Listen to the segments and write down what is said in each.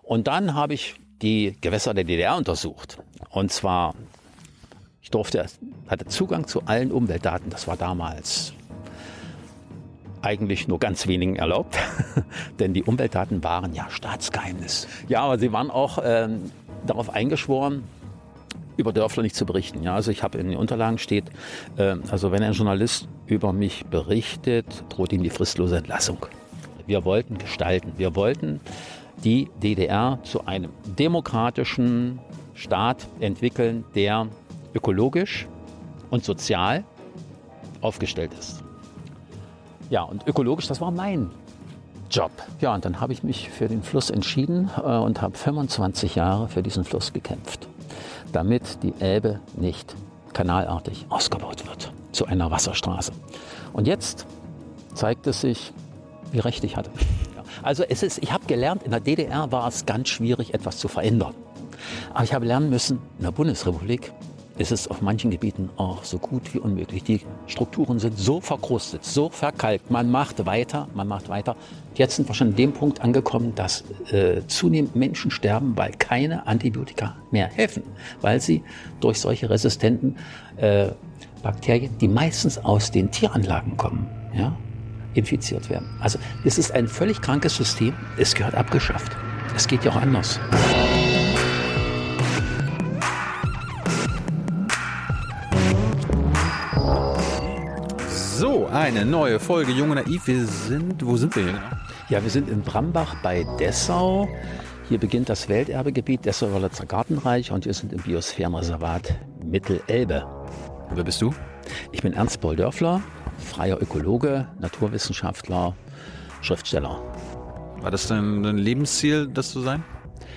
Und dann habe ich die Gewässer der DDR untersucht. Und zwar, hatte Zugang zu allen Umweltdaten. Das war damals eigentlich nur ganz wenigen erlaubt, denn die Umweltdaten waren ja Staatsgeheimnis. Ja, aber sie waren auch darauf eingeschworen, über Dörfler nicht zu berichten. Ja, also ich habe in den Unterlagen steht, also wenn ein Journalist über mich berichtet, droht ihm die fristlose Entlassung. Wir wollten gestalten, wir wollten die DDR zu einem demokratischen Staat entwickeln, der ökologisch und sozial aufgestellt ist. Ja, und ökologisch, das war mein Job. Ja, und dann habe ich mich für den Fluss entschieden und habe 25 Jahre für diesen Fluss gekämpft, damit die Elbe nicht kanalartig ausgebaut wird zu einer Wasserstraße. Und jetzt zeigt es sich, wie recht ich hatte. Also ich habe gelernt, in der DDR war es ganz schwierig, etwas zu verändern. Aber ich habe lernen müssen, in der Bundesrepublik ist es auf manchen Gebieten auch so gut wie unmöglich. Die Strukturen sind so verkrustet, so verkalkt. Man macht weiter, man macht weiter. Jetzt sind wir schon an dem Punkt angekommen, dass zunehmend Menschen sterben, weil keine Antibiotika mehr helfen. Weil sie durch solche resistenten Bakterien, die meistens aus den Tieranlagen kommen, ja, infiziert werden. Also es ist ein völlig krankes System. Es gehört abgeschafft. Es geht ja auch anders. So, eine neue Folge Jung und Naiv. Wo sind wir hier genau? Ja, wir sind in Brambach bei Dessau. Hier beginnt das Welterbegebiet Dessau-Wörlitzer Gartenreich und wir sind im Biosphärenreservat Mittelelbe. Wer bist du? Ich bin Ernst Paul Dörfler, freier Ökologe, Naturwissenschaftler, Schriftsteller. War das dein Lebensziel, das zu sein?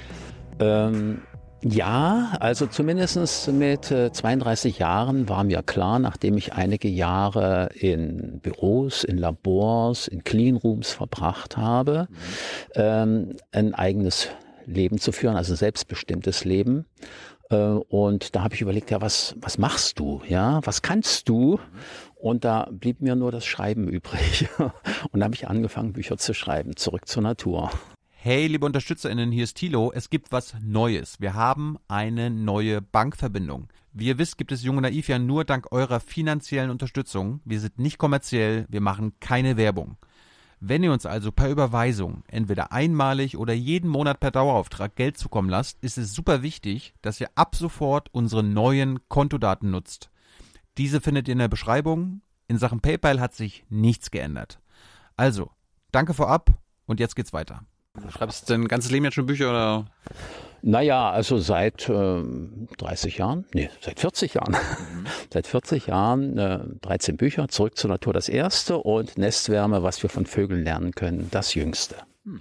Ja, also zumindest mit 32 Jahren war mir klar, nachdem ich einige Jahre in Büros, in Labors, in Cleanrooms verbracht habe, ein eigenes Leben zu führen, also ein selbstbestimmtes Leben. Und da habe ich überlegt, ja, was machst du? Ja, was kannst du? Und da blieb mir nur das Schreiben übrig. Und da habe ich angefangen, Bücher zu schreiben, zurück zur Natur. Hey, liebe UnterstützerInnen, hier ist Thilo. Es gibt was Neues. Wir haben eine neue Bankverbindung. Wie ihr wisst, gibt es Jung und Naiv ja nur dank eurer finanziellen Unterstützung. Wir sind nicht kommerziell, wir machen keine Werbung. Wenn ihr uns also per Überweisung, entweder einmalig oder jeden Monat per Dauerauftrag Geld zukommen lasst, ist es super wichtig, dass ihr ab sofort unsere neuen Kontodaten nutzt. Diese findet ihr in der Beschreibung. In Sachen PayPal hat sich nichts geändert. Also, danke vorab und jetzt geht's weiter. Du schreibst dein ganzes Leben jetzt schon Bücher oder? Naja, also seit 30 Jahren, seit 40 Jahren. Seit 40 Jahren 13 Bücher, Zurück zur Natur das erste und Nestwärme, was wir von Vögeln lernen können, das jüngste.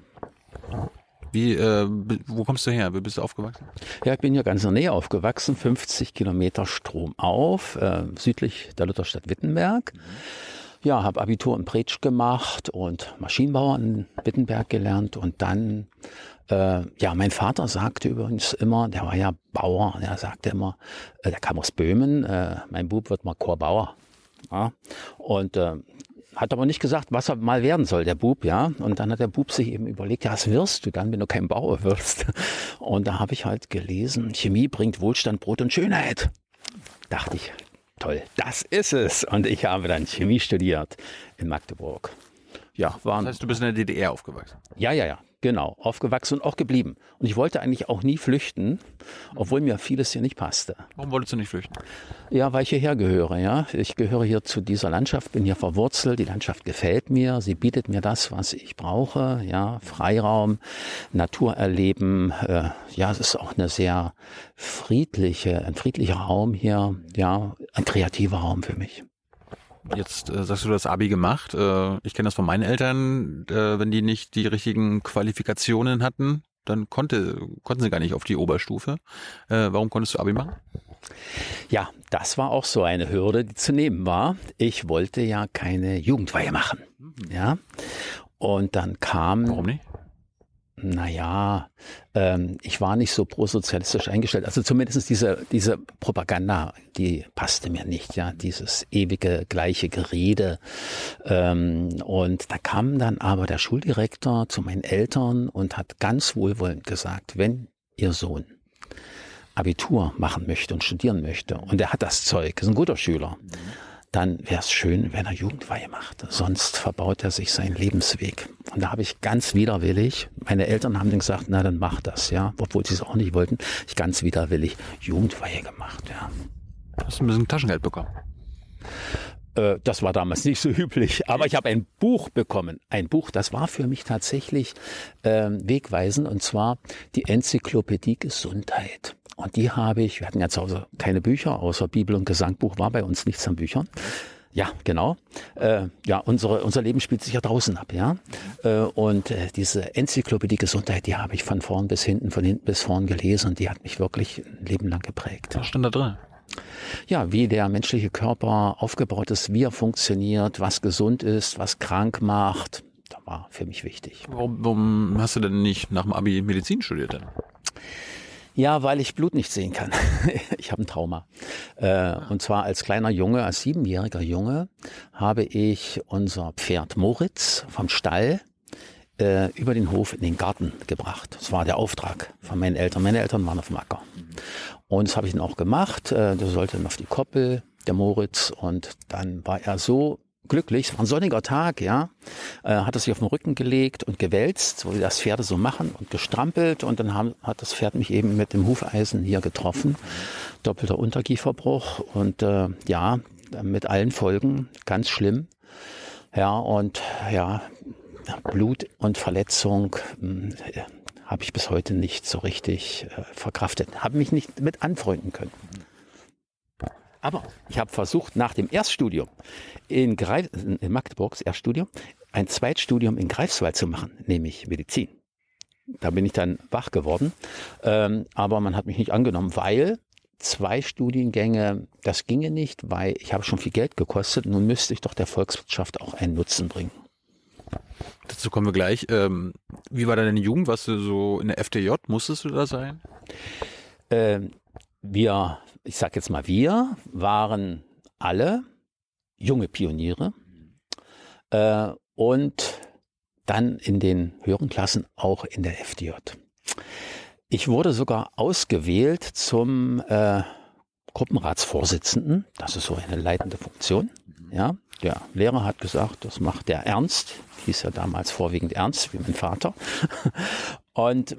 Wo kommst du her? Wie bist du aufgewachsen? Ja, ich bin hier ganz in der Nähe aufgewachsen, 50 Kilometer stromauf, südlich der Lutherstadt Wittenberg. Ja, habe Abitur in Pretsch gemacht und Maschinenbauer in Wittenberg gelernt und dann, mein Vater sagte übrigens immer, der war ja Bauer, der sagte immer, der kam aus Böhmen, mein Bub wird mal Chorbauer. Ja, und hat aber nicht gesagt, was er mal werden soll, der Bub, ja. Und dann hat der Bub sich eben überlegt, ja, was wirst du dann, wenn du kein Bauer wirst? Und da habe ich halt gelesen, Chemie bringt Wohlstand, Brot und Schönheit. Dachte ich, toll, das ist es. Und ich habe dann Chemie studiert in Magdeburg. Ja, das heißt, du bist in der DDR aufgewachsen? Ja, genau. Aufgewachsen und auch geblieben. Und ich wollte eigentlich auch nie flüchten, obwohl mir vieles hier nicht passte. Warum wolltest du nicht flüchten? Ja, weil ich hierher gehöre, ja. Ich gehöre hier zu dieser Landschaft, bin hier verwurzelt. Die Landschaft gefällt mir. Sie bietet mir das, was ich brauche, ja. Freiraum, Natur erleben. Es ist auch eine sehr ein friedlicher Raum hier, ja. Ein kreativer Raum für mich. Jetzt sagst du, das Abi gemacht. Ich kenne das von meinen Eltern. Wenn die nicht die richtigen Qualifikationen hatten, dann konnten sie gar nicht auf die Oberstufe. Warum konntest du Abi machen? Ja, das war auch so eine Hürde, die zu nehmen war. Ich wollte ja keine Jugendweihe machen. Ja. Und dann kam... Warum nicht? Naja, ich war nicht so prosozialistisch eingestellt. Also zumindest diese Propaganda, die passte mir nicht. Ja, dieses ewige gleiche Gerede. Und da kam dann aber der Schuldirektor zu meinen Eltern und hat ganz wohlwollend gesagt, wenn Ihr Sohn Abitur machen möchte und studieren möchte und er hat das Zeug, ist ein guter Schüler, dann wäre es schön, wenn er Jugendweihe macht. Sonst verbaut er sich seinen Lebensweg. Und da habe ich ganz widerwillig, meine Eltern haben dann gesagt, na dann mach das, ja, obwohl sie es auch nicht wollten, ich ganz widerwillig Jugendweihe gemacht, ja. Hast du ein bisschen Taschengeld bekommen? Das war damals nicht so üblich, aber ich habe ein Buch bekommen. Ein Buch, das war für mich tatsächlich wegweisend, und zwar die Enzyklopädie Gesundheit. Und die habe ich, wir hatten ja zu Hause keine Bücher, außer Bibel und Gesangbuch war bei uns nichts an Büchern. Ja, genau. Unser Leben spielt sich ja draußen ab, ja. Und diese Enzyklopädie Gesundheit, die habe ich von vorn bis hinten, von hinten bis vorn gelesen, und die hat mich wirklich ein Leben lang geprägt. Was stand da drin? Ja, wie der menschliche Körper aufgebaut ist, wie er funktioniert, was gesund ist, was krank macht. Das war für mich wichtig. Warum hast du denn nicht nach dem Abi Medizin studiert denn? Ja, weil ich Blut nicht sehen kann. Ich habe ein Trauma. Und zwar als kleiner Junge, als 7-jähriger Junge, habe ich unser Pferd Moritz vom Stall über den Hof in den Garten gebracht. Das war der Auftrag von meinen Eltern. Meine Eltern waren auf dem Acker. Und das habe ich dann auch gemacht. Der sollte dann auf die Koppel, der Moritz. Und dann war er so glücklich, es war ein sonniger Tag, ja, hat er sich auf den Rücken gelegt und gewälzt, so wie das Pferde so machen, und gestrampelt, und dann hat das Pferd mich eben mit dem Hufeisen hier getroffen, doppelter Unterkieferbruch und mit allen Folgen, ganz schlimm, ja, und ja, Blut und Verletzung habe ich bis heute nicht so richtig verkraftet, habe mich nicht mit anfreunden können. Aber ich habe versucht, nach dem Erststudium in Magdeburgs Erststudium, ein Zweitstudium in Greifswald zu machen, nämlich Medizin. Da bin ich dann wach geworden, aber man hat mich nicht angenommen, weil 2 Studiengänge, das ginge nicht, weil ich habe schon viel Geld gekostet, nun müsste ich doch der Volkswirtschaft auch einen Nutzen bringen. Dazu kommen wir gleich. Wie war deine Jugend? Warst du so in der FDJ? Musstest du da sein? Ich sag jetzt mal, wir waren alle junge Pioniere und dann in den höheren Klassen auch in der FDJ. Ich wurde sogar ausgewählt zum Gruppenratsvorsitzenden. Das ist so eine leitende Funktion. Ja, der Lehrer hat gesagt, das macht der Ernst. Hieß ja damals vorwiegend Ernst, wie mein Vater. Und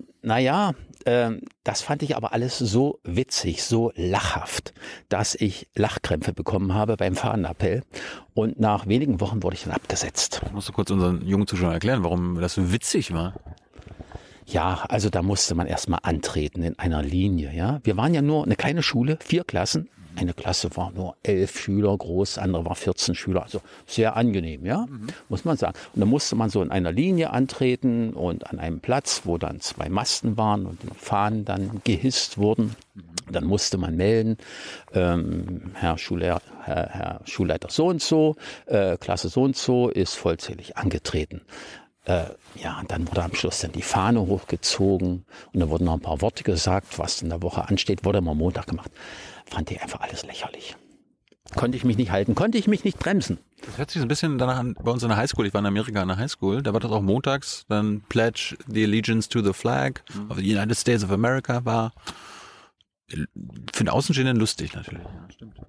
das fand ich aber alles so witzig, so lachhaft, dass ich Lachkrämpfe bekommen habe beim Fahnenappell. Und nach wenigen Wochen wurde ich dann abgesetzt. Musst du kurz unseren jungen Zuschauern erklären, warum das so witzig war? Ja, also da musste man erstmal antreten in einer Linie. Ja, wir waren ja nur eine kleine Schule, 4 Klassen. Eine Klasse war nur 11 Schüler groß, andere war 14 Schüler, also sehr angenehm, ja, muss man sagen. Und dann musste man so in einer Linie antreten und an einem Platz, wo dann 2 Masten waren und die Fahnen dann gehisst wurden. Dann musste man melden, Herr Schulleiter so und so, Klasse so und so ist vollzählig angetreten. Und dann wurde am Schluss dann die Fahne hochgezogen und dann wurden noch ein paar Worte gesagt, was in der Woche ansteht, wurde immer Montag gemacht. Fand ich einfach alles lächerlich. Konnte ich mich nicht halten, konnte ich mich nicht bremsen. Das hört sich so ein bisschen danach an, bei uns in der Highschool, ich war in Amerika in der Highschool, da war das auch montags, dann Pledge the Allegiance to the Flag of the United States of America, war für den Außenstehenden lustig natürlich. Ja, stimmt.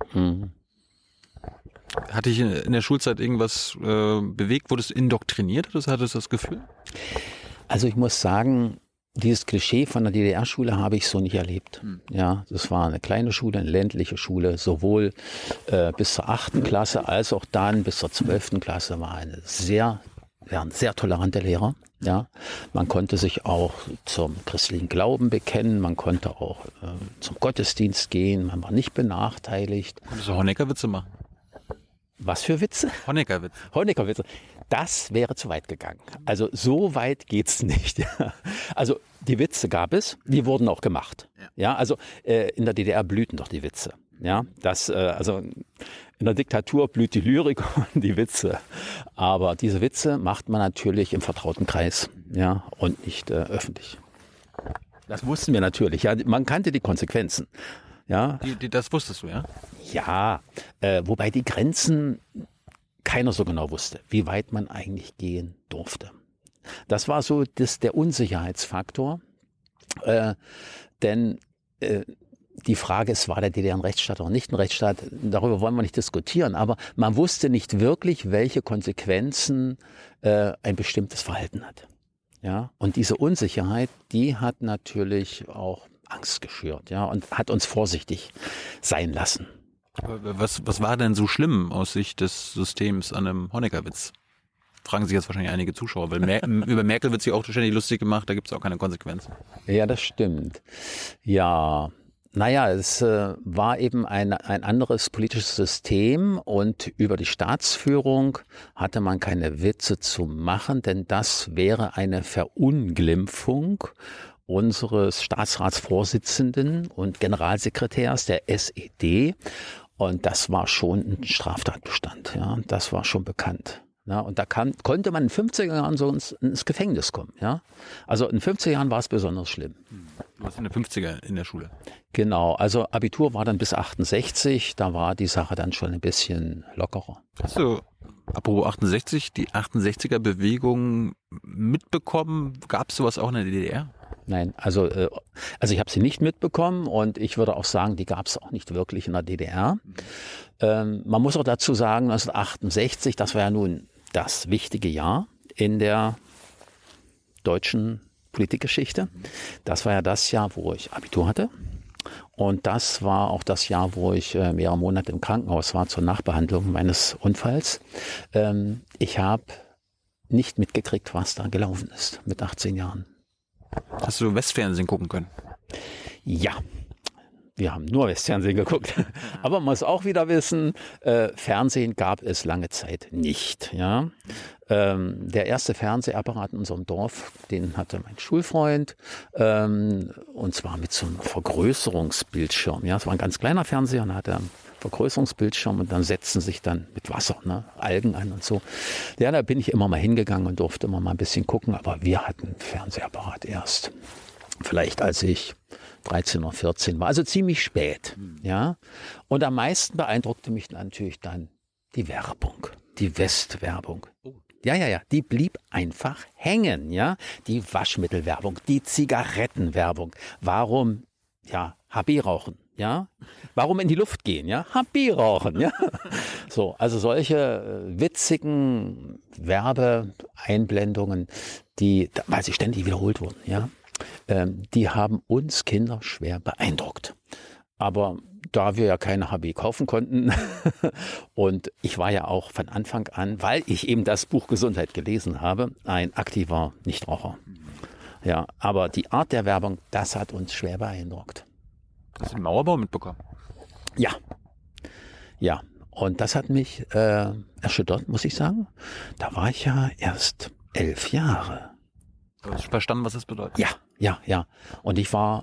Hatte ich in der Schulzeit irgendwas bewegt? Wurdest du indoktriniert? Hattest du das Gefühl? Also ich muss sagen, dieses Klischee von der DDR-Schule habe ich so nicht erlebt. Ja, das war eine kleine Schule, eine ländliche Schule, sowohl bis zur 8. Klasse als auch dann bis zur 12. Klasse waren sehr tolerante Lehrer. Ja, man konnte sich auch zum christlichen Glauben bekennen, man konnte auch zum Gottesdienst gehen, man war nicht benachteiligt. Konntest du Honecker-Witze machen? Was für Witze? Honeckerwitze. Honeckerwitze. Das wäre zu weit gegangen. Also so weit geht's nicht. Also die Witze gab es, die wurden auch gemacht. Ja, also in der DDR blühten doch die Witze. Ja, also in der Diktatur blüht die Lyrik und die Witze. Aber diese Witze macht man natürlich im vertrauten Kreis, ja, und nicht öffentlich. Das wussten wir natürlich. Ja, man kannte die Konsequenzen. Ja. Das wusstest du, ja? Ja, wobei die Grenzen keiner so genau wusste, wie weit man eigentlich gehen durfte. Das war so der Unsicherheitsfaktor, denn die Frage ist, war der DDR ein Rechtsstaat oder nicht ein Rechtsstaat, darüber wollen wir nicht diskutieren, aber man wusste nicht wirklich, welche Konsequenzen ein bestimmtes Verhalten hat. Ja, und diese Unsicherheit, die hat natürlich auch Angst geschürt, ja, und hat uns vorsichtig sein lassen. Was war denn so schlimm aus Sicht des Systems an einem Honecker-Witz? Fragen sich jetzt wahrscheinlich einige Zuschauer, weil über Merkel wird sich auch ständig lustig gemacht, da gibt es auch keine Konsequenzen. Ja, das stimmt. Ja, naja, es war eben ein anderes politisches System und über die Staatsführung hatte man keine Witze zu machen, denn das wäre eine Verunglimpfung unseres Staatsratsvorsitzenden und Generalsekretärs der SED. Und das war schon ein Straftatbestand, ja, das war schon bekannt. Ja, und da konnte man in den 50er Jahren so ins Gefängnis kommen. Ja? Also in den 50er Jahren war es besonders schlimm. Du warst in den 50er in der Schule. Genau, also Abitur war dann bis 68, da war die Sache dann schon ein bisschen lockerer. Hast du, apropos 68, die 68er-Bewegung mitbekommen? Gab es sowas auch in der DDR? Nein, also ich habe sie nicht mitbekommen und ich würde auch sagen, die gab es auch nicht wirklich in der DDR. Man muss auch dazu sagen, 1968, das war ja nun das wichtige Jahr in der deutschen Politikgeschichte. Das war ja das Jahr, wo ich Abitur hatte. Und das war auch das Jahr, wo ich mehrere Monate im Krankenhaus war zur Nachbehandlung meines Unfalls. Ich habe nicht mitgekriegt, was da gelaufen ist mit 18 Jahren. Hast du Westfernsehen gucken können? Ja. Wir haben nur Westfernsehen geguckt. Aber man muss auch wieder wissen, Fernsehen gab es lange Zeit nicht. Ja? Der erste Fernsehapparat in unserem Dorf, den hatte mein Schulfreund, und zwar mit so einem Vergrößerungsbildschirm. Ja? Es war ein ganz kleiner Fernseher und hatte einen Vergrößerungsbildschirm und dann setzten sich dann mit Wasser, ne, Algen an und so. Ja, da bin ich immer mal hingegangen und durfte immer mal ein bisschen gucken, aber wir hatten einen Fernsehapparat erst. Vielleicht als ich 13 oder 14 war, also ziemlich spät, ja. Und am meisten beeindruckte mich natürlich dann die Werbung, die Westwerbung. Ja, die blieb einfach hängen, ja. Die Waschmittelwerbung, die Zigarettenwerbung. Warum, ja, HB rauchen, ja. Warum in die Luft gehen, ja. HB rauchen, ja. So, also solche witzigen Werbeeinblendungen, weil sie ständig wiederholt wurden, ja. Die haben uns Kinder schwer beeindruckt. Aber da wir ja keine HB kaufen konnten und ich war ja auch von Anfang an, weil ich eben das Buch Gesundheit gelesen habe, ein aktiver Nichtraucher. Ja, aber die Art der Werbung, das hat uns schwer beeindruckt. Hast du den Mauerbau mitbekommen? Ja. Und das hat mich erschüttert, muss ich sagen. Da war ich ja erst 11 Jahre. Du hast verstanden, was das bedeutet? Ja. Und ich war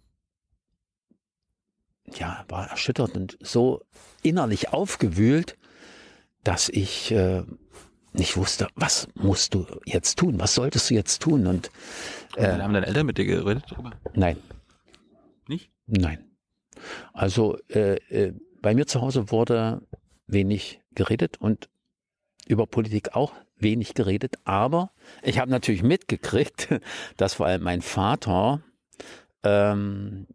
erschüttert und so innerlich aufgewühlt, dass ich nicht wusste, was musst du jetzt tun? Was solltest du jetzt tun? Und haben deine Eltern mit dir geredet darüber? Nein. Nicht? Nein. Also bei mir zu Hause wurde wenig geredet und über Politik auch wenig geredet, aber ich habe natürlich mitgekriegt, dass vor allem mein Vater ein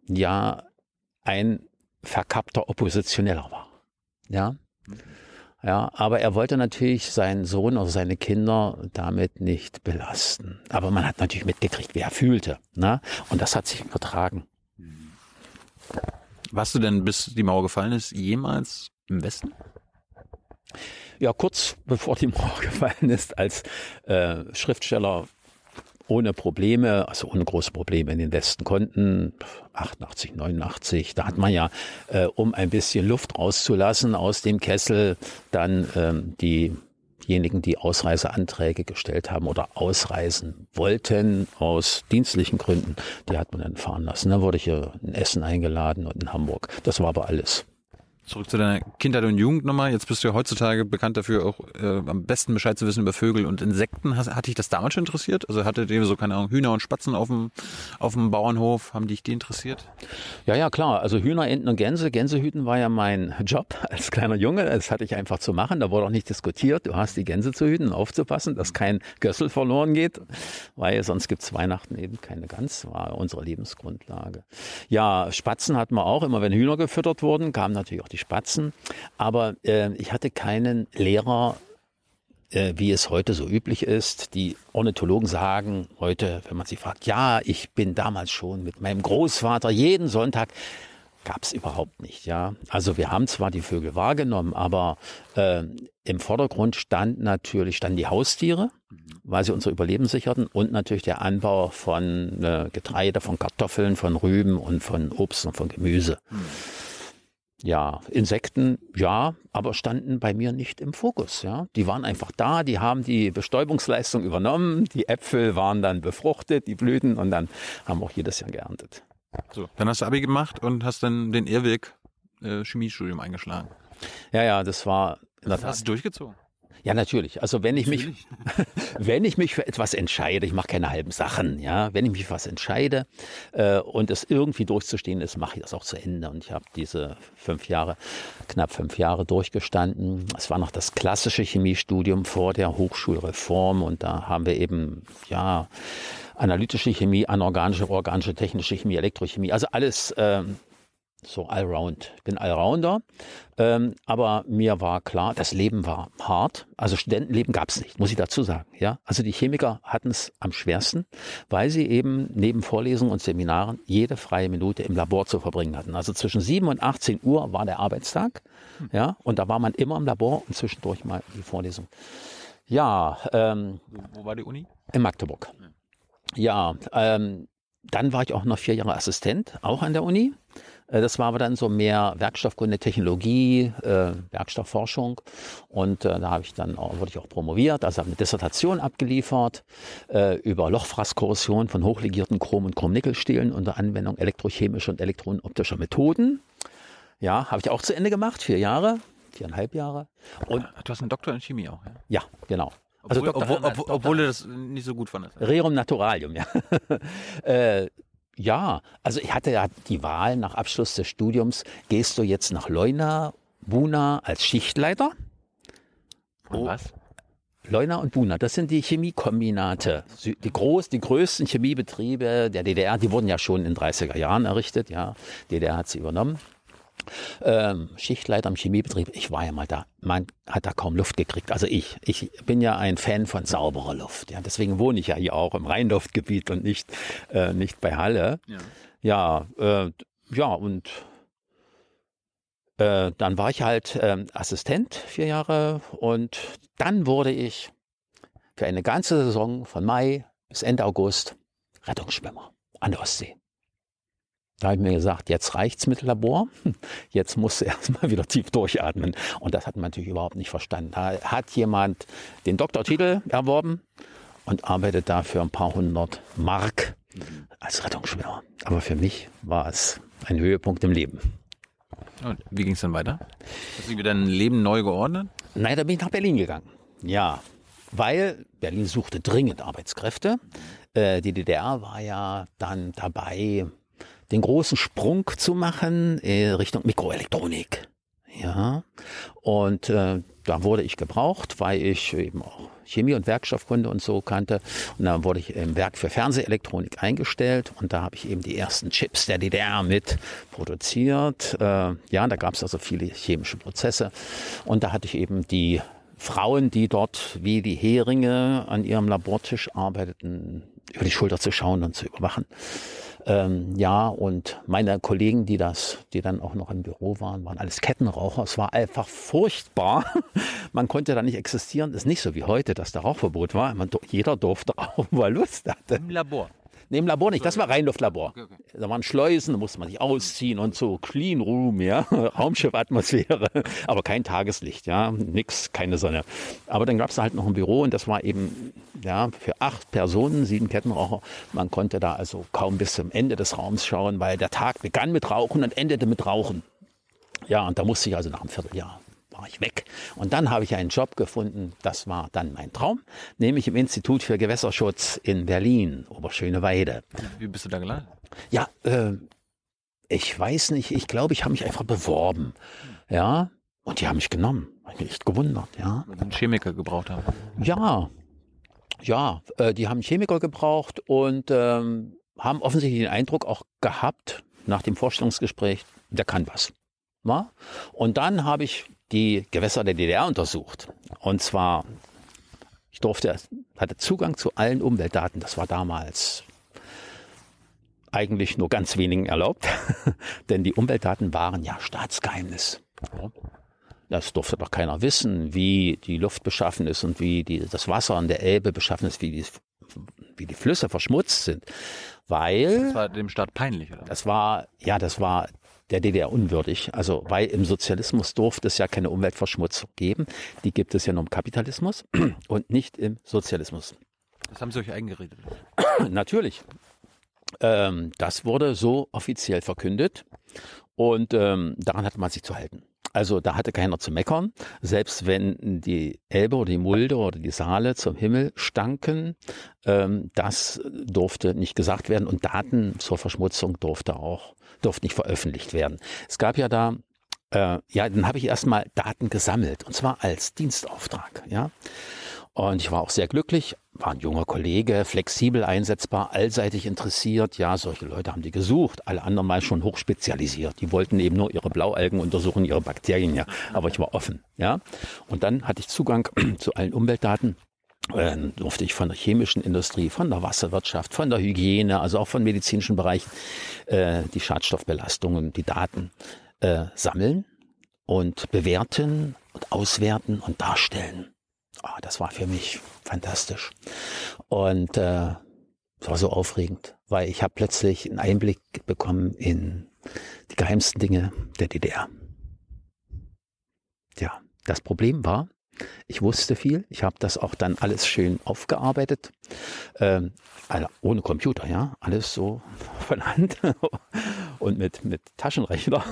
verkappter Oppositioneller war. Ja, aber er wollte natürlich seinen Sohn oder seine Kinder damit nicht belasten. Aber man hat natürlich mitgekriegt, wie er fühlte, ne? Und das hat sich übertragen. Warst du denn, bis die Mauer gefallen ist, jemals im Westen? Ja, kurz bevor die Mauer gefallen ist, als Schriftsteller ohne Probleme, also ohne große Probleme in den Westen konnten, 88, 89, da hat man ja, um ein bisschen Luft rauszulassen aus dem Kessel, dann diejenigen, die Ausreiseanträge gestellt haben oder ausreisen wollten aus dienstlichen Gründen, die hat man dann fahren lassen. Dann wurde ich in Essen eingeladen und in Hamburg. Das war aber alles. Zurück zu deiner Kindheit und Jugend nochmal. Jetzt bist du ja heutzutage bekannt dafür, auch am besten Bescheid zu wissen über Vögel und Insekten. Hat dich das damals schon interessiert? Also hattet ihr so, keine Ahnung, Hühner und Spatzen auf dem Bauernhof? Haben dich die interessiert? Ja, klar. Also Hühner, Enten und Gänse. Gänsehüten war ja mein Job als kleiner Junge. Das hatte ich einfach zu machen. Da wurde auch nicht diskutiert. Du hast die Gänse zu hüten und aufzupassen, dass kein Gössel verloren geht, weil sonst gibt's Weihnachten eben keine Gans. War unsere Lebensgrundlage. Ja, Spatzen hatten wir auch. Immer wenn Hühner gefüttert wurden, kamen natürlich auch die Spatzen. Aber ich hatte keinen Lehrer, wie es heute so üblich ist. Die Ornithologen sagen heute, wenn man sie fragt, ja, ich bin damals schon mit meinem Großvater jeden Sonntag, gab es überhaupt nicht. Ja, also wir haben zwar die Vögel wahrgenommen, aber im Vordergrund standen die Haustiere, weil sie unser Überleben sicherten, und natürlich der Anbau von Getreide, von Kartoffeln, von Rüben und von Obst und von Gemüse. Ja, Insekten, ja, aber standen bei mir nicht im Fokus. Ja, die waren einfach da, die haben die Bestäubungsleistung übernommen, die Äpfel waren dann befruchtet, die Blüten, und dann haben wir auch jedes Jahr geerntet. So, dann hast du Abi gemacht und hast dann den Ehrweg Chemiestudium eingeschlagen. Ja, das war in der Tat. Hast du durchgezogen? Ja, natürlich. Also wenn ich mich für etwas entscheide, ich mache keine halben Sachen, ja, wenn ich mich für was entscheide und es irgendwie durchzustehen ist, mache ich das auch zu Ende. Und ich habe diese knapp 5 Jahre durchgestanden. Es war noch das klassische Chemiestudium vor der Hochschulreform, und da haben wir eben, ja, analytische Chemie, anorganische, organische, technische Chemie, Elektrochemie, also alles so allround. Ich bin Allrounder, aber mir war klar, das Leben war hart. Also Studentenleben gab es nicht, muss ich dazu sagen. Ja, also die Chemiker hatten es am schwersten, weil sie eben neben Vorlesungen und Seminaren jede freie Minute im Labor zu verbringen hatten. Also zwischen 7 und 18 Uhr war der Arbeitstag, ja, und da war man immer im Labor und zwischendurch mal die Vorlesung. Ja, wo war die Uni? In Magdeburg. Ja, dann war ich auch noch 4 Jahre Assistent, auch an der Uni. Das war aber dann so mehr Werkstoffkunde, Technologie, Werkstoffforschung, und da wurde ich auch promoviert, also habe eine Dissertation abgeliefert über Lochfraßkorrosion von hochlegierten Chrom- und Chrom-Nickel-Stählen unter Anwendung elektrochemischer und elektronenoptischer Methoden. Ja, habe ich auch zu Ende gemacht, 4 Jahre, 4,5 Jahre. Und du hast einen Doktor in Chemie auch, ja? Ja, genau. Obwohl du das nicht so gut fandest. Rerum naturalium, ja. Ja, also ich hatte ja die Wahl nach Abschluss des Studiums, gehst du jetzt nach Leuna, Buna als Schichtleiter? Und was? Leuna und Buna, das sind die Chemiekombinate, die größten Chemiebetriebe der DDR, die wurden ja schon in den 30er Jahren errichtet, ja, DDR hat sie übernommen. Schichtleiter im Chemiebetrieb, ich war ja mal da, man hat da kaum Luft gekriegt. Also ich bin ja ein Fan von sauberer Luft, ja, deswegen wohne ich ja hier auch im Rheinluftgebiet und nicht bei Halle. Ja, und dann war ich halt Assistent 4 Jahre, und dann wurde ich für eine ganze Saison von Mai bis Ende August Rettungsschwimmer an der Ostsee. Da habe ich mir gesagt, jetzt reicht's mit Labor, jetzt musst du erstmal wieder tief durchatmen. Und das hat man natürlich überhaupt nicht verstanden. Da hat jemand den Doktortitel erworben und arbeitet dafür ein paar 100 Mark als Rettungsschwimmer. Aber für mich war es ein Höhepunkt im Leben. Und wie ging es dann weiter? Hast du wieder dein Leben neu geordnet? Nein, da bin ich nach Berlin gegangen. Ja, weil Berlin suchte dringend Arbeitskräfte. Die DDR war ja dann dabei, den großen Sprung zu machen Richtung Mikroelektronik. Ja, und da wurde ich gebraucht, weil ich eben auch Chemie und Werkstoffkunde und so kannte. Und dann wurde ich im Werk für Fernsehelektronik eingestellt, und da habe ich eben die ersten Chips der DDR mit produziert. Ja, da gab es also viele chemische Prozesse, und da hatte ich eben die Frauen, die dort wie die Heringe an ihrem Labortisch arbeiteten, über die Schulter zu schauen und zu überwachen. Ja, und meine Kollegen, die dann auch noch im Büro waren alles Kettenraucher. Es war einfach furchtbar. Man konnte da nicht existieren. Es ist nicht so wie heute, dass da Rauchverbot war. Jeder durfte rauchen, wo er Lust hatte. Im Labor? Nee, im Labor nicht. Das war Reinluftlabor. Okay. Da waren Schleusen, da musste man sich ausziehen und so. Clean Room, ja. Raumschiffatmosphäre. Aber kein Tageslicht, ja. Nix, keine Sonne. Aber dann gab es halt noch ein Büro, und das war eben, ja, für 8 Personen, 7 Kettenraucher. Man konnte da also kaum bis zum Ende des Raums schauen, weil der Tag begann mit Rauchen und endete mit Rauchen. Ja, und da musste ich also nach einem Vierteljahr, war ich weg. Und dann habe ich einen Job gefunden, das war dann mein Traum, nämlich im Institut für Gewässerschutz in Berlin, Oberschöneweide. Wie bist du da gelandet? Ja, ich weiß nicht, ich glaube, ich habe mich einfach beworben. Ja, und die haben mich genommen. Habe mich echt gewundert, ja. Weil sie einen Chemiker gebraucht haben. Ja, die haben Chemiker gebraucht und haben offensichtlich den Eindruck auch gehabt, nach dem Vorstellungsgespräch, der kann was. Ja? Und dann habe ich die Gewässer der DDR untersucht. Und zwar, ich hatte Zugang zu allen Umweltdaten. Das war damals eigentlich nur ganz wenigen erlaubt, denn die Umweltdaten waren ja Staatsgeheimnis. Das durfte doch keiner wissen, wie die Luft beschaffen ist und wie das Wasser an der Elbe beschaffen ist, wie die Flüsse verschmutzt sind. Weil Das war dem Staat peinlich, oder? das war der DDR unwürdig. Also weil im Sozialismus durfte es ja keine Umweltverschmutzung geben. Die gibt es ja nur im Kapitalismus und nicht im Sozialismus. Das haben sie euch eingeredet. Natürlich. Das wurde so offiziell verkündet und daran hatte man sich zu halten. Also da hatte keiner zu meckern, selbst wenn die Elbe oder die Mulde oder die Saale zum Himmel stanken, das durfte nicht gesagt werden und Daten zur Verschmutzung durften nicht veröffentlicht werden. Es gab ja da, dann habe ich erstmal Daten gesammelt und zwar als Dienstauftrag, ja. Und ich war auch sehr glücklich, war ein junger Kollege, flexibel einsetzbar, allseitig interessiert. Ja, solche Leute haben die gesucht. Alle anderen mal schon hochspezialisiert. Die wollten eben nur ihre Blaualgen untersuchen, ihre Bakterien, ja. Aber ich war offen, ja. Und dann hatte ich Zugang zu allen Umweltdaten. Durfte ich von der chemischen Industrie, von der Wasserwirtschaft, von der Hygiene, also auch von medizinischen Bereichen, die Schadstoffbelastungen, die Daten sammeln und bewerten und auswerten und darstellen. Oh, das war für mich fantastisch und es war so aufregend, weil ich habe plötzlich einen Einblick bekommen in die geheimsten Dinge der DDR. Ja, das Problem war, ich wusste viel, ich habe das auch dann alles schön aufgearbeitet, also ohne Computer, ja, alles so von Hand und mit Taschenrechner.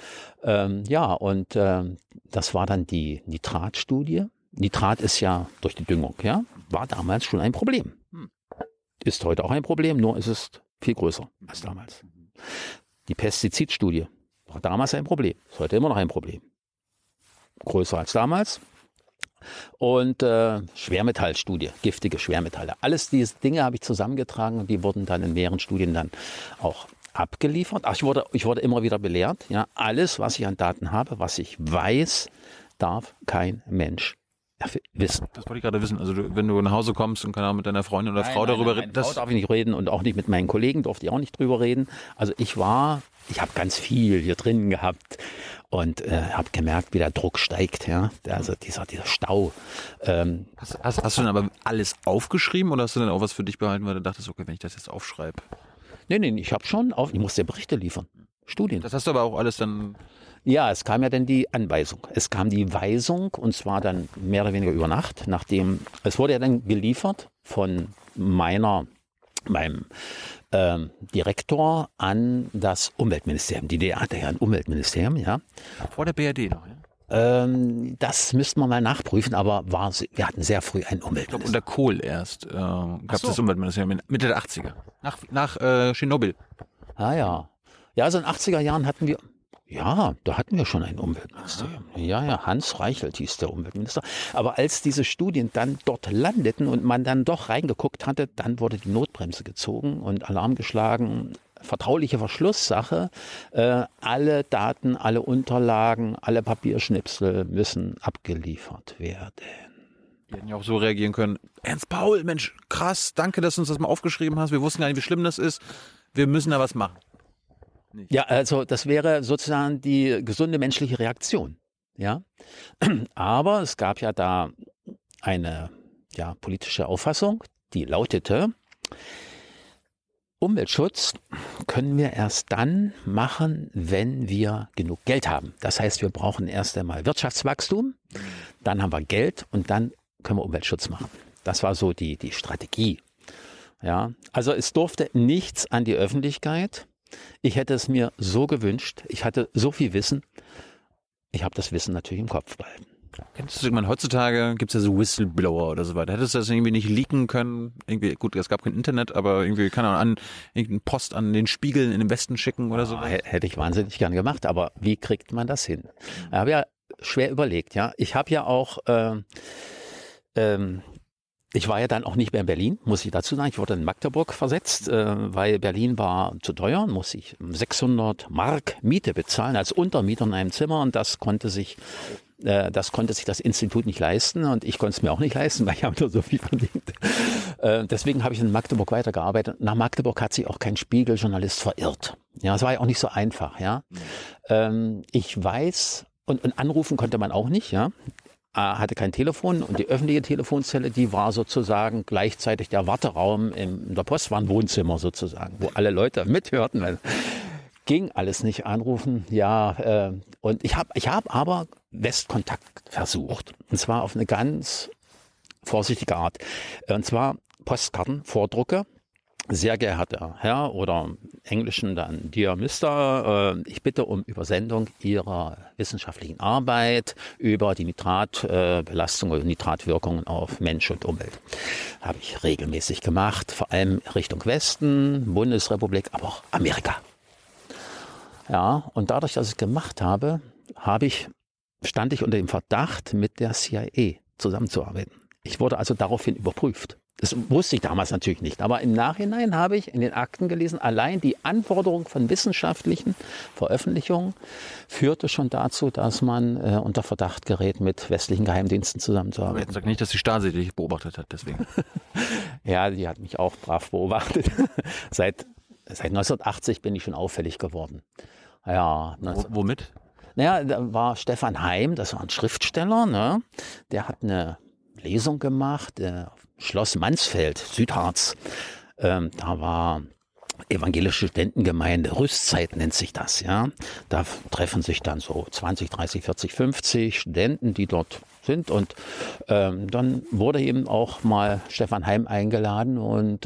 Das war dann die Nitratstudie. Nitrat ist ja durch die Düngung, ja, war damals schon ein Problem. Ist heute auch ein Problem, nur ist es viel größer als damals. Die Pestizidstudie war damals ein Problem, ist heute immer noch ein Problem. Größer als damals. Und Schwermetallstudie, giftige Schwermetalle. Alles diese Dinge habe ich zusammengetragen und die wurden dann in mehreren Studien dann auch abgeliefert. Ach, ich wurde immer wieder belehrt, ja, alles, was ich an Daten habe, was ich weiß, darf kein Mensch wissen. Das wollte ich gerade wissen. Also wenn du nach Hause kommst und keine Ahnung, mit deiner Freundin oder Frau darüber reden. Frau darf ich nicht reden und auch nicht mit meinen Kollegen durfte ich auch nicht drüber reden. Also ich habe ganz viel hier drin gehabt und habe gemerkt, wie der Druck steigt. Ja, also dieser Stau. Hast du dann aber alles aufgeschrieben oder hast du dann auch was für dich behalten, weil du dachtest, okay, wenn ich das jetzt aufschreibe? Nee, ich habe schon ich musste Berichte liefern. Studien. Das hast du aber auch alles dann... Ja, es kam ja dann die Anweisung. Es kam die Weisung und zwar dann mehr oder weniger über Nacht, es wurde ja dann geliefert von meinem Direktor an das Umweltministerium. Die DDR hatte ja ein Umweltministerium, ja. Vor der BRD noch, ja? Das müssten wir mal nachprüfen, aber wir hatten sehr früh ein Umweltministerium. Unter Kohl erst gab es das Umweltministerium, Mitte der 80er. Nach Tschernobyl. Ah ja. Ja, also in den 80er Jahren hatten wir schon ein Umweltministerium. Ja, Hans Reichelt hieß der Umweltminister. Aber als diese Studien dann dort landeten und man dann doch reingeguckt hatte, dann wurde die Notbremse gezogen und Alarm geschlagen. Vertrauliche Verschlusssache. Alle Daten, alle Unterlagen, alle Papierschnipsel müssen abgeliefert werden. Die hätten ja auch so reagieren können. Ernst Paul, Mensch, krass, danke, dass du uns das mal aufgeschrieben hast. Wir wussten gar nicht, wie schlimm das ist. Wir müssen da was machen. Nicht. Ja, also das wäre sozusagen die gesunde menschliche Reaktion. Ja, aber es gab ja da eine politische Auffassung, die lautete: Umweltschutz können wir erst dann machen, wenn wir genug Geld haben. Das heißt, wir brauchen erst einmal Wirtschaftswachstum, dann haben wir Geld und dann können wir Umweltschutz machen. Das war so die Strategie. Ja, also es durfte nichts an die Öffentlichkeit. Ich hätte es mir so gewünscht. Ich hatte so viel Wissen ich habe das Wissen natürlich im Kopf behalten. Kennst du, ich meine, heutzutage gibt es ja so Whistleblower oder so weiter. Hättest du das irgendwie nicht leaken können? Irgendwie, gut, es gab kein Internet, aber irgendwie, keine Ahnung, irgendeinen Post an den Spiegeln in den Westen schicken oder so? Hätte ich wahnsinnig gern gemacht, aber wie kriegt man das hin? Ich habe ja schwer überlegt, ja. Ich habe ja auch, ich war ja dann auch nicht mehr in Berlin, muss ich dazu sagen. Ich wurde in Magdeburg versetzt, weil Berlin war zu teuer, muss ich 600 Mark Miete bezahlen als Untermieter in einem Zimmer und das konnte sich das Institut nicht leisten und ich konnte es mir auch nicht leisten, weil ich habe nur so viel verdient. Deswegen habe ich in Magdeburg weitergearbeitet. Nach Magdeburg hat sich auch kein Spiegeljournalist verirrt. Ja, es war ja auch nicht so einfach. Ja, ich weiß und anrufen konnte man auch nicht. Ja, hatte kein Telefon und die öffentliche Telefonzelle, die war sozusagen gleichzeitig der Warteraum in der Post, war ein Wohnzimmer sozusagen, wo alle Leute mithörten. Weil ging alles nicht anrufen, ja. Und ich hab aber Westkontakt versucht. Und zwar auf eine ganz vorsichtige Art. Und zwar Postkarten, Vordrucke. Sehr geehrter Herr oder im Englischen dann Dear Mister, ich bitte um Übersendung Ihrer wissenschaftlichen Arbeit über die Nitratbelastung oder Nitratwirkungen auf Mensch und Umwelt. Habe ich regelmäßig gemacht, vor allem Richtung Westen, Bundesrepublik, aber auch Amerika. Ja, und dadurch, dass ich es gemacht habe, stand ich unter dem Verdacht, mit der CIA zusammenzuarbeiten. Ich wurde also daraufhin überprüft. Das wusste ich damals natürlich nicht, aber im Nachhinein habe ich in den Akten gelesen, allein die Anforderung von wissenschaftlichen Veröffentlichungen führte schon dazu, dass man unter Verdacht gerät, mit westlichen Geheimdiensten zusammenzuarbeiten. Aber sag nicht, dass die Stasi dich beobachtet hat, deswegen. Ja, die hat mich auch brav beobachtet. Seit 1980 bin ich schon auffällig geworden. Ja, Womit? Naja, da war Stefan Heim, das war ein Schriftsteller, ne? Der hat eine Lesung gemacht, Schloss Mansfeld, Südharz. Da war evangelische Studentengemeinde, Rüstzeit nennt sich das, ja. Da treffen sich dann so 20, 30, 40, 50 Studenten, die dort sind. Und dann wurde eben auch mal Stefan Heim eingeladen und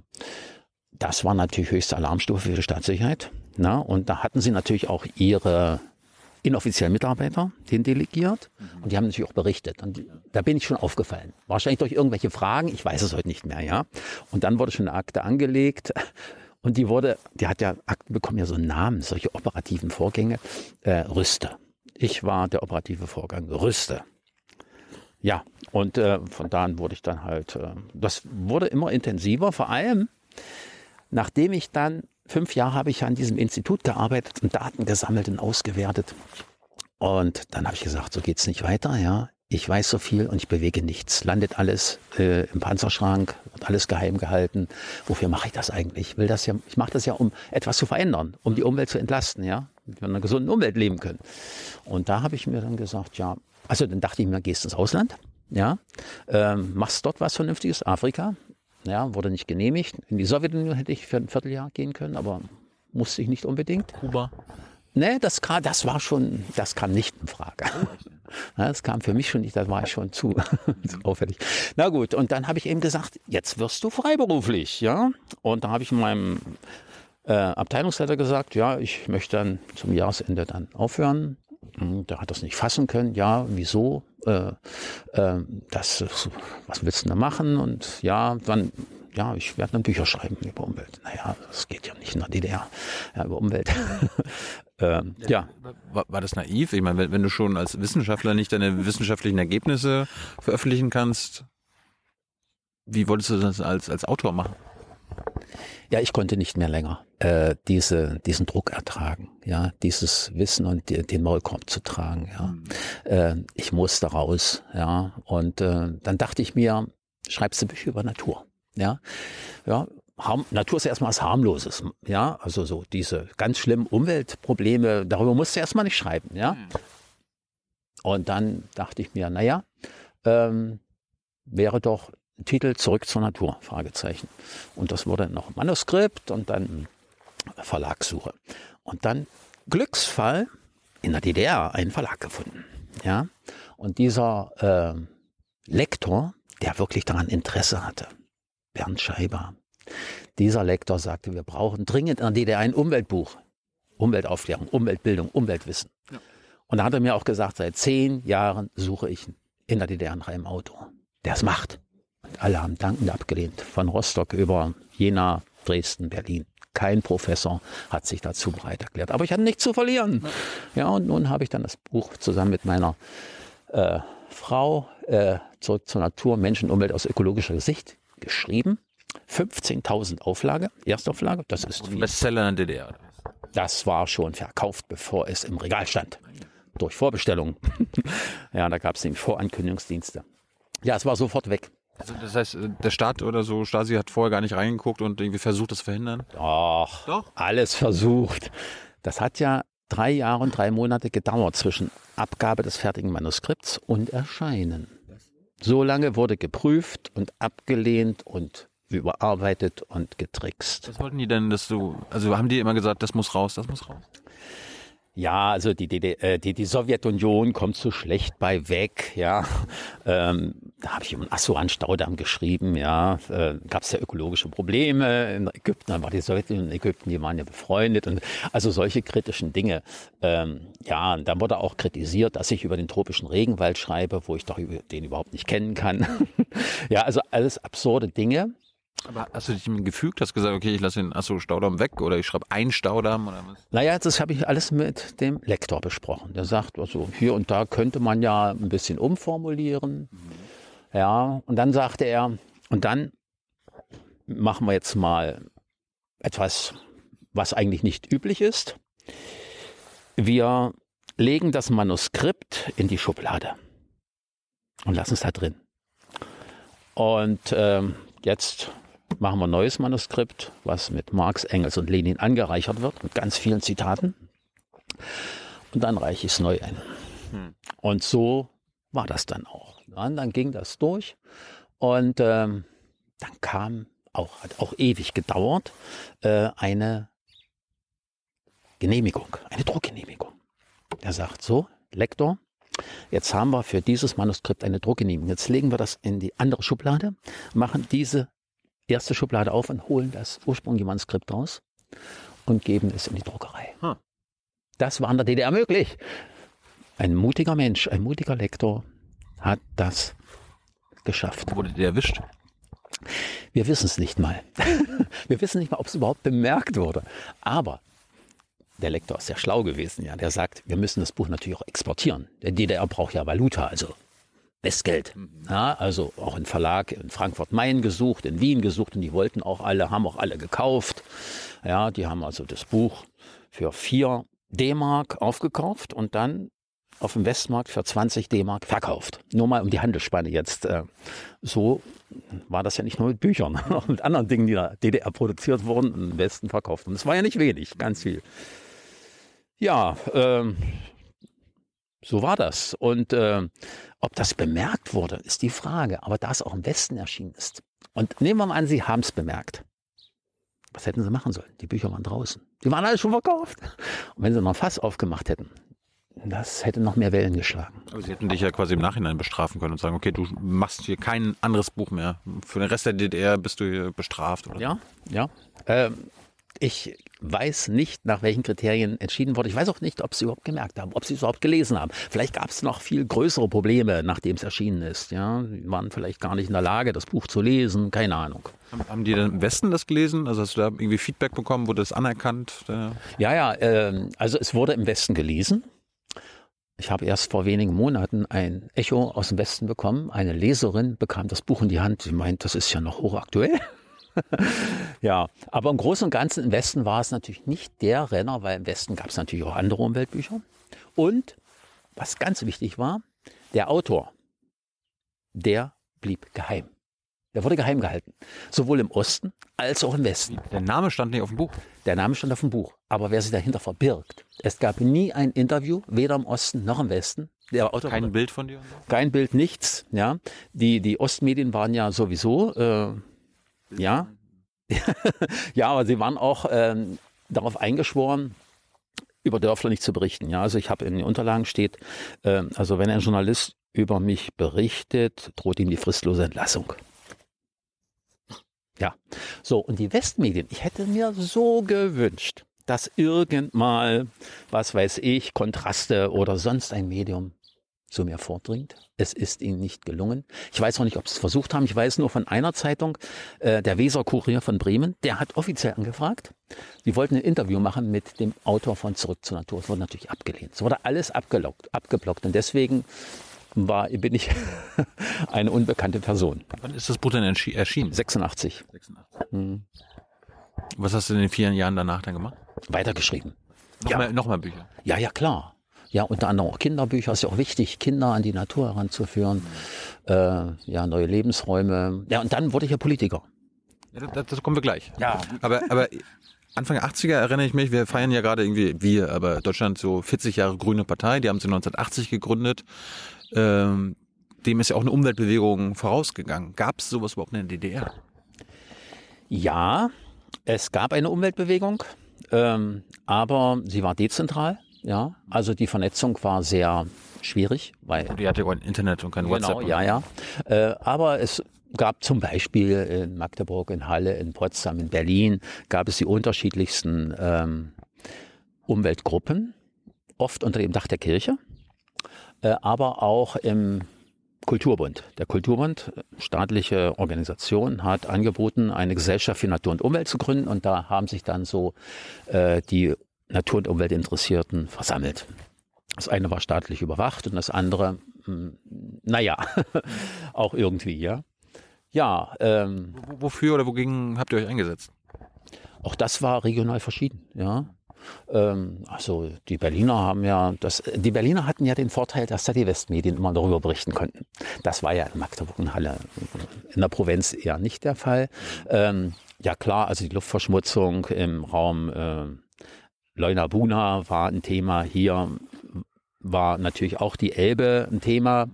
das war natürlich höchste Alarmstufe für die Staatssicherheit. Na? Und da hatten sie natürlich auch ihre inoffiziellen Mitarbeiter delegiert und die haben natürlich auch berichtet. Und da bin ich schon aufgefallen. Wahrscheinlich durch irgendwelche Fragen, ich weiß es heute nicht mehr, ja. Und dann wurde schon eine Akte angelegt und die hat ja, Akten bekommen ja so einen Namen, solche operativen Vorgänge, Rüste. Ich war der operative Vorgang, Rüste. Ja, und von da an wurde ich dann halt, das wurde immer intensiver, vor allem nachdem ich dann 5 Jahre habe ich an diesem Institut gearbeitet und Daten gesammelt und ausgewertet. Und dann habe ich gesagt, so geht's nicht weiter, ja. Ich weiß so viel und ich bewege nichts. Landet alles im Panzerschrank, wird alles geheim gehalten. Wofür mache ich das eigentlich? Ich mache das ja, um etwas zu verändern, um die Umwelt zu entlasten, ja. Wir in einer gesunden Umwelt leben können. Und da habe ich mir dann gesagt, ja, also dann dachte ich mir, gehst ins Ausland, ja, machst dort was Vernünftiges, Afrika. Ja, wurde nicht genehmigt. In die Sowjetunion hätte ich für ein Vierteljahr gehen können, aber musste ich nicht unbedingt. Kuba? Nee, das kam nicht in Frage. Ja, das kam für mich schon nicht, da war ich schon zu auffällig. Na gut, und dann habe ich eben gesagt, jetzt wirst du freiberuflich, ja. Und da habe ich meinem Abteilungsleiter gesagt, ja, ich möchte dann zum Jahresende dann aufhören. Und der hat das nicht fassen können. Ja, wieso? Was willst du da machen? Und ja, dann, ja, ich werde dann Bücher schreiben über Umwelt. Naja, das geht ja nicht in der DDR, ja, über Umwelt. Ja. War das naiv? Ich meine, wenn du schon als Wissenschaftler nicht deine wissenschaftlichen Ergebnisse veröffentlichen kannst, wie wolltest du das als Autor machen? Ja, ich konnte nicht mehr länger diesen Druck ertragen, ja, dieses Wissen und den Maulkorb zu tragen, ja. Ich musste raus, ja, und dann dachte ich mir, schreibst du Bücher über Natur, ja, ja. Natur ist ja erstmal was Harmloses, ja, also so diese ganz schlimmen Umweltprobleme, darüber musst du erstmal nicht schreiben, ja. Und dann dachte ich mir, naja, wäre doch Titel Zurück zur Natur, Fragezeichen. Und das wurde noch ein Manuskript und dann Verlagssuche. Und dann Glücksfall in der DDR einen Verlag gefunden. Ja? Und dieser Lektor, der wirklich daran Interesse hatte, Bernd Scheiber, dieser Lektor sagte, wir brauchen dringend in der DDR ein Umweltbuch. Umweltaufklärung, Umweltbildung, Umweltwissen. Ja. Und da hat er mir auch gesagt, seit 10 Jahren suche ich in der DDR nach einem Autor, der es macht. Und alle haben dankend abgelehnt, von Rostock über Jena, Dresden, Berlin. Kein Professor hat sich dazu bereit erklärt. Aber ich hatte nichts zu verlieren. Ja, und nun habe ich dann das Buch zusammen mit meiner Frau Zurück zur Natur, Menschen, Umwelt aus ökologischer Sicht geschrieben. 15.000 Auflage, Erstauflage, das ist viel. Bestseller in der DDR. Das war schon verkauft, bevor es im Regal stand. Durch Vorbestellungen. Ja, da gab es nämlich Vorankündigungsdienste. Ja, es war sofort weg. Also das heißt, der Staat oder so, Stasi hat vorher gar nicht reingeguckt und irgendwie versucht, das zu verhindern? Doch, alles versucht. Das hat ja 3 Jahre und 3 Monate gedauert zwischen Abgabe des fertigen Manuskripts und Erscheinen. So lange wurde geprüft und abgelehnt und überarbeitet und getrickst. Was wollten die denn, also haben die immer gesagt, das muss raus, das muss raus? Ja, also die Sowjetunion kommt so schlecht bei weg, ja. Da habe ich über den Assuan-Staudamm geschrieben, ja. Gab es ja ökologische Probleme in Ägypten, dann war die Sowjetunion in Ägypten, die waren ja befreundet und also solche kritischen Dinge. Ja, und dann wurde auch kritisiert, dass ich über den tropischen Regenwald schreibe, wo ich doch den überhaupt nicht kennen kann. Ja, also alles absurde Dinge. Aber hast du dich gefügt, hast gesagt, okay, ich lasse den Staudamm weg oder ich schreibe einen Staudamm oder was? Naja, das habe ich alles mit dem Lektor besprochen. Der sagt, also hier und da könnte man ja ein bisschen umformulieren. Ja, und dann sagte er, und dann machen wir jetzt mal etwas, was eigentlich nicht üblich ist. Wir legen das Manuskript in die Schublade und lassen es da drin. Und jetzt machen wir ein neues Manuskript, was mit Marx, Engels und Lenin angereichert wird, mit ganz vielen Zitaten. Und dann reiche ich es neu ein. Und so war das dann auch. Ja, und dann ging das durch. Und dann kam hat auch ewig gedauert, eine Genehmigung, eine Druckgenehmigung. Er sagt so, Lektor, jetzt haben wir für dieses Manuskript eine Druckgenehmigung. Jetzt legen wir das in die andere Schublade, machen diese erste Schublade auf und holen das ursprüngliche Manuskript raus und geben es in die Druckerei. Das war in der DDR möglich. Ein mutiger Mensch, ein mutiger Lektor hat das geschafft. Wurde der erwischt? Wir wissen es nicht mal. Wir wissen nicht mal, ob es überhaupt bemerkt wurde. Aber der Lektor ist sehr schlau gewesen. Ja. Der sagt, wir müssen das Buch natürlich auch exportieren. Der DDR braucht ja Valuta, also Westgeld. Ja, also auch ein Verlag in Frankfurt-Main gesucht, in Wien gesucht und die wollten auch alle, haben auch alle gekauft. Ja, die haben also das Buch für 4 D-Mark aufgekauft und dann auf dem Westmarkt für 20 D-Mark verkauft. Nur mal um die Handelsspanne jetzt. So war das ja nicht nur mit Büchern, auch mit anderen Dingen, die in der DDR produziert wurden und im Westen verkauft. Und es war ja nicht wenig, ganz viel. Ja, so war das. Und ob das bemerkt wurde, ist die Frage. Aber da es auch im Westen erschienen ist. Und nehmen wir mal an, Sie haben es bemerkt. Was hätten Sie machen sollen? Die Bücher waren draußen. Die waren alle schon verkauft. Und wenn Sie noch ein Fass aufgemacht hätten, das hätte noch mehr Wellen geschlagen. Aber Sie hätten dich ja quasi im Nachhinein bestrafen können und sagen, okay, du machst hier kein anderes Buch mehr. Für den Rest der DDR bist du hier bestraft. Oder ja, so. Ja. Ich weiß nicht, nach welchen Kriterien entschieden wurde. Ich weiß auch nicht, ob sie überhaupt gemerkt haben, ob sie es überhaupt gelesen haben. Vielleicht gab es noch viel größere Probleme, nachdem es erschienen ist. Ja, die waren vielleicht gar nicht in der Lage, das Buch zu lesen. Keine Ahnung. Haben die denn im Westen das gelesen? Also hast du da irgendwie Feedback bekommen? Wurde das anerkannt? Ja. Also es wurde im Westen gelesen. Ich habe erst vor wenigen Monaten ein Echo aus dem Westen bekommen. Eine Leserin bekam das Buch in die Hand. Sie meint, das ist ja noch hochaktuell. Ja, aber im Großen und Ganzen im Westen war es natürlich nicht der Renner, weil im Westen gab es natürlich auch andere Umweltbücher. Und, was ganz wichtig war, der Autor, der blieb geheim. Der wurde geheim gehalten. Sowohl im Osten als auch im Westen. Der Name stand nicht auf dem Buch? Der Name stand auf dem Buch. Aber wer sich dahinter verbirgt. Es gab nie ein Interview, weder im Osten noch im Westen. Der Autor kein Bild von dir? Kein Bild, nichts. Ja, die Ostmedien waren ja sowieso... ja, ja, aber sie waren auch darauf eingeschworen, über Dörfler nicht zu berichten. Ja, also ich habe in den Unterlagen steht, also wenn ein Journalist über mich berichtet, droht ihm die fristlose Entlassung. Ja, so und die Westmedien, ich hätte mir so gewünscht, dass irgendmal, was weiß ich, Kontraste oder sonst ein Medium zu mir vordringt. Es ist ihnen nicht gelungen. Ich weiß auch nicht, ob sie es versucht haben. Ich weiß nur von einer Zeitung, der Weser-Kurier von Bremen, der hat offiziell angefragt. Die wollten ein Interview machen mit dem Autor von Zurück zur Natur. Es wurde natürlich abgelehnt. Es wurde alles abgeblockt. Und deswegen bin ich eine unbekannte Person. Wann ist das Buch denn erschienen? 86. Was hast du in den 4 Jahren danach dann gemacht? Weitergeschrieben. Noch mal Bücher? Ja, klar. Ja, unter anderem auch Kinderbücher. Ist ja auch wichtig, Kinder an die Natur heranzuführen. Neue Lebensräume. Ja, und dann wurde ich ja Politiker. Ja, das kommen wir gleich. Ja. Aber Anfang der 80er erinnere ich mich, wir feiern ja gerade aber Deutschland so 40 Jahre Grüne Partei, die haben sie 1980 gegründet. Dem ist ja auch eine Umweltbewegung vorausgegangen. Gab es sowas überhaupt in der DDR? Ja, es gab eine Umweltbewegung, aber sie war dezentral. Ja, also die Vernetzung war sehr schwierig, weil die hatte ja kein Internet und kein WhatsApp. Genau, ja. Aber es gab zum Beispiel in Magdeburg, in Halle, in Potsdam, in Berlin gab es die unterschiedlichsten Umweltgruppen, oft unter dem Dach der Kirche, aber auch im Kulturbund. Der Kulturbund, staatliche Organisation, hat angeboten, eine Gesellschaft für Natur und Umwelt zu gründen, und da haben sich dann so die Natur- und Umweltinteressierten versammelt. Das eine war staatlich überwacht und das andere, auch irgendwie, ja. Ja. Wofür oder wogegen habt ihr euch eingesetzt? Auch das war regional verschieden, ja. Also die Berliner die Berliner hatten ja den Vorteil, dass da die Westmedien immer darüber berichten konnten. Das war ja in Magdeburg und Halle in der Provinz eher nicht der Fall. Ja klar, also die Luftverschmutzung im Raum Leuna-Buna war ein Thema. Hier war natürlich auch die Elbe ein Thema.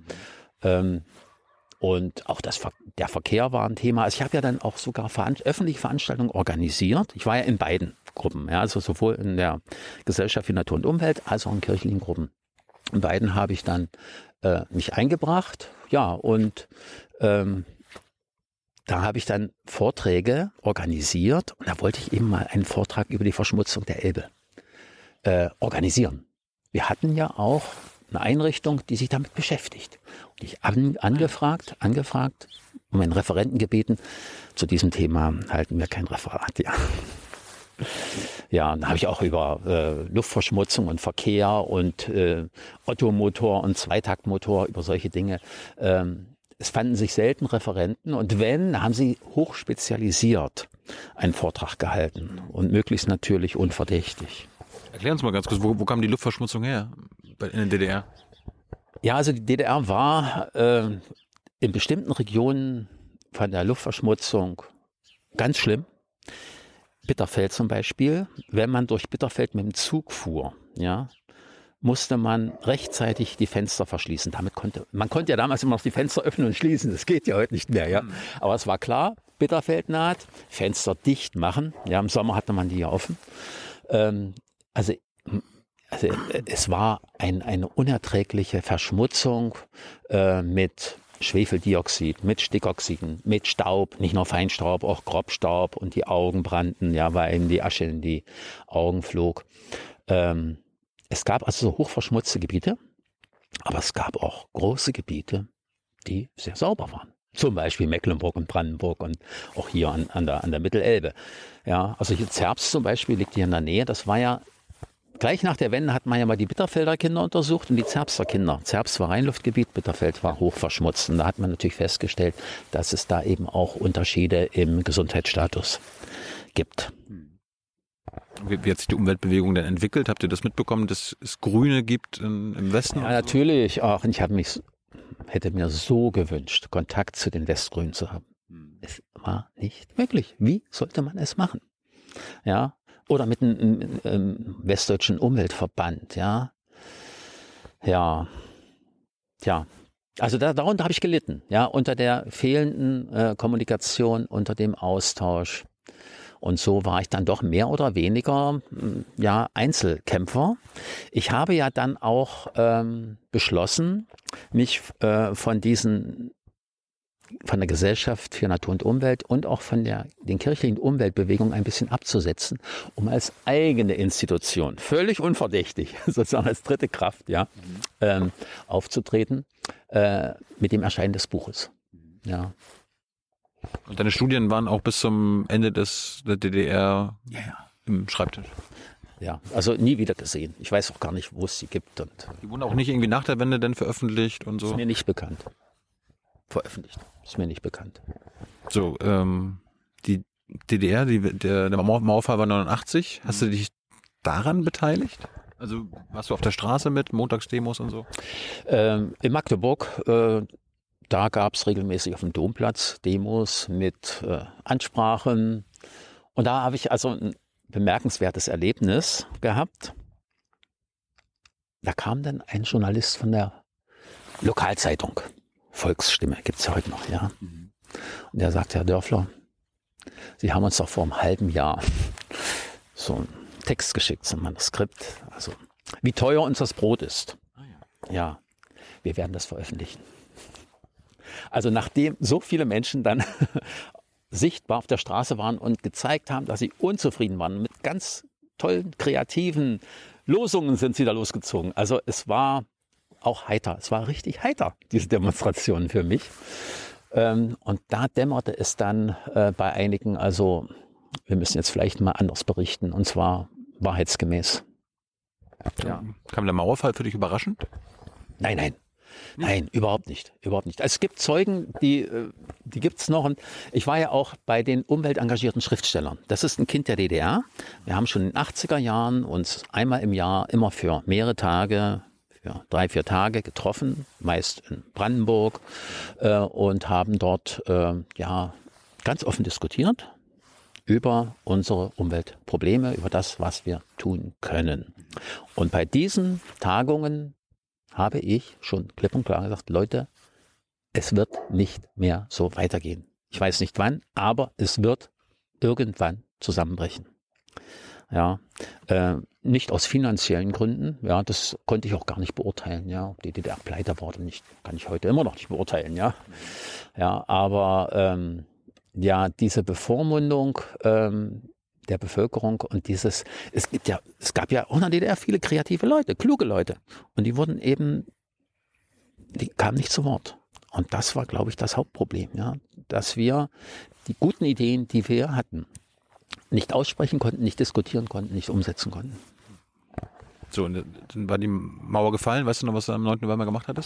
Und auch der Verkehr war ein Thema. Also ich habe ja dann auch sogar öffentliche Veranstaltungen organisiert. Ich war ja in beiden Gruppen, ja, also sowohl in der Gesellschaft für Natur und Umwelt als auch in kirchlichen Gruppen. In beiden habe ich dann mich eingebracht. Ja, und da habe ich dann Vorträge organisiert. Und da wollte ich eben mal einen Vortrag über die Verschmutzung der Elbe organisieren. Wir hatten ja auch eine Einrichtung, die sich damit beschäftigt. Und ich habe angefragt, um einen Referenten gebeten. Zu diesem Thema halten wir kein Referat, ja. Ja, dann habe ich auch über Luftverschmutzung und Verkehr und Ottomotor und Zweitaktmotor, über solche Dinge. Es fanden sich selten Referenten, und wenn, haben sie hochspezialisiert einen Vortrag gehalten und möglichst natürlich unverdächtig. Erklär uns mal ganz kurz, wo kam die Luftverschmutzung her in der DDR? Ja, also die DDR war in bestimmten Regionen von der Luftverschmutzung ganz schlimm. Bitterfeld zum Beispiel. Wenn man durch Bitterfeld mit dem Zug fuhr, ja, musste man rechtzeitig die Fenster verschließen. Man konnte ja damals immer noch die Fenster öffnen und schließen. Das geht ja heute nicht mehr, ja. Aber es war klar, Bitterfeld naht, Fenster dicht machen. Ja, im Sommer hatte man die ja offen. Also es war eine unerträgliche Verschmutzung mit Schwefeldioxid, mit Stickoxiden, mit Staub, nicht nur Feinstaub, auch Grobstaub, und die Augen brannten, ja, weil eben die Asche in die Augen flog. Es gab also so hochverschmutzte Gebiete, aber es gab auch große Gebiete, die sehr sauber waren. Zum Beispiel Mecklenburg und Brandenburg und auch hier an der Mittelelbe. Ja, also hier Zerbst zum Beispiel liegt hier in der Nähe. Das war ja gleich nach der Wende, hat man ja mal die Bitterfelder Kinder untersucht und die Zerbster Kinder. Zerbst war Reinluftgebiet, Bitterfeld war hochverschmutzt. Und da hat man natürlich festgestellt, dass es da eben auch Unterschiede im Gesundheitsstatus gibt. Wie hat sich die Umweltbewegung denn entwickelt? Habt ihr das mitbekommen, dass es Grüne gibt im Westen? Ja, natürlich auch. Und ich hätte mir so gewünscht, Kontakt zu den Westgrünen zu haben. Es war nicht möglich. Wie sollte man es machen? Ja, oder mit einem Westdeutschen Umweltverband, ja. Ja. Also darunter habe ich gelitten, ja, unter der fehlenden Kommunikation, unter dem Austausch. Und so war ich dann doch mehr oder weniger Einzelkämpfer. Ich habe ja dann auch beschlossen, mich von diesen von der Gesellschaft für Natur und Umwelt und auch von den kirchlichen Umweltbewegungen ein bisschen abzusetzen, um als eigene Institution, völlig unverdächtig, sozusagen als dritte Kraft, ja, aufzutreten mit dem Erscheinen des Buches. Ja. Und deine Studien waren auch bis zum Ende der DDR im Schreibtisch? Ja, also nie wieder gesehen. Ich weiß auch gar nicht, wo es sie gibt. Und die wurden auch nicht irgendwie nach der Wende denn veröffentlicht und so? Ist mir nicht bekannt. Veröffentlicht. Ist mir nicht bekannt. So, die DDR, der Mauerfall war 89. Hast du dich daran beteiligt? Also warst du auf der Straße mit Montagsdemos und so? In Magdeburg, da gab es regelmäßig auf dem Domplatz Demos mit Ansprachen. Und da habe ich also ein bemerkenswertes Erlebnis gehabt. Da kam dann ein Journalist von der Lokalzeitung, Volksstimme, gibt es ja heute noch, ja. Und der sagte, Herr Dörfler, Sie haben uns doch vor einem halben Jahr so einen Text geschickt, so ein Manuskript, also wie teuer uns das Brot ist. Ja, wir werden das veröffentlichen. Also nachdem so viele Menschen dann sichtbar auf der Straße waren und gezeigt haben, dass sie unzufrieden waren, mit ganz tollen, kreativen Losungen sind sie da losgezogen. Also es war auch heiter, es war richtig heiter, diese Demonstration für mich. Und da dämmerte es dann bei einigen, also wir müssen jetzt vielleicht mal anders berichten, und zwar wahrheitsgemäß. Ja. Kam der Mauerfall für dich überraschend? Nein, überhaupt nicht. Überhaupt nicht. Also es gibt Zeugen, die gibt es noch. Und ich war ja auch bei den umweltengagierten Schriftstellern. Das ist ein Kind der DDR. Wir haben schon in den 80er Jahren uns einmal im Jahr immer für mehrere Tage, für 3-4 Tage getroffen, meist in Brandenburg, und haben dort ganz offen diskutiert über unsere Umweltprobleme, über das, was wir tun können. Und bei diesen Tagungen habe ich schon klipp und klar gesagt, Leute, es wird nicht mehr so weitergehen. Ich weiß nicht wann, aber es wird irgendwann zusammenbrechen. Ja, nicht aus finanziellen Gründen, ja, das konnte ich auch gar nicht beurteilen, ja, ob die DDR pleite war oder nicht, kann ich heute immer noch nicht beurteilen, ja. Ja, aber diese Bevormundung der Bevölkerung und es gab ja auch in der DDR viele kreative Leute, kluge Leute. Und die kamen nicht zu Wort. Und das war, glaube ich, das Hauptproblem, ja, dass wir die guten Ideen, die wir hatten, nicht aussprechen konnten, nicht diskutieren konnten, nicht umsetzen konnten. So, und dann war die Mauer gefallen. Weißt du noch, was du am 9. November gemacht hattest?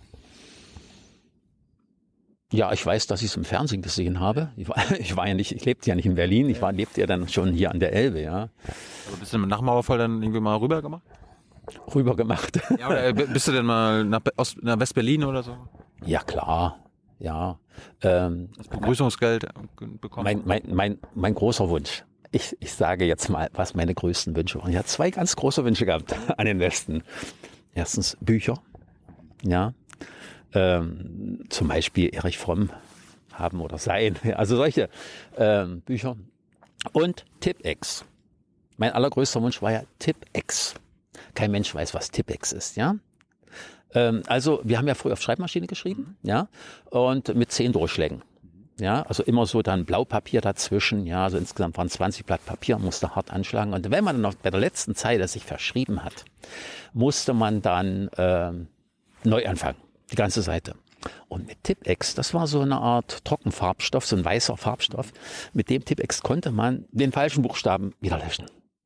Ja, ich weiß, dass ich es im Fernsehen gesehen habe. Ich lebte ja nicht in Berlin, lebte ja dann schon hier an der Elbe, ja. Aber bist du nach dem Mauerfall dann irgendwie mal rüber gemacht? Rüber gemacht. Ja, oder bist du denn mal nach West-Berlin oder so? Ja, klar. Ja. Das Begrüßungsgeld bekommen? Mein großer Wunsch. Ich sage jetzt mal, was meine größten Wünsche waren. Ich hatte 2 ganz große Wünsche gehabt an den Westen. Erstens Bücher. Ja. Zum Beispiel Erich Fromm haben oder sein. Also solche Bücher. Und Tipp-Ex. Mein allergrößter Wunsch war ja Tipp-Ex. Kein Mensch weiß, was Tipp-Ex ist, ja. Also wir haben ja früher auf Schreibmaschine geschrieben, ja, und mit 10 Durchschlägen. Ja, also immer so dann Blaupapier dazwischen, ja, also insgesamt waren 20 Blatt Papier, musste hart anschlagen. Und wenn man dann noch bei der letzten Zeile sich verschrieben hat, musste man dann neu anfangen, die ganze Seite. Und mit Tipp-Ex, das war so eine Art Trockenfarbstoff, so ein weißer Farbstoff, mit dem Tipp-Ex konnte man den falschen Buchstaben wieder löschen.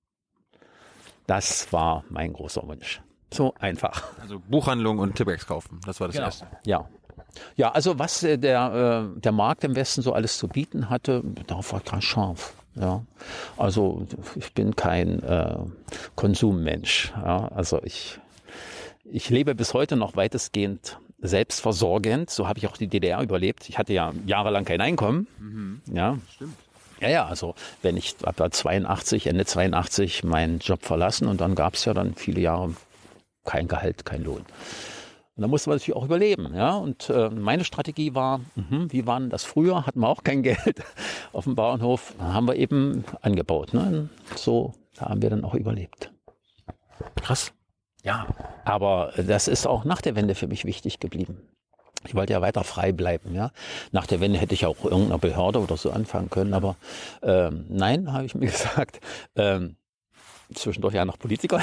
Das war mein großer Wunsch. So einfach. Also Buchhandlung und Tipp-Ex kaufen, das war das Erste. Ja, also was der Markt im Westen so alles zu bieten hatte, darauf war ganz scharf. Ja, also ich bin kein Konsummensch. Ja, also ich lebe bis heute noch weitestgehend selbstversorgend. So habe ich auch die DDR überlebt. Ich hatte ja jahrelang kein Einkommen. Mhm. Ja, stimmt. Ja, also wenn ich ab Ende 82 meinen Job verlassen und dann gab es ja dann viele Jahre kein Gehalt, kein Lohn. Und da musste man natürlich auch überleben. Ja? Und meine Strategie war, wie war denn das früher? Hatten wir auch kein Geld auf dem Bauernhof. Dann haben wir eben angebaut. Ne? So, da haben wir dann auch überlebt. Krass. Ja, aber das ist auch nach der Wende für mich wichtig geblieben. Ich wollte ja weiter frei bleiben. Ja. Nach der Wende hätte ich auch irgendeiner Behörde oder so anfangen können, aber nein, habe ich mir gesagt. Zwischendurch ja noch Politiker.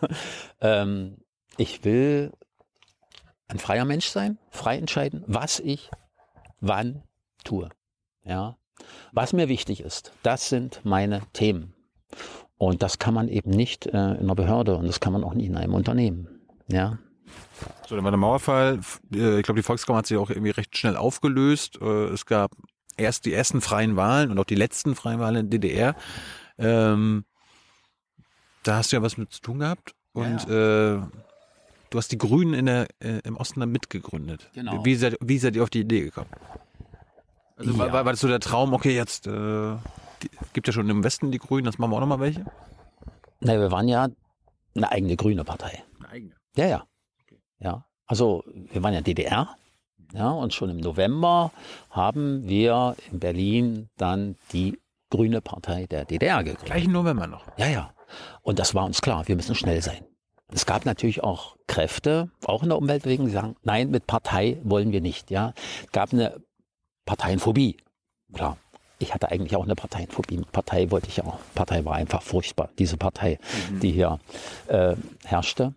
Ich will ein freier Mensch sein, frei entscheiden, was ich wann tue. Ja. Was mir wichtig ist, das sind meine Themen. Und das kann man eben nicht in einer Behörde und das kann man auch nicht in einem Unternehmen. Ja. So, dann war der Mauerfall. Ich glaube, die Volkskammer hat sich auch irgendwie recht schnell aufgelöst. Es gab erst die ersten freien Wahlen und auch die letzten freien Wahlen in der DDR. Da hast du ja was mit zu tun gehabt. Und du hast die Grünen im Osten dann mitgegründet. Genau. Wie seid ihr auf die Idee gekommen? Also war das so der Traum, okay, jetzt gibt ja schon im Westen die Grünen, das machen wir auch nochmal welche? Na, wir waren ja eine eigene grüne Partei. Eine eigene? Ja. Okay. Ja. Also wir waren ja DDR. Ja, und schon im November haben wir in Berlin dann die Grüne Partei der DDR gegründet. Gleich im November noch? Ja. Und das war uns klar, wir müssen schnell sein. Es gab natürlich auch Kräfte, auch in der Umweltbewegung, die sagen, nein, mit Partei wollen wir nicht. Ja, es gab eine Parteienphobie. Klar, ich hatte eigentlich auch eine Parteienphobie. Mit Partei wollte ich ja auch. Partei war einfach furchtbar, diese Partei, die hier herrschte.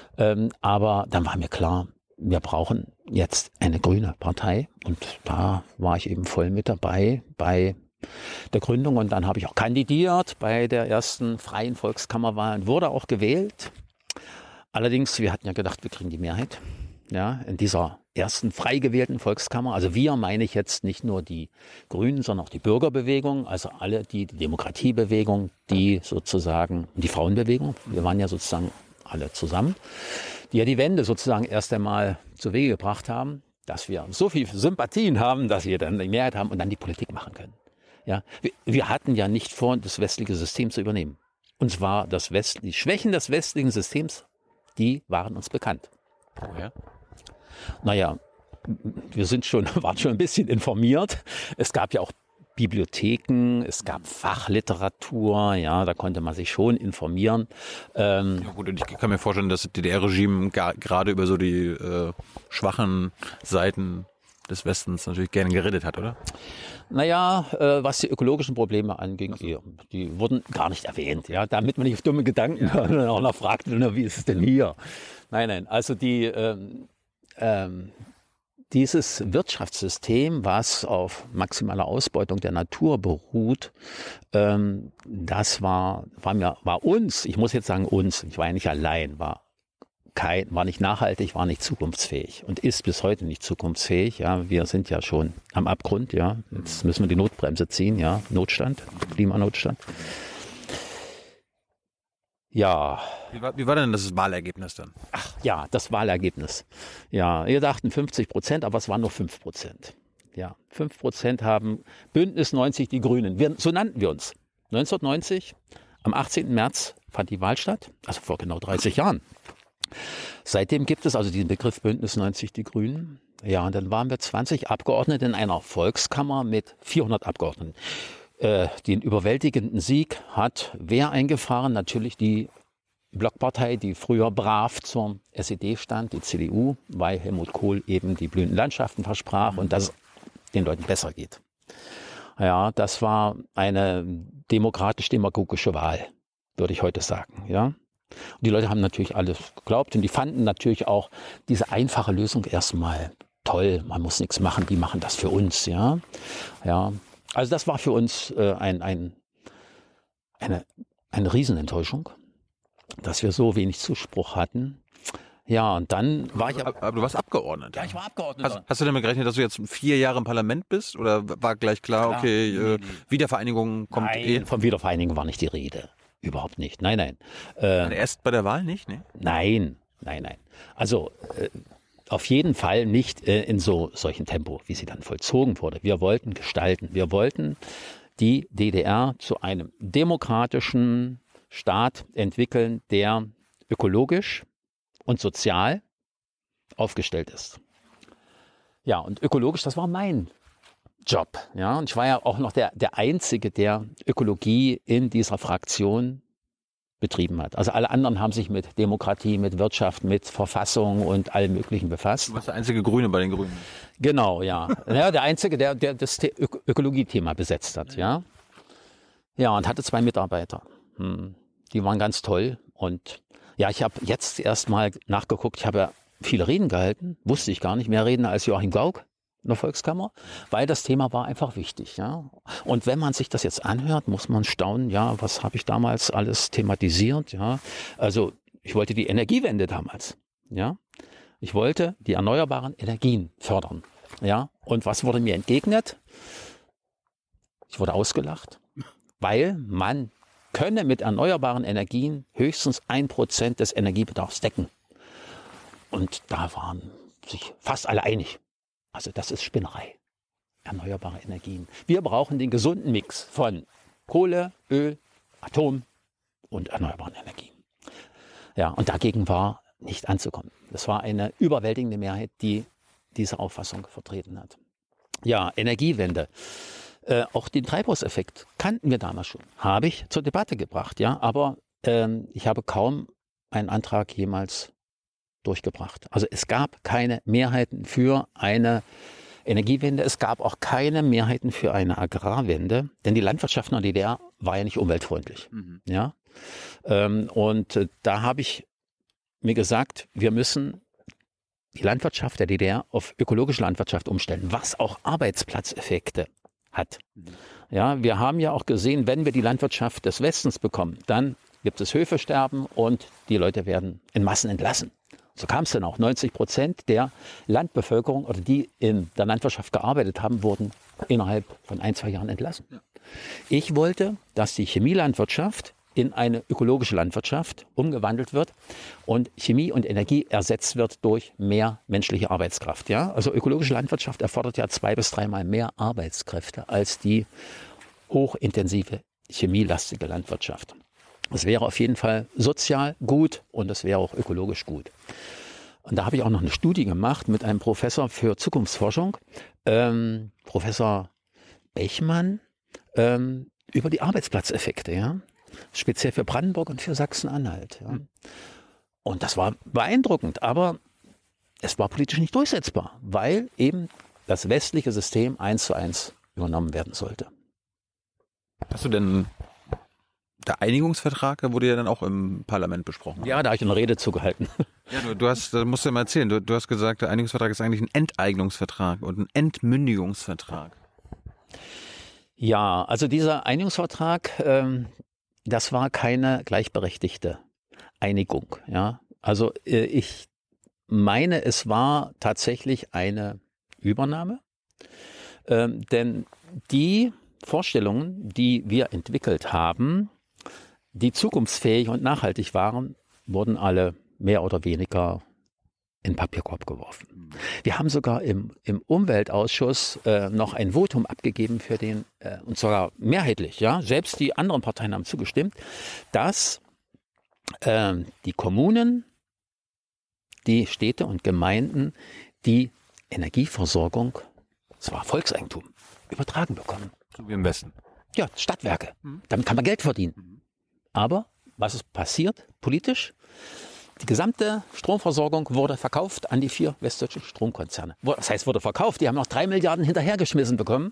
Aber dann war mir klar, wir brauchen jetzt eine grüne Partei. Und da war ich eben voll mit dabei bei der Gründung. Und dann habe ich auch kandidiert bei der ersten freien Volkskammerwahl und wurde auch gewählt. Allerdings, wir hatten ja gedacht, wir kriegen die Mehrheit. Ja, in dieser ersten frei gewählten Volkskammer. Also wir meine ich jetzt nicht nur die Grünen, sondern auch die Bürgerbewegung, also alle die Demokratiebewegung, die sozusagen, die Frauenbewegung. Wir waren ja sozusagen alle zusammen, die ja die Wende sozusagen erst einmal zu Wege gebracht haben, dass wir so viel Sympathien haben, dass wir dann die Mehrheit haben und dann die Politik machen können. Ja, wir hatten ja nicht vor, das westliche System zu übernehmen. Und zwar die Schwächen des westlichen Systems, die waren uns bekannt. Oh ja. Naja, wir waren schon ein bisschen informiert. Es gab ja auch Bibliotheken, es gab Fachliteratur, ja, da konnte man sich schon informieren. Ja gut, und ich kann mir vorstellen, dass das DDR-Regime gerade über so die schwachen Seiten des Westens natürlich gerne geredet hat, oder? Naja, was die ökologischen Probleme anging, die wurden gar nicht erwähnt, ja, damit man nicht auf dumme Gedanken auch noch fragt, wie ist es denn hier? Nein, also dieses Wirtschaftssystem, was auf maximaler Ausbeutung der Natur beruht, das war uns, ich muss jetzt sagen uns, ich war ja nicht allein, war nicht nachhaltig, war nicht zukunftsfähig und ist bis heute nicht zukunftsfähig. Ja, wir sind ja schon am Abgrund, ja. Jetzt müssen wir die Notbremse ziehen, ja. Notstand, Klimanotstand. Ja. Wie war denn das Wahlergebnis dann? Ach ja, das Wahlergebnis. Ja, wir dachten 50%, aber es waren nur 5%. Ja, 5% haben Bündnis 90 die Grünen. So nannten wir uns. 1990, am 18. März fand die Wahl statt, also vor genau 30 Jahren. Seitdem gibt es also diesen Begriff Bündnis 90 die Grünen. Ja, und dann waren wir 20 Abgeordnete in einer Volkskammer mit 400 Abgeordneten. Den überwältigenden Sieg hat wer eingefahren? Natürlich die Blockpartei, die früher brav zur SED stand, die CDU, weil Helmut Kohl eben die blühenden Landschaften versprach und dass es den Leuten besser geht. Ja, das war eine demokratisch-demagogische Wahl, würde ich heute sagen, ja. Und die Leute haben natürlich alles geglaubt und die fanden natürlich auch diese einfache Lösung erstmal toll. Man muss nichts machen, die machen das für uns, ja. Ja, also das war für uns eine Riesenenttäuschung, dass wir so wenig Zuspruch hatten. Ja, und dann war ich... Aber du warst Abgeordneter. Ja, ich war Abgeordneter. Hast du damit gerechnet, dass du jetzt 4 Jahre im Parlament bist? Oder war gleich klar, okay, nee. Wiedervereinigung kommt Nein, von Wiedervereinigung war nicht die Rede. Überhaupt nicht. Nein. Erst bei der Wahl nicht? Ne? Nein. Also auf jeden Fall nicht in solchem Tempo, wie sie dann vollzogen wurde. Wir wollten gestalten. Wir wollten die DDR zu einem demokratischen Staat entwickeln, der ökologisch und sozial aufgestellt ist. Ja, und ökologisch, das war mein Job. Ja, und ich war ja auch noch der Einzige, der Ökologie in dieser Fraktion betrieben hat. Also alle anderen haben sich mit Demokratie, mit Wirtschaft, mit Verfassung und allem Möglichen befasst. Du warst der einzige Grüne bei den Grünen. Genau, ja. Ja, der Einzige, der das Ökologie-Thema besetzt hat, ja. Ja, und hatte 2 Mitarbeiter. Die waren ganz toll. Und ja, ich habe jetzt erst mal nachgeguckt, ich habe ja viele Reden gehalten, wusste ich gar nicht, mehr Reden als Joachim Gauck in der Volkskammer, weil das Thema war einfach wichtig, ja. Und wenn man sich das jetzt anhört, muss man staunen, ja, was habe ich damals alles thematisiert, ja. Also ich wollte die Energiewende damals, ja. Ich wollte die erneuerbaren Energien fördern, ja. Und was wurde mir entgegnet? Ich wurde ausgelacht, weil man könne mit erneuerbaren Energien höchstens 1% des Energiebedarfs decken. Und da waren sich fast alle einig. Also das ist Spinnerei. Erneuerbare Energien. Wir brauchen den gesunden Mix von Kohle, Öl, Atom und erneuerbaren Energien. Ja, und dagegen war nicht anzukommen. Das war eine überwältigende Mehrheit, die diese Auffassung vertreten hat. Ja, Energiewende. Auch den Treibhauseffekt kannten wir damals schon. Habe ich zur Debatte gebracht, ja, aber ich habe kaum einen Antrag jemals durchgebracht. Also es gab keine Mehrheiten für eine Energiewende, es gab auch keine Mehrheiten für eine Agrarwende, denn die Landwirtschaft in der DDR war ja nicht umweltfreundlich. Ja? Und da habe ich mir gesagt, wir müssen die Landwirtschaft der DDR auf ökologische Landwirtschaft umstellen, was auch Arbeitsplatzeffekte hat. Ja, wir haben ja auch gesehen, wenn wir die Landwirtschaft des Westens bekommen, dann gibt es Höfesterben und die Leute werden in Massen entlassen. So kam es dann auch. 90% der Landbevölkerung oder die in der Landwirtschaft gearbeitet haben, wurden innerhalb von 1-2 Jahren entlassen. Ja. Ich wollte, dass die Chemielandwirtschaft in eine ökologische Landwirtschaft umgewandelt wird und Chemie und Energie ersetzt wird durch mehr menschliche Arbeitskraft. Ja? Also ökologische Landwirtschaft erfordert ja 2- bis 3-mal mehr Arbeitskräfte als die hochintensive chemielastige Landwirtschaft. Das wäre auf jeden Fall sozial gut und das wäre auch ökologisch gut. Und da habe ich auch noch eine Studie gemacht mit einem Professor für Zukunftsforschung, Professor Bechmann, über die Arbeitsplatzeffekte, ja, speziell für Brandenburg und für Sachsen-Anhalt. Ja. Und das war beeindruckend, aber es war politisch nicht durchsetzbar, weil eben das westliche System 1:1 übernommen werden sollte. Hast du denn der Einigungsvertrag, der wurde ja dann auch im Parlament besprochen. Ja, da habe ich eine Rede zugehalten. Ja, du musst ja mal erzählen, du hast gesagt, der Einigungsvertrag ist eigentlich ein Enteignungsvertrag und ein Entmündigungsvertrag. Ja, also dieser Einigungsvertrag, das war keine gleichberechtigte Einigung. Ja, also ich meine, es war tatsächlich eine Übernahme, denn die Vorstellungen, die wir entwickelt haben, die zukunftsfähig und nachhaltig waren, wurden alle mehr oder weniger in den Papierkorb geworfen. Wir haben sogar im Umweltausschuss noch ein Votum abgegeben für den, und sogar mehrheitlich, ja, selbst die anderen Parteien haben zugestimmt, dass die Kommunen, die Städte und Gemeinden die Energieversorgung, zwar Volkseigentum, übertragen bekommen. So wie im Westen. Ja, Stadtwerke. Damit kann man Geld verdienen. Aber was ist passiert politisch? Die gesamte Stromversorgung wurde verkauft an die 4 westdeutschen Stromkonzerne. Das heißt, wurde verkauft. Die haben noch 3 Milliarden hinterhergeschmissen bekommen.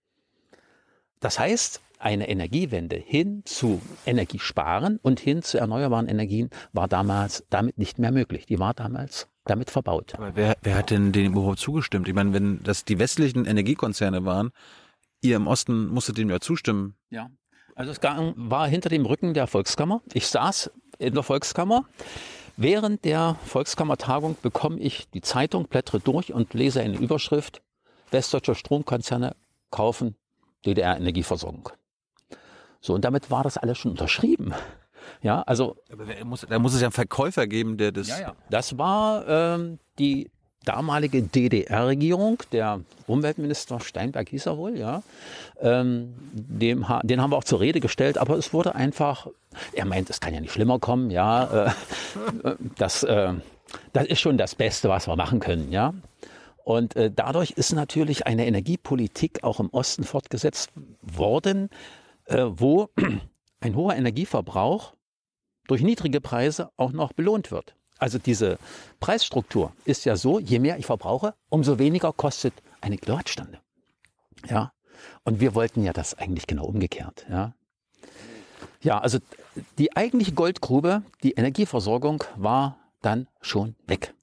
Das heißt, eine Energiewende hin zu Energiesparen und hin zu erneuerbaren Energien war damals damit nicht mehr möglich. Die war damals damit verbaut. Aber wer hat denn dem überhaupt zugestimmt? Ich meine, wenn das die westlichen Energiekonzerne waren, ihr im Osten musstet dem ja zustimmen. Ja, also es war hinter dem Rücken der Volkskammer. Ich saß in der Volkskammer. Während der Volkskammertagung bekomme ich die Zeitung, blättere durch und lese eine Überschrift: Westdeutsche Stromkonzerne kaufen DDR-Energieversorgung. So, und damit war das alles schon unterschrieben. Ja, also. Aber da muss es ja einen Verkäufer geben, der das. Ja. Das war die damalige DDR-Regierung, der Umweltminister Steinberg hieß er wohl, ja. Den haben wir auch zur Rede gestellt, aber es wurde einfach, er meint, es kann ja nicht schlimmer kommen, ja. Das ist schon das Beste, was wir machen können, ja. Und dadurch ist natürlich eine Energiepolitik auch im Osten fortgesetzt worden, wo ein hoher Energieverbrauch durch niedrige Preise auch noch belohnt wird. Also diese Preisstruktur ist ja so, je mehr ich verbrauche, umso weniger kostet eine Kilowattstunde. Ja, und wir wollten ja das eigentlich genau umgekehrt. Ja, also die eigentliche Goldgrube, die Energieversorgung, war dann schon weg.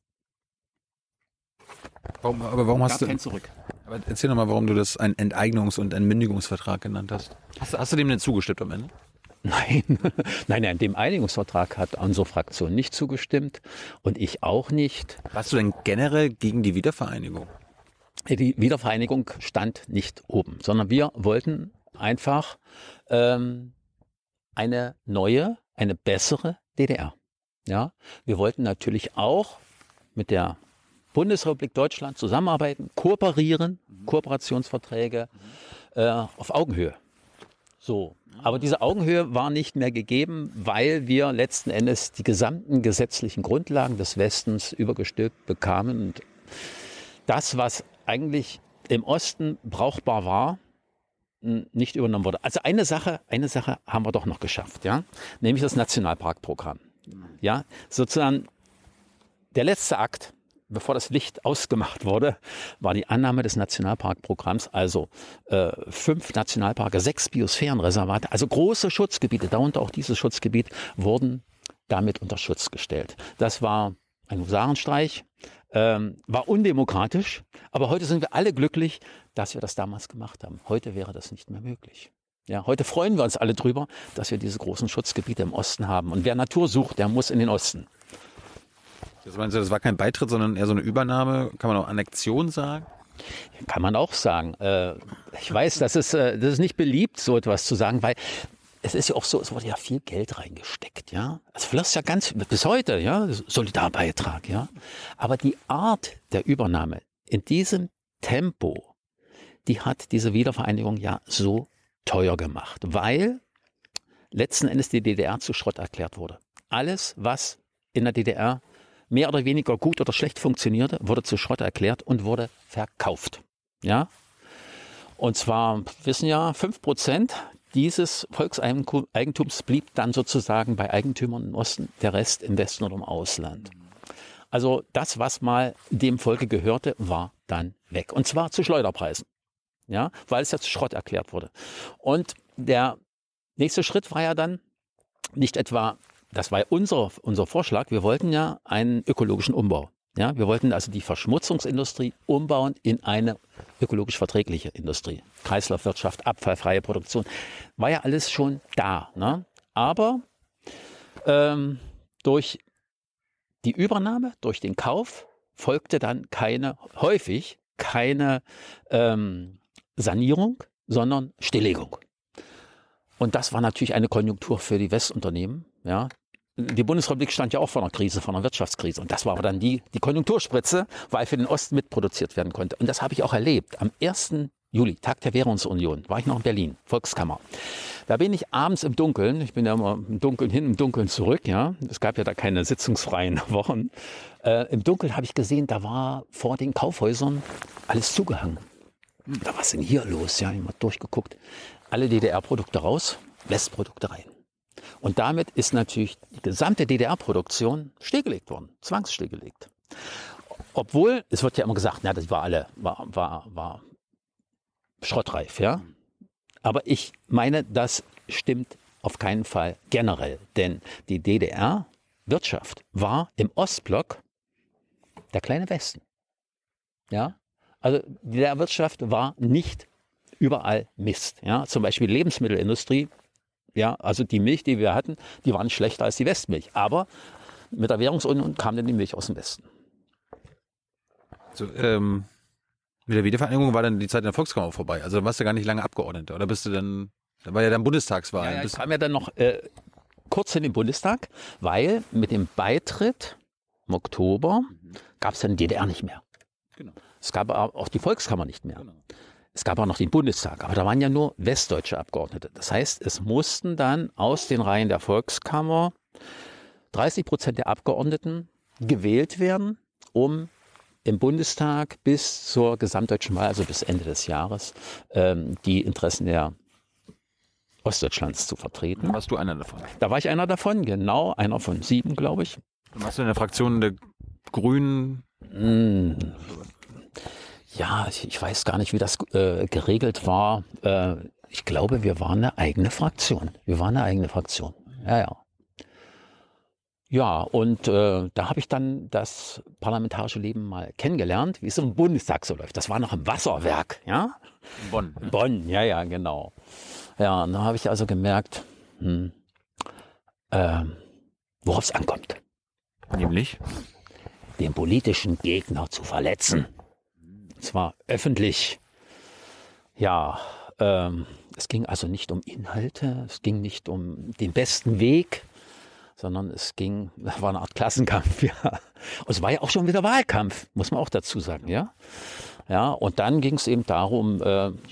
Warum hast du kein Zurück? Aber erzähl nochmal, warum du das einen Enteignungs- und Entmündigungsvertrag genannt hast. Hast du dem denn zugestimmt am Ende? Nein, dem Einigungsvertrag hat unsere Fraktion nicht zugestimmt und ich auch nicht. Warst du denn generell gegen die Wiedervereinigung? Die Wiedervereinigung stand nicht oben, sondern wir wollten einfach eine neue, eine bessere DDR. Ja, wir wollten natürlich auch mit der Bundesrepublik Deutschland zusammenarbeiten, kooperieren, Kooperationsverträge auf Augenhöhe. So, aber diese Augenhöhe war nicht mehr gegeben, weil wir letzten Endes die gesamten gesetzlichen Grundlagen des Westens übergestülpt bekamen. Und das, was eigentlich im Osten brauchbar war, nicht übernommen wurde. Also eine Sache haben wir doch noch geschafft, ja, nämlich das Nationalparkprogramm. Ja, sozusagen der letzte Akt, bevor das Licht ausgemacht wurde, war die Annahme des Nationalparkprogramms, also 5 Nationalparke, 6 Biosphärenreservate, also große Schutzgebiete, darunter auch dieses Schutzgebiet, wurden damit unter Schutz gestellt. Das war ein Husarenstreich, war undemokratisch, aber heute sind wir alle glücklich, dass wir das damals gemacht haben. Heute wäre das nicht mehr möglich. Ja, heute freuen wir uns alle drüber, dass wir diese großen Schutzgebiete im Osten haben. Und wer Natur sucht, der muss in den Osten. Das meinst du, das war kein Beitritt, sondern eher so eine Übernahme? Kann man auch Annexion sagen? Kann man auch sagen. Ich weiß, das ist nicht beliebt, so etwas zu sagen, weil es ist ja auch so, es wurde ja viel Geld reingesteckt, ja. Es floss ja ganz, bis heute, ja, Solidarbeitrag, ja. Aber die Art der Übernahme in diesem Tempo, die hat diese Wiedervereinigung ja so teuer gemacht, weil letzten Endes die DDR zu Schrott erklärt wurde. Alles, was in der DDR mehr oder weniger gut oder schlecht funktionierte, wurde zu Schrott erklärt und wurde verkauft. Ja? Und zwar, wissen ja, 5% dieses Volkseigentums blieb dann sozusagen bei Eigentümern im Osten, der Rest im Westen oder im Ausland. Also das, was mal dem Volke gehörte, war dann weg. Und zwar zu Schleuderpreisen. Ja, weil es ja zu Schrott erklärt wurde. Und der nächste Schritt war ja dann nicht etwa, das war ja unser Vorschlag, wir wollten ja einen ökologischen Umbau. Ja, wir wollten also die Verschmutzungsindustrie umbauen in eine ökologisch verträgliche Industrie. Kreislaufwirtschaft, abfallfreie Produktion, war ja alles schon da. Ne? Aber durch die Übernahme, durch den Kauf folgte dann häufig keine Sanierung, sondern Stilllegung. Und das war natürlich eine Konjunktur für die Westunternehmen. Ja. Die Bundesrepublik stand ja auch vor einer Krise, vor einer Wirtschaftskrise. Und das war aber dann die Konjunkturspritze, weil für den Osten mitproduziert werden konnte. Und das habe ich auch erlebt. Am 1. Juli, Tag der Währungsunion, war ich noch in Berlin, Volkskammer. Da bin ich abends im Dunkeln, ich bin ja immer im Dunkeln hin, im Dunkeln zurück. Ja. Es gab ja da keine sitzungsfreien Wochen. Im Dunkeln habe ich gesehen, da war vor den Kaufhäusern alles zugehangen. Da was ist denn hier los? Ja, ich habe mal durchgeguckt. Alle DDR-Produkte raus, Westprodukte rein. Und damit ist natürlich die gesamte DDR-Produktion stillgelegt worden, zwangsstillgelegt. Obwohl, es wird ja immer gesagt, na, das war schrottreif, ja. Aber ich meine, das stimmt auf keinen Fall generell. Denn die DDR-Wirtschaft war im Ostblock der kleine Westen. Ja. Also die DDR-Wirtschaft war nicht überall Mist. Ja, zum Beispiel Lebensmittelindustrie, ja, also die Milch, die wir hatten, die war nicht schlechter als die Westmilch. Aber mit der Währungsunion kam dann die Milch aus dem Westen. So, mit der Wiedervereinigung war dann die Zeit in der Volkskammer vorbei. Also da warst du gar nicht lange Abgeordneter. Oder bist du dann, da war ja dann Bundestagswahl. Ja, ich kam ja dann noch kurz in den Bundestag, weil mit dem Beitritt im Oktober gab es dann die DDR nicht mehr. Genau. Es gab auch die Volkskammer nicht mehr. Genau. Es gab auch noch den Bundestag, aber da waren ja nur westdeutsche Abgeordnete. Das heißt, es mussten dann aus den Reihen der Volkskammer 30% der Abgeordneten gewählt werden, um im Bundestag bis zur gesamtdeutschen Wahl, also bis Ende des Jahres, die Interessen der Ostdeutschlands zu vertreten. Warst du einer davon? Da war ich einer davon, genau, einer von 7, glaube ich. Warst du in der Fraktion der Grünen? Ja, ich weiß gar nicht, wie das geregelt war. Ich glaube, wir waren eine eigene Fraktion. Ja. Ja, und da habe ich dann das parlamentarische Leben mal kennengelernt, wie es im Bundestag so läuft. Das war noch im Wasserwerk, ja? Bonn. Bonn, ja, genau. Ja, und da habe ich also gemerkt, worauf es ankommt. Nämlich? Den politischen Gegner zu verletzen. Und zwar öffentlich. Ja, es ging also nicht um Inhalte, es ging nicht um den besten Weg, sondern das war eine Art Klassenkampf, ja. Und es war ja auch schon wieder Wahlkampf, muss man auch dazu sagen, ja. Ja, und dann ging es eben darum,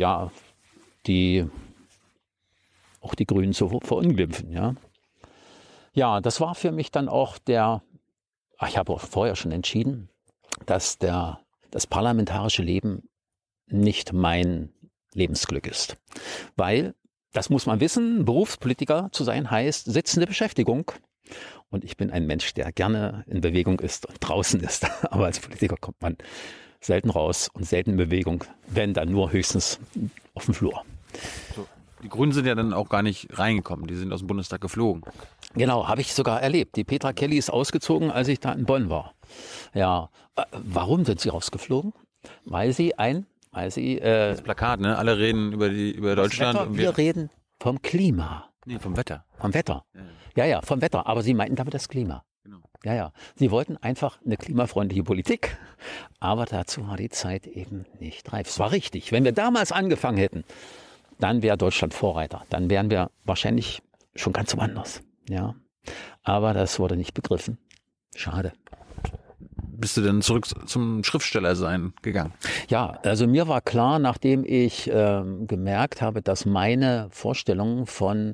auch die Grünen zu verunglimpfen, ja. Ja, das war für mich dann auch ich habe auch vorher schon entschieden, dass das parlamentarische Leben nicht mein Lebensglück ist. Weil, das muss man wissen, Berufspolitiker zu sein heißt sitzende Beschäftigung. Und ich bin ein Mensch, der gerne in Bewegung ist und draußen ist. Aber als Politiker kommt man selten raus und selten in Bewegung, wenn dann nur höchstens auf dem Flur. So. Die Grünen sind ja dann auch gar nicht reingekommen, die sind aus dem Bundestag geflogen. Genau, habe ich sogar erlebt. Die Petra Kelly ist ausgezogen, als ich da in Bonn war. Ja, warum sind sie rausgeflogen? Weil sie das Plakat, ne? Alle reden über Deutschland. Wetter, wir reden vom Klima. Nee, vom Wetter. Vom Wetter. Ja, vom Wetter. Aber sie meinten damit das Klima. Genau. Ja. Sie wollten einfach eine klimafreundliche Politik. Aber dazu war die Zeit eben nicht reif. Es war richtig. Wenn wir damals angefangen hätten, dann wäre Deutschland Vorreiter. Dann wären wir wahrscheinlich schon ganz woanders. Ja. Aber das wurde nicht begriffen. Schade. Bist du denn zurück zum Schriftstellersein gegangen? Ja, also mir war klar, nachdem ich gemerkt habe, dass meine Vorstellungen von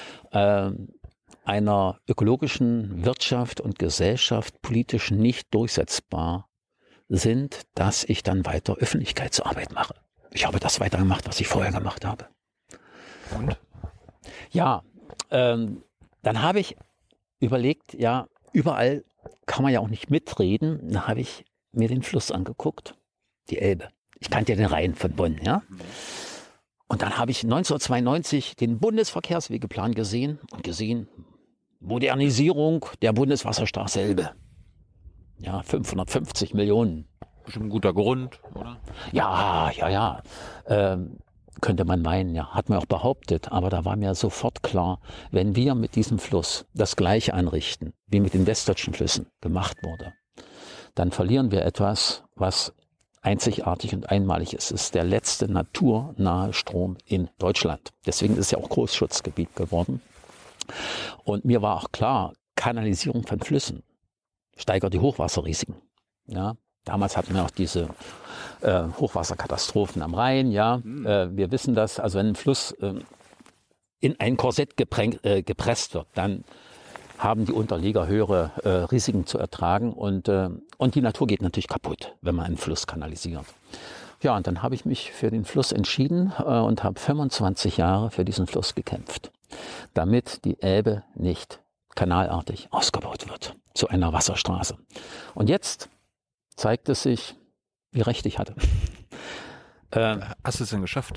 einer ökologischen Wirtschaft und Gesellschaft politisch nicht durchsetzbar sind, dass ich dann weiter Öffentlichkeitsarbeit mache. Ich habe das weitergemacht, was ich vorher gemacht habe. Und? Ja, dann habe ich überlegt, ja, überall kann man ja auch nicht mitreden. Da habe ich mir den Fluss angeguckt, die Elbe. Ich kannte ja den Rhein von Bonn, ja. Und dann habe ich 1992 den Bundesverkehrswegeplan gesehen, Modernisierung der Bundeswasserstraße Elbe. Ja, 550 Millionen. Bestimmt ein guter Grund, oder? Ja. Könnte man meinen, ja, hat man auch behauptet, aber da war mir sofort klar, wenn wir mit diesem Fluss das Gleiche anrichten, wie mit den westdeutschen Flüssen gemacht wurde, dann verlieren wir etwas, was einzigartig und einmalig ist. Es ist der letzte naturnahe Strom in Deutschland. Deswegen ist es ja auch Großschutzgebiet geworden. Und mir war auch klar, Kanalisierung von Flüssen steigert die Hochwasserrisiken. Ja, damals hatten wir auch diese Hochwasserkatastrophen am Rhein, ja. Wir wissen das, also wenn ein Fluss in ein Korsett gepresst wird, dann haben die Unterlieger höhere Risiken zu ertragen und die Natur geht natürlich kaputt, wenn man einen Fluss kanalisiert. Ja, und dann habe ich mich für den Fluss entschieden und habe 25 Jahre für diesen Fluss gekämpft, damit die Elbe nicht kanalartig ausgebaut wird zu einer Wasserstraße. Und jetzt zeigt es sich, wie recht ich hatte. Hast du es denn geschafft?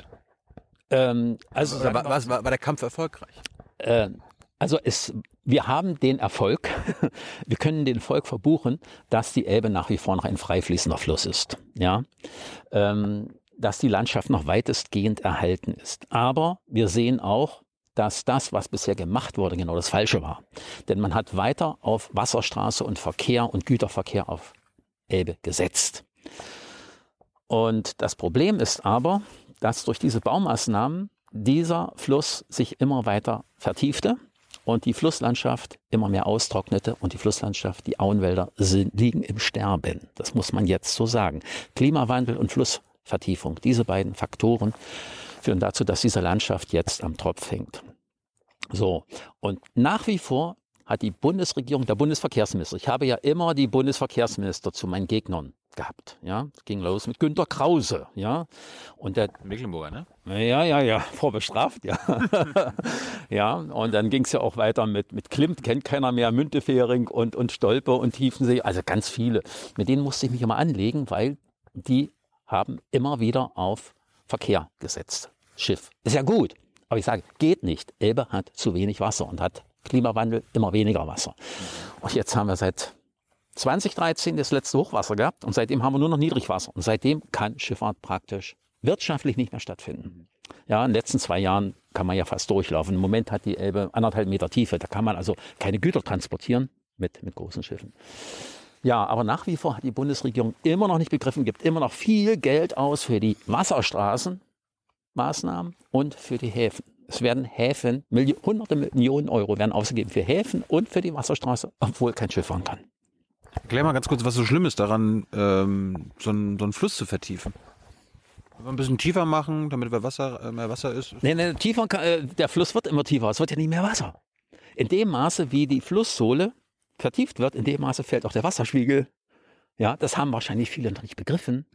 War der Kampf erfolgreich? Wir haben den Erfolg, wir können den Erfolg verbuchen, dass die Elbe nach wie vor noch ein frei fließender Fluss ist. Ja? Dass die Landschaft noch weitestgehend erhalten ist. Aber wir sehen auch, dass das, was bisher gemacht wurde, genau das Falsche war. Denn man hat weiter auf Wasserstraße und Verkehr und Güterverkehr auf Elbe gesetzt. Und das Problem ist aber, dass durch diese Baumaßnahmen dieser Fluss sich immer weiter vertiefte und die Flusslandschaft immer mehr austrocknete und die Flusslandschaft, die Auenwälder liegen im Sterben. Das muss man jetzt so sagen. Klimawandel und Flussvertiefung, diese beiden Faktoren führen dazu, dass diese Landschaft jetzt am Tropf hängt. So, und nach wie vor hat die Bundesregierung, der Bundesverkehrsminister, ich habe ja immer die Bundesverkehrsminister zu meinen Gegnern gehabt. Ja, es ging los mit Günter Krause. Ja, und der Mecklenburger, ne? ja, vorbestraft, ja. Ja, und dann ging es ja auch weiter mit Klimt, kennt keiner mehr, Müntefering und Stolpe und Tiefensee, also ganz viele. Mit denen musste ich mich immer anlegen, weil die haben immer wieder auf Verkehr gesetzt. Schiff. Ist ja gut, aber ich sage, geht nicht. Elbe hat zu wenig Wasser und hat Klimawandel immer weniger Wasser. Und jetzt haben wir seit 2013 das letzte Hochwasser gehabt und seitdem haben wir nur noch Niedrigwasser. Und seitdem kann Schifffahrt praktisch wirtschaftlich nicht mehr stattfinden. Ja, in den letzten 2 Jahren kann man ja fast durchlaufen. Im Moment hat die Elbe 1,5 Meter Tiefe. Da kann man also keine Güter transportieren mit großen Schiffen. Ja, aber nach wie vor hat die Bundesregierung immer noch nicht begriffen, gibt immer noch viel Geld aus für die Wasserstraßenmaßnahmen und für die Häfen. Es werden Häfen, hunderte Millionen Euro werden ausgegeben für Häfen und für die Wasserstraße, obwohl kein Schiff fahren kann. Erklär mal ganz kurz, was so schlimm ist daran, so einen Fluss zu vertiefen. Ein bisschen tiefer machen, damit mehr Wasser ist? Nee, tiefer, der Fluss wird immer tiefer, es wird ja nicht mehr Wasser. In dem Maße, wie die Flusssohle vertieft wird, in dem Maße fällt auch der Wasserspiegel. Ja, das haben wahrscheinlich viele noch nicht begriffen.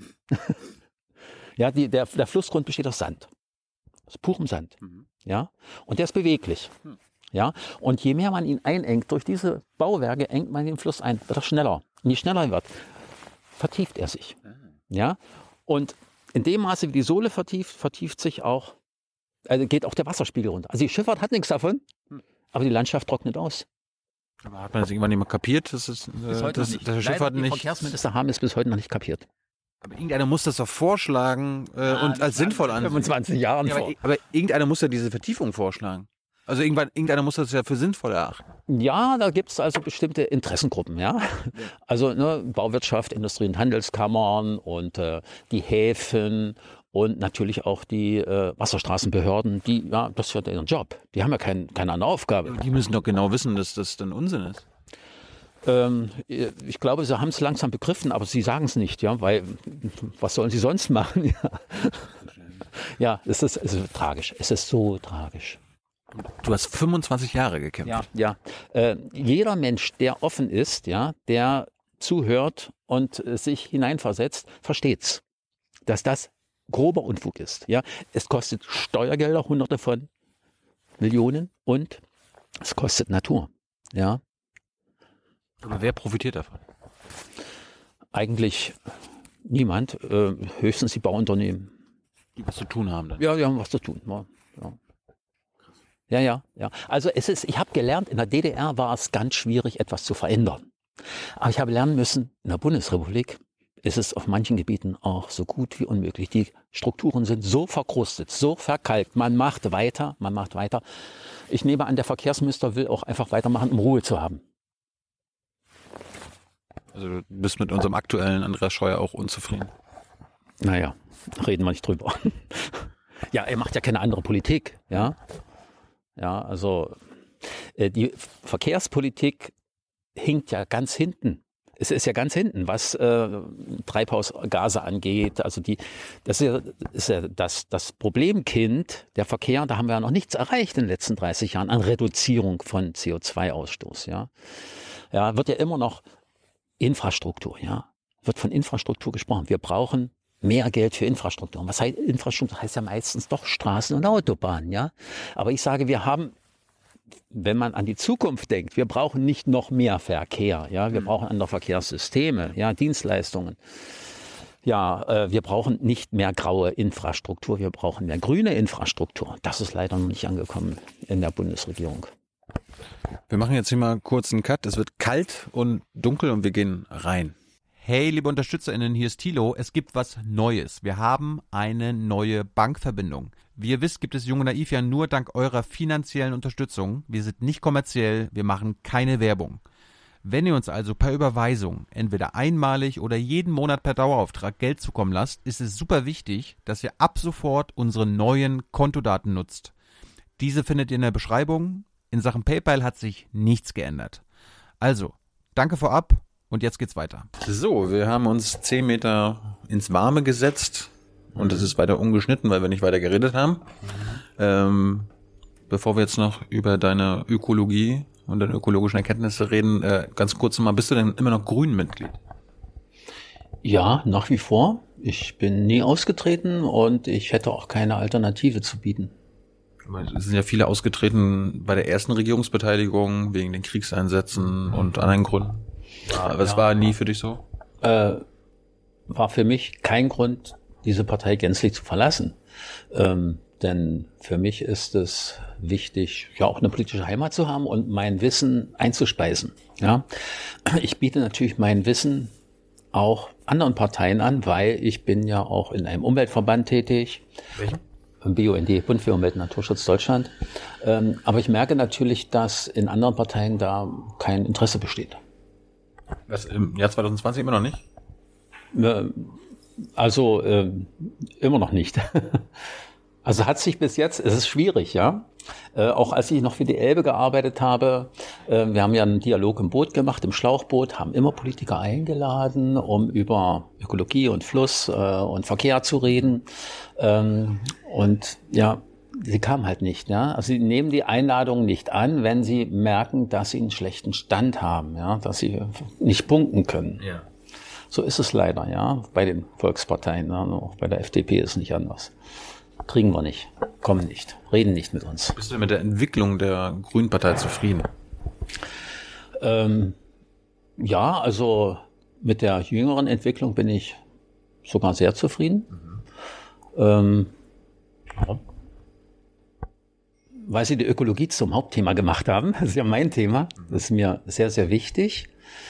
Ja, der Flussgrund besteht aus Sand. Aus purem Sand. Ja, und der ist beweglich. Ja, und je mehr man ihn einengt, durch diese Bauwerke engt man den Fluss ein, wird er schneller. Und je schneller er wird, vertieft er sich. Ja, und in dem Maße, wie die Sohle vertieft sich auch, also geht auch der Wasserspiegel runter. Also die Schifffahrt hat nichts davon, aber die Landschaft trocknet aus. Aber hat man das irgendwann nicht mal kapiert, dass der Schifffahrt nicht... Die Verkehrsminister haben es bis heute noch nicht kapiert. Aber irgendeiner muss das doch vorschlagen und als sinnvoll ansehen. 25 Jahren ja, aber irgendeiner muss ja diese Vertiefung vorschlagen. Also irgendeiner muss das ja für sinnvoll erachten. Ja, da gibt es also bestimmte Interessengruppen, ja. Also Bauwirtschaft, Industrie- und Handelskammern und die Häfen und natürlich auch die Wasserstraßenbehörden, das ist ja deren Job. Die haben ja keine andere Aufgabe. Aber die müssen doch genau wissen, dass das dann Unsinn ist. Ich glaube, sie haben es langsam begriffen, aber sie sagen es nicht, ja, weil was sollen sie sonst machen? Ja, es ist tragisch. Es ist so tragisch. Du hast 25 Jahre gekämpft. Ja. Jeder Mensch, der offen ist, ja, der zuhört und sich hineinversetzt, versteht's, dass das grober Unfug ist. Ja, es kostet Steuergelder, Hunderte von Millionen, und es kostet Natur. Ja. Aber wer profitiert davon? Eigentlich niemand, höchstens die Bauunternehmen. Die was zu tun haben dann? Ja, die haben was zu tun. Ja. Also ich habe gelernt, in der DDR war es ganz schwierig, etwas zu verändern. Aber ich habe lernen müssen, in der Bundesrepublik ist es auf manchen Gebieten auch so gut wie unmöglich. Die Strukturen sind so verkrustet, so verkalkt. Man macht weiter. Ich nehme an, der Verkehrsminister will auch einfach weitermachen, um Ruhe zu haben. Also du bist mit unserem aktuellen Andreas Scheuer auch unzufrieden? Naja, reden wir nicht drüber. Ja, er macht ja keine andere Politik, ja. Ja, also die Verkehrspolitik hinkt ja ganz hinten. Es ist ja ganz hinten, was Treibhausgase angeht. Also das ist ja das Problemkind, der Verkehr. Da haben wir ja noch nichts erreicht in den letzten 30 Jahren an Reduzierung von CO2-Ausstoß. Ja, wird ja immer noch Infrastruktur. Ja, wird von Infrastruktur gesprochen. Wir brauchen mehr Geld für Infrastruktur. Was heißt Infrastruktur? Heißt ja meistens doch Straßen und Autobahnen, ja. Aber ich sage, wir haben, wenn man an die Zukunft denkt, wir brauchen nicht noch mehr Verkehr, ja. Wir brauchen andere Verkehrssysteme, ja, Dienstleistungen. Ja, wir brauchen nicht mehr graue Infrastruktur, wir brauchen mehr grüne Infrastruktur. Das ist leider noch nicht angekommen in der Bundesregierung. Wir machen jetzt hier mal kurz einen Cut. Es wird kalt und dunkel und wir gehen rein. Hey, liebe UnterstützerInnen, hier ist Thilo. Es gibt was Neues. Wir haben eine neue Bankverbindung. Wie ihr wisst, gibt es Jung und Naiv ja nur dank eurer finanziellen Unterstützung. Wir sind nicht kommerziell, wir machen keine Werbung. Wenn ihr uns also per Überweisung, entweder einmalig oder jeden Monat per Dauerauftrag Geld zukommen lasst, ist es super wichtig, dass ihr ab sofort unsere neuen Kontodaten nutzt. Diese findet ihr in der Beschreibung. In Sachen PayPal hat sich nichts geändert. Also, danke vorab. Und jetzt geht's weiter. So, wir haben uns 10 Meter ins Warme gesetzt und es ist weiter ungeschnitten, weil wir nicht weiter geredet haben. Bevor wir jetzt noch über deine Ökologie und deine ökologischen Erkenntnisse reden, ganz kurz mal, bist du denn immer noch Grünen-Mitglied? Ja, nach wie vor. Ich bin nie ausgetreten und ich hätte auch keine Alternative zu bieten. Es sind ja viele ausgetreten bei der ersten Regierungsbeteiligung wegen den Kriegseinsätzen und anderen Gründen. Aber es war nie für dich so? War für mich kein Grund, diese Partei gänzlich zu verlassen. Denn für mich ist es wichtig, ja auch eine politische Heimat zu haben und mein Wissen einzuspeisen. Ja, ich biete natürlich mein Wissen auch anderen Parteien an, weil ich bin ja auch in einem Umweltverband tätig. Welchen? BUND, Bund für Umwelt und Naturschutz Deutschland. Aber ich merke natürlich, dass in anderen Parteien da kein Interesse besteht. Was, im Jahr 2020 immer noch nicht? Also immer noch nicht. Also hat sich bis jetzt, es ist schwierig, ja. Auch als ich noch für die Elbe gearbeitet habe, wir haben ja einen Dialog im Boot gemacht, im Schlauchboot, haben immer Politiker eingeladen, um über Ökologie und Fluss und Verkehr zu reden. Und ja, sie kamen halt nicht. Ja? Also sie nehmen die Einladung nicht an, wenn sie merken, dass sie einen schlechten Stand haben, ja? Dass sie nicht punkten können. Ja. So ist es leider, ja, bei den Volksparteien. Ja? Auch bei der FDP ist es nicht anders. Kriegen wir nicht, kommen nicht, reden nicht mit uns. Bist du mit der Entwicklung der Grünen Partei zufrieden? Ja, also mit der jüngeren Entwicklung bin ich sogar sehr zufrieden. Warum? Weil sie die Ökologie zum Hauptthema gemacht haben. Das ist ja mein Thema. Das ist mir sehr, sehr wichtig.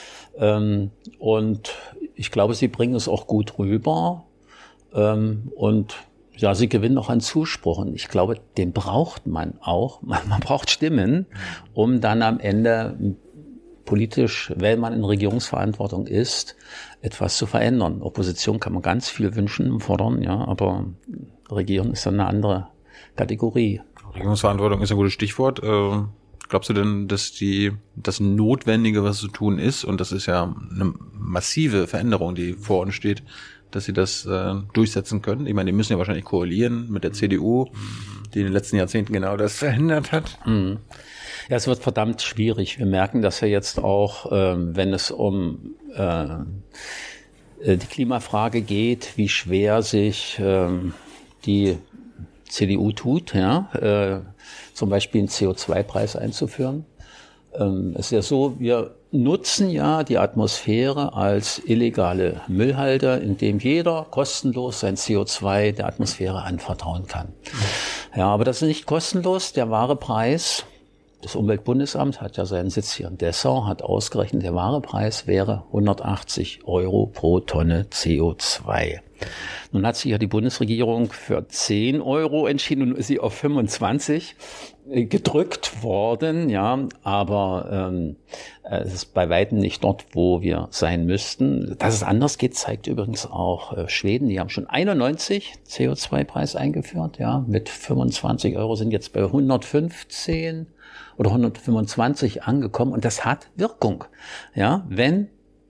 Und ich glaube, sie bringen es auch gut rüber. Und ja, sie gewinnen auch an Zuspruch. Und ich glaube, den braucht man auch. Man braucht Stimmen, um dann am Ende politisch, wenn man in Regierungsverantwortung ist, etwas zu verändern. Opposition kann man ganz viel wünschen, fordern, ja, aber Regieren ist dann eine andere Kategorie. Regierungsverantwortung ist ein gutes Stichwort. Glaubst du denn, dass das Notwendige, was zu tun ist, und das ist ja eine massive Veränderung, die vor uns steht, dass sie das durchsetzen können? Ich meine, die müssen ja wahrscheinlich koalieren mit der CDU, die in den letzten Jahrzehnten genau das verhindert hat. Mhm. Ja, es wird verdammt schwierig. Wir merken das ja jetzt auch, wenn es um die Klimafrage geht, wie schwer sich die CDU tut, ja, zum Beispiel einen CO2-Preis einzuführen. Es ist ja so, wir nutzen ja die Atmosphäre als illegale Müllhalde, in dem jeder kostenlos sein CO2 der Atmosphäre anvertrauen kann. Ja, aber das ist nicht kostenlos. Der wahre Preis, das Umweltbundesamt hat ja seinen Sitz hier in Dessau, hat ausgerechnet, der wahre Preis wäre 180 € pro Tonne CO2. Nun hat sich ja die Bundesregierung für 10 € entschieden und ist sie auf 25 gedrückt worden, ja, aber es ist bei weitem nicht dort, wo wir sein müssten. Dass es anders geht, zeigt übrigens auch Schweden. Die haben schon 91 CO2-Preis eingeführt, ja, mit 25 € sind jetzt bei 115 oder 125 angekommen und das hat Wirkung, ja, wenn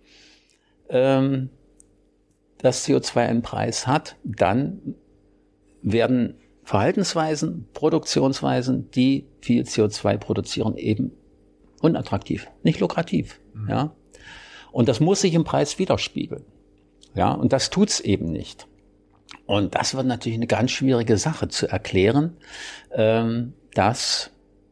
das CO2 einen Preis hat, dann werden Verhaltensweisen, Produktionsweisen, die viel CO2 produzieren, eben unattraktiv, nicht lukrativ. Ja? Und das muss sich im Preis widerspiegeln. Ja? Und das tut's eben nicht. Und das wird natürlich eine ganz schwierige Sache zu erklären, dass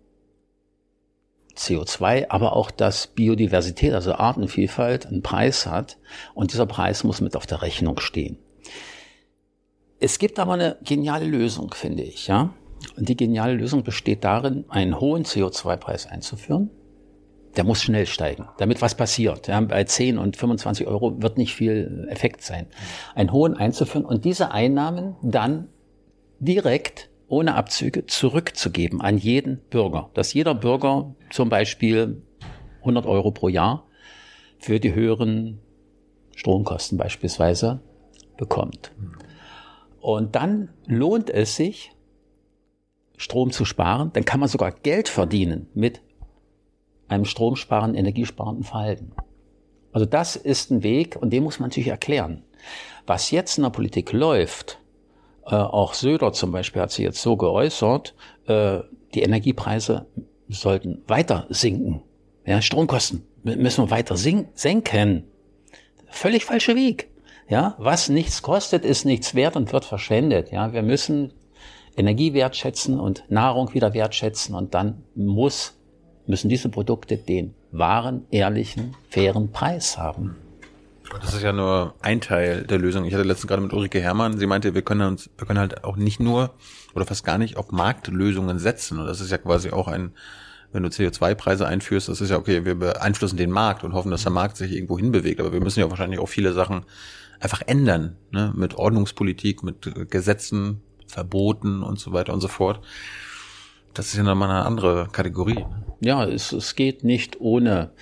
CO2, aber auch dass Biodiversität, also Artenvielfalt, einen Preis hat. Und dieser Preis muss mit auf der Rechnung stehen. Es gibt aber eine geniale Lösung, finde ich, ja. Und die geniale Lösung besteht darin, einen hohen CO2-Preis einzuführen. Der muss schnell steigen, damit was passiert. Ja, bei 10 und 25 € wird nicht viel Effekt sein. Einen hohen einzuführen und diese Einnahmen dann direkt ohne Abzüge zurückzugeben an jeden Bürger. Dass jeder Bürger zum Beispiel 100 € pro Jahr für die höheren Stromkosten beispielsweise bekommt. Und dann lohnt es sich, Strom zu sparen. Dann kann man sogar Geld verdienen mit einem stromsparenden, energiesparenden Verhalten. Also das ist ein Weg und den muss man natürlich erklären. Was jetzt in der Politik läuft, auch Söder zum Beispiel hat sich jetzt so geäußert, die Energiepreise sollten weiter sinken. Ja, Stromkosten müssen wir weiter senken. Völlig falscher Weg. Ja, was nichts kostet, ist nichts wert und wird verschwendet. Ja, wir müssen Energie wertschätzen und Nahrung wieder wertschätzen und dann müssen diese Produkte den wahren, ehrlichen, fairen Preis haben. Das ist ja nur ein Teil der Lösung. Ich hatte letztens gerade mit Ulrike Herrmann, sie meinte, wir können halt auch nicht nur oder fast gar nicht auf Marktlösungen setzen. Und das ist ja quasi auch wenn du CO2-Preise einführst, das ist ja okay, wir beeinflussen den Markt und hoffen, dass der Markt sich irgendwo hinbewegt. Aber wir müssen ja wahrscheinlich auch viele Sachen einfach ändern, ne? Mit Ordnungspolitik, mit Gesetzen, Verboten und so weiter und so fort. Das ist ja nochmal eine andere Kategorie. Ja, es geht nicht ohne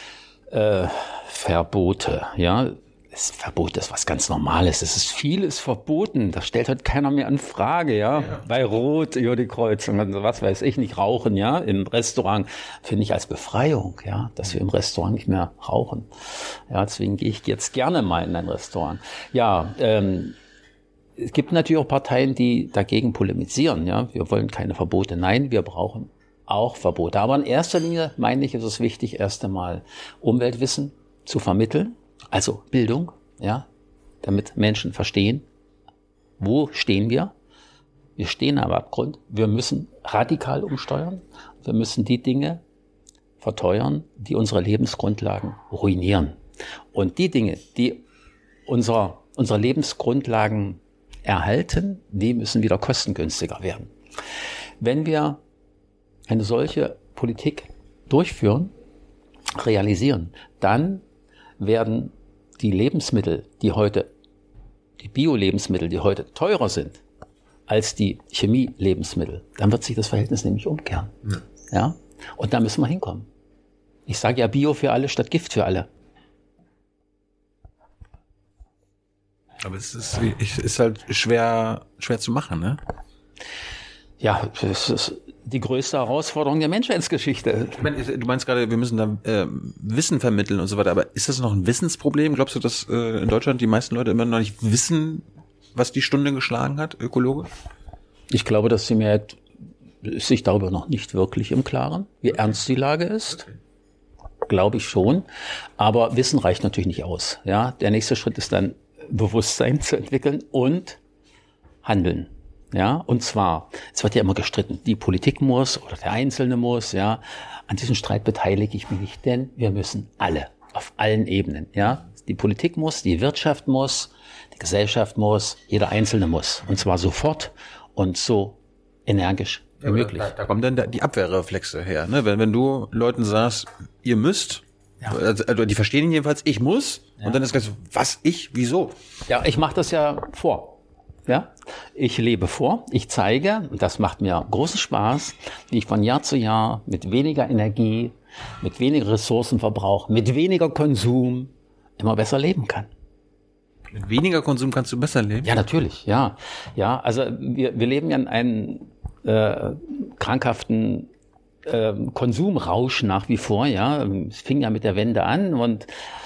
Verbote. Ja, Verbot ist was ganz Normales. Es ist vieles verboten. Das stellt heute keiner mehr in Frage. Ja, bei Rot über die Kreuzung und was weiß ich nicht, rauchen. Ja, im Restaurant finde ich als Befreiung. Ja, dass wir im Restaurant nicht mehr rauchen. Ja, deswegen gehe ich jetzt gerne mal in ein Restaurant. Ja, es gibt natürlich auch Parteien, die dagegen polemisieren. Ja, wir wollen keine Verbote. Nein, wir brauchen auch Verbote. Aber in erster Linie, meine ich, ist es wichtig, erst einmal Umweltwissen zu vermitteln, also Bildung, ja, damit Menschen verstehen, wo stehen wir. Wir stehen am Abgrund. Wir müssen radikal umsteuern. Wir müssen die Dinge verteuern, die unsere Lebensgrundlagen ruinieren. Und die Dinge, die unsere Lebensgrundlagen erhalten, die müssen wieder kostengünstiger werden. Wenn wir eine solche Politik durchführen, realisieren, dann werden die Lebensmittel, die Bio-Lebensmittel, die heute teurer sind als die Chemie-Lebensmittel, dann wird sich das Verhältnis nämlich umkehren. Ja? Und da müssen wir hinkommen. Ich sage ja Bio für alle statt Gift für alle. Aber es ist halt schwer zu machen, ne? Ja, das ist die größte Herausforderung der Menschheitsgeschichte. Du meinst gerade, wir müssen da Wissen vermitteln und so weiter, aber ist das noch ein Wissensproblem? Glaubst du, dass in Deutschland die meisten Leute immer noch nicht wissen, was die Stunde geschlagen hat, ökologisch? Ich glaube, dass die Mehrheit ist sich darüber noch nicht wirklich im Klaren, wie ernst die Lage ist. Okay. Glaube ich schon. Aber Wissen reicht natürlich nicht aus. Ja, der nächste Schritt ist dann, Bewusstsein zu entwickeln und Handeln. Ja, und zwar, es wird ja immer gestritten, die Politik muss oder der Einzelne muss, ja. An diesem Streit beteilige ich mich nicht, denn wir müssen alle, auf allen Ebenen, ja. Die Politik muss, die Wirtschaft muss, die Gesellschaft muss, jeder Einzelne muss. Und zwar sofort und so energisch wie möglich. Da kommen dann die Abwehrreflexe her, ne? Wenn du Leuten sagst, ihr müsst, ja. Also die verstehen jedenfalls, ich muss, ja. Und dann ist gleich so, was, ich, wieso? Ja, ich mache das ja vor. Ja, ich lebe vor, ich zeige, und das macht mir großen Spaß, wie ich von Jahr zu Jahr mit weniger Energie, mit weniger Ressourcenverbrauch, mit weniger Konsum immer besser leben kann. Mit weniger Konsum kannst du besser leben? Ja, natürlich, ja. Ja, also wir leben ja in einem krankhaften Konsumrausch nach wie vor, ja. Es fing ja mit der Wende an und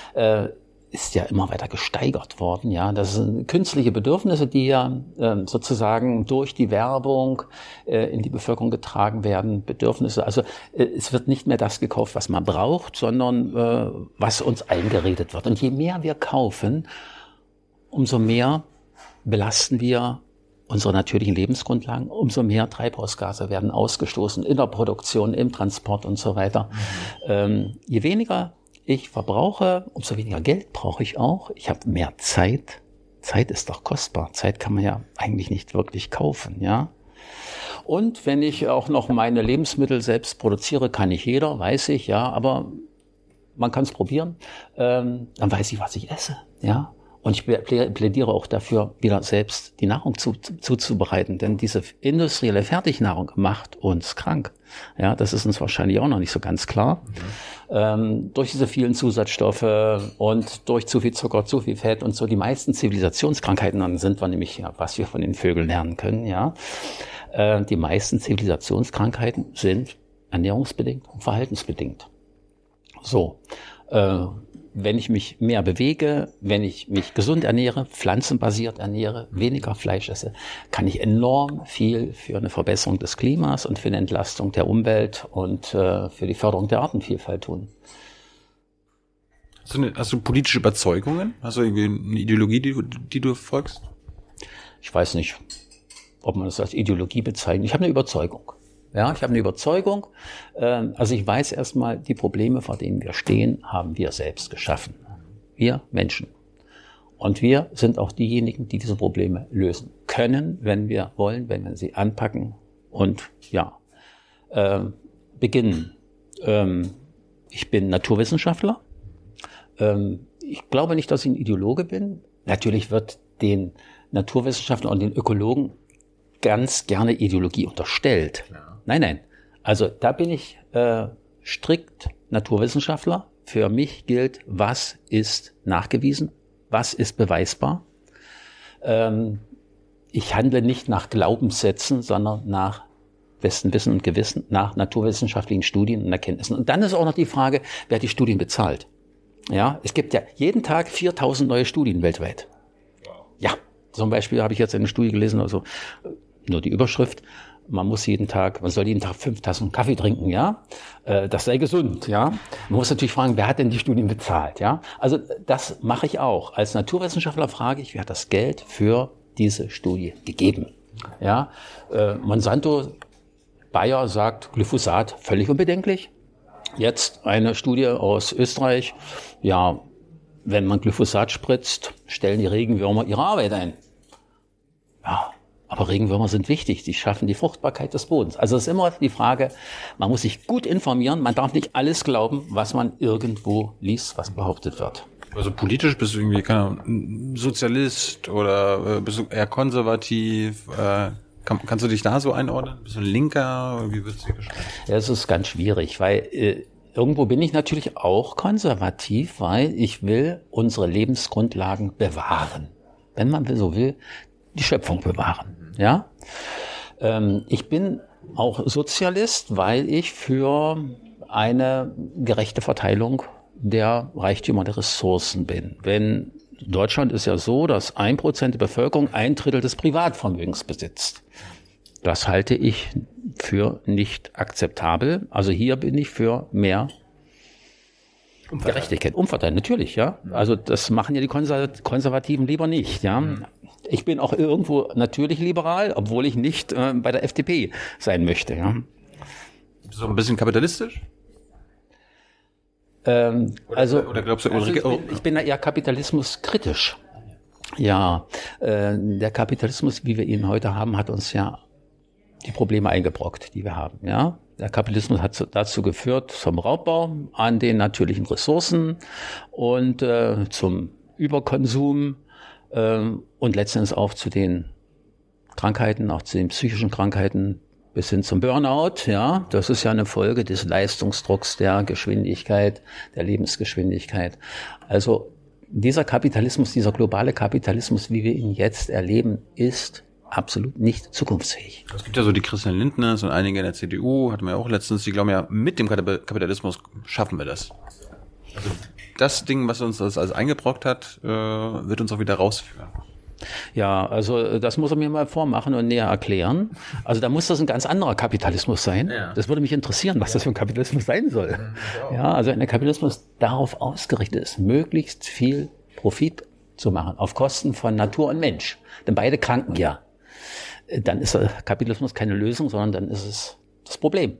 ist ja immer weiter gesteigert worden, ja. Das sind künstliche Bedürfnisse, die ja sozusagen durch die Werbung in die Bevölkerung getragen werden. Bedürfnisse, also es wird nicht mehr das gekauft, was man braucht, sondern was uns eingeredet wird. Und je mehr wir kaufen, umso mehr belasten wir unsere natürlichen Lebensgrundlagen, umso mehr Treibhausgase werden ausgestoßen in der Produktion, im Transport und so weiter. Je weniger ich verbrauche, umso weniger Geld brauche ich auch. Ich habe mehr Zeit. Zeit ist doch kostbar. Zeit kann man ja eigentlich nicht wirklich kaufen, ja. Und wenn ich auch noch meine Lebensmittel selbst produziere, kann nicht jeder, weiß ich, ja. Aber man kann es probieren. Dann weiß ich, was ich esse, ja. Und ich plädiere auch dafür, wieder selbst die Nahrung zuzubereiten. Denn diese industrielle Fertignahrung macht uns krank. Ja, das ist uns wahrscheinlich auch noch nicht so ganz klar. Durch diese vielen Zusatzstoffe und durch zu viel Zucker, zu viel Fett und so die meisten Zivilisationskrankheiten, dann sind wir nämlich, ja, was wir von den Vögeln lernen können, ja. Die meisten Zivilisationskrankheiten sind ernährungsbedingt und verhaltensbedingt. So, wenn ich mich mehr bewege, wenn ich mich gesund ernähre, pflanzenbasiert ernähre, weniger Fleisch esse, kann ich enorm viel für eine Verbesserung des Klimas und für eine Entlastung der Umwelt und für die Förderung der Artenvielfalt tun. Hast du politische Überzeugungen? Hast du irgendwie eine Ideologie, die du folgst? Ich weiß nicht, ob man das als Ideologie bezeichnet. Ich habe eine Überzeugung. Ja, ich habe eine Überzeugung. Also ich weiß erstmal, die Probleme, vor denen wir stehen, haben wir selbst geschaffen. Wir Menschen. Und wir sind auch diejenigen, die diese Probleme lösen können, wenn wir wollen, wenn wir sie anpacken und beginnen. Ich bin Naturwissenschaftler. Ich glaube nicht, dass ich ein Ideologe bin. Natürlich wird den Naturwissenschaftlern und den Ökologen ganz gerne Ideologie unterstellt. Ja. Nein. Also da bin ich strikt Naturwissenschaftler. Für mich gilt, was ist nachgewiesen, was ist beweisbar. Ich handle nicht nach Glaubenssätzen, sondern nach bestem Wissen und Gewissen, nach naturwissenschaftlichen Studien und Erkenntnissen. Und dann ist auch noch die Frage, wer die Studien bezahlt. Ja, es gibt ja jeden Tag 4000 neue Studien weltweit. Ja, zum Beispiel habe ich jetzt eine Studie gelesen, also nur die Überschrift, man soll jeden Tag 5 Tassen Kaffee trinken, ja, das sei gesund, ja. Man muss natürlich fragen, wer hat denn die Studien bezahlt, ja. Also das mache ich auch. Als Naturwissenschaftler frage ich, wer hat das Geld für diese Studie gegeben, ja. Monsanto, Bayer sagt, Glyphosat völlig unbedenklich. Jetzt eine Studie aus Österreich, ja, wenn man Glyphosat spritzt, stellen die Regenwürmer ihre Arbeit ein. Ja, aber Regenwürmer sind wichtig, die schaffen die Fruchtbarkeit des Bodens. Also es ist immer die Frage, man muss sich gut informieren, man darf nicht alles glauben, was man irgendwo liest, was behauptet wird. Also politisch bist du irgendwie, keine Ahnung, Sozialist oder bist du eher konservativ? Kannst du dich da so einordnen? Bist du ein Linker? Wie würdest du dich beschreiben? Ja, es ist ganz schwierig, weil irgendwo bin ich natürlich auch konservativ, weil ich will unsere Lebensgrundlagen bewahren. Wenn man so will, die Schöpfung bewahren. Ja? Ich bin auch Sozialist, weil ich für eine gerechte Verteilung der Reichtümer der Ressourcen bin. Wenn Deutschland ist ja so, dass 1% der Bevölkerung 1/3 des Privatvermögens besitzt. Das halte ich für nicht akzeptabel. Also hier bin ich für mehr Gerechtigkeit. Umverteilen, natürlich, ja. Also das machen ja die Konservativen lieber nicht, ja. Ich bin auch irgendwo natürlich liberal, obwohl ich nicht bei der FDP sein möchte, ja. Bist du ein bisschen kapitalistisch? Oder glaubst du, ich bin da eher kapitalismuskritisch. Ja, der Kapitalismus, wie wir ihn heute haben, hat uns ja die Probleme eingebrockt, die wir haben. Ja, der Kapitalismus hat dazu geführt zum Raubbau an den natürlichen Ressourcen und zum Überkonsum und letztendlich auch zu den Krankheiten, auch zu den psychischen Krankheiten bis hin zum Burnout. Ja, das ist ja eine Folge des Leistungsdrucks, der Geschwindigkeit, der Lebensgeschwindigkeit. Also dieser Kapitalismus, dieser globale Kapitalismus, wie wir ihn jetzt erleben, ist absolut nicht zukunftsfähig. Es gibt ja so die Christian Lindners und einige in der CDU, hatten wir ja auch letztens, die glauben ja, mit dem Kapitalismus schaffen wir das. Also das Ding, was uns das alles eingebrockt hat, wird uns auch wieder rausführen. Ja, also das muss er mir mal vormachen und näher erklären. Also da muss das ein ganz anderer Kapitalismus sein. Ja. Das würde mich interessieren, was das für ein Kapitalismus sein soll. Ja, also wenn der Kapitalismus darauf ausgerichtet ist, möglichst viel Profit zu machen, auf Kosten von Natur und Mensch. Denn beide kranken ja. Dann ist der Kapitalismus keine Lösung, sondern dann ist es das Problem.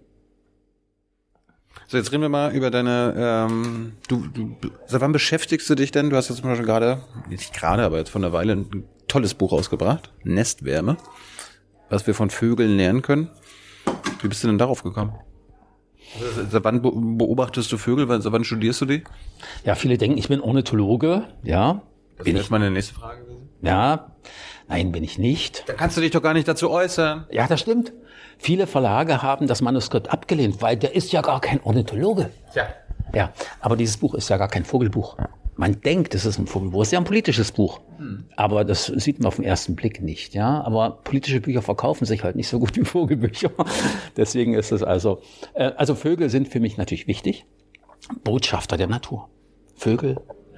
So, jetzt reden wir mal über deine, seit wann beschäftigst du dich denn? Du hast jetzt zum Beispiel aber jetzt vor einer Weile ein tolles Buch rausgebracht, Nestwärme, was wir von Vögeln lernen können. Wie bist du denn darauf gekommen? Seit wann beobachtest du Vögel? Seit wann studierst du die? Ja, viele denken, ich bin Ornithologe, ja. Das wäre jetzt meine nächste Frage gewesen. Ja, nein, bin ich nicht. Da kannst du dich doch gar nicht dazu äußern. Ja, das stimmt. Viele Verlage haben das Manuskript abgelehnt, weil der ist ja gar kein Ornithologe. Ja, aber dieses Buch ist ja gar kein Vogelbuch. Man denkt, es ist ein Vogelbuch. Es ist ja ein politisches Buch. Aber das sieht man auf den ersten Blick nicht, ja. Aber politische Bücher verkaufen sich halt nicht so gut wie Vogelbücher. Deswegen ist es also Vögel sind für mich natürlich wichtig. Botschafter der Natur. Vögel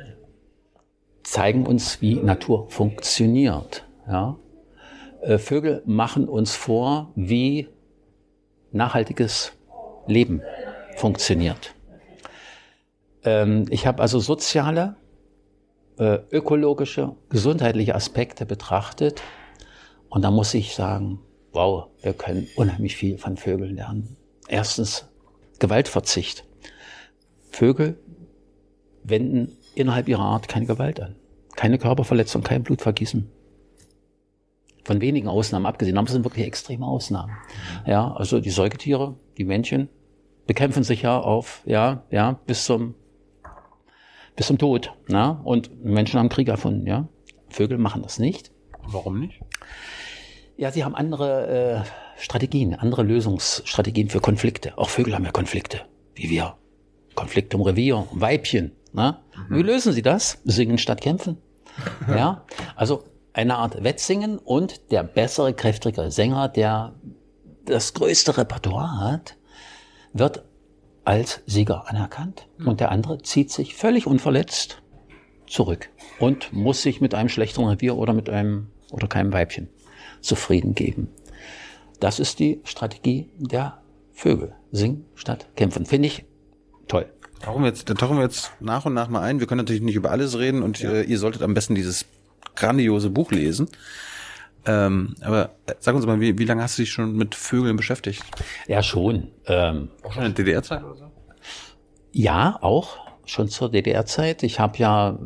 zeigen uns, wie Natur funktioniert, ja. Vögel machen uns vor, wie nachhaltiges Leben funktioniert. Ich habe also soziale, ökologische, gesundheitliche Aspekte betrachtet. Und da muss ich sagen, wow, wir können unheimlich viel von Vögeln lernen. Erstens Gewaltverzicht. Vögel wenden innerhalb ihrer Art keine Gewalt an. Keine Körperverletzung, kein Blutvergießen. Von wenigen Ausnahmen abgesehen, aber es sind wirklich extreme Ausnahmen. Ja, also die Säugetiere, die Männchen, bekämpfen sich ja bis zum Tod. Na? Und Menschen haben Krieg erfunden, ja. Vögel machen das nicht. Warum nicht? Ja, sie haben andere Strategien, andere Lösungsstrategien für Konflikte. Auch Vögel haben ja Konflikte, wie wir. Konflikte um Revier, um Weibchen. Na? Wie lösen sie das? Singen statt kämpfen. Ja, also eine Art Wettsingen, und der bessere, kräftigere Sänger, der das größte Repertoire hat, wird als Sieger anerkannt. Und der andere zieht sich völlig unverletzt zurück und muss sich mit einem schlechteren Revier oder keinem Weibchen zufrieden geben. Das ist die Strategie der Vögel. Singen statt kämpfen. Finde ich toll. Da tauchen wir jetzt nach und nach mal ein. Wir können natürlich nicht über alles reden, und ihr solltet am besten dieses grandiose Buch lesen. Aber sag uns mal, wie lange hast du dich schon mit Vögeln beschäftigt? Ja, schon. Auch schon in der DDR-Zeit oder so? Ja, auch schon zur DDR-Zeit. Ich habe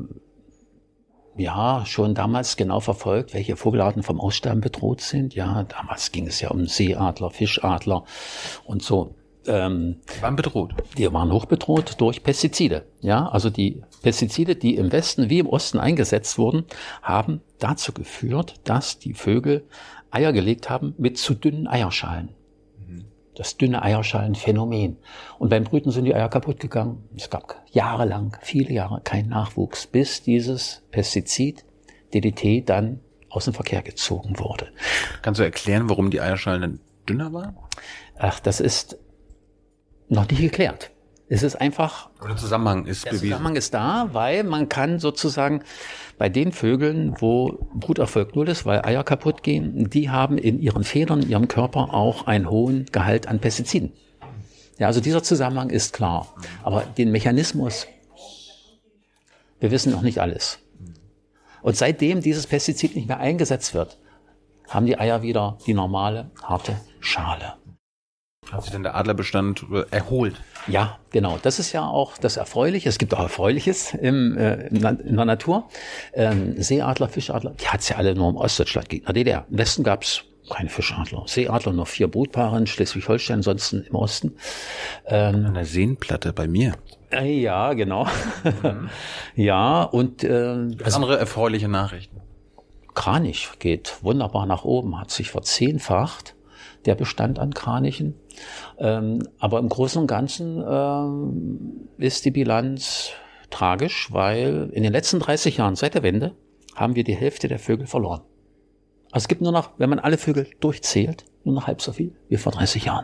ja schon damals genau verfolgt, welche Vogelarten vom Aussterben bedroht sind. Ja, damals ging es ja um Seeadler, Fischadler und so. Die waren bedroht? Die waren hochbedroht durch Pestizide. Ja, also die Pestizide, die im Westen wie im Osten eingesetzt wurden, haben dazu geführt, dass die Vögel Eier gelegt haben mit zu dünnen Eierschalen. Das dünne Eierschalenphänomen. Und beim Brüten sind die Eier kaputt gegangen. Es gab viele Jahre keinen Nachwuchs, bis dieses Pestizid DDT dann aus dem Verkehr gezogen wurde. Kannst du erklären, warum die Eierschalen dann dünner waren? Ach, das ist noch nicht geklärt. Es ist einfach... Der Zusammenhang ist bewiesen. Der Zusammenhang ist da, weil man kann sozusagen bei den Vögeln, wo Bruterfolg null ist, weil Eier kaputt gehen, die haben in ihren Federn, in ihrem Körper auch einen hohen Gehalt an Pestiziden. Ja, also dieser Zusammenhang ist klar. Aber den Mechanismus, wir wissen noch nicht alles. Und seitdem dieses Pestizid nicht mehr eingesetzt wird, haben die Eier wieder die normale, harte Schale. Hat sich denn der Adlerbestand erholt? Ja, genau. Das ist ja auch das Erfreuliche. Es gibt auch Erfreuliches in der Natur. Seeadler, Fischadler, die hat es ja alle nur im Ostdeutschland gegeben. In der DDR. Im Westen gab es keine Fischadler. Seeadler, nur 4 Brutpaare in Schleswig-Holstein, ansonsten im Osten. An der Seenplatte bei mir. Ja, genau. Ja, und andere erfreuliche Nachrichten. Kranich geht wunderbar nach oben, hat sich verzehnfacht, der Bestand an Kranichen. Aber im Großen und Ganzen ist die Bilanz tragisch, weil in den letzten 30 Jahren seit der Wende haben wir die Hälfte der Vögel verloren. Also es gibt nur noch, wenn man alle Vögel durchzählt, nur noch halb so viel wie vor 30 Jahren.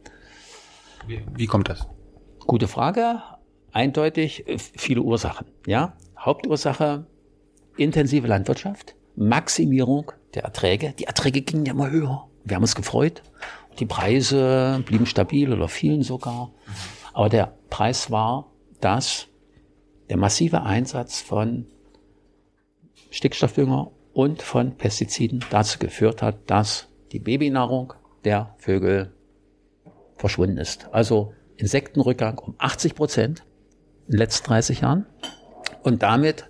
Wie kommt das? Gute Frage. Eindeutig viele Ursachen. Ja, Hauptursache intensive Landwirtschaft, Maximierung der Erträge. Die Erträge gingen ja immer höher. Wir haben uns gefreut. Die Preise blieben stabil oder fielen sogar. Aber der Preis war, dass der massive Einsatz von Stickstoffdünger und von Pestiziden dazu geführt hat, dass die Babynahrung der Vögel verschwunden ist. Also Insektenrückgang um 80% in den letzten 30 Jahren. Und damit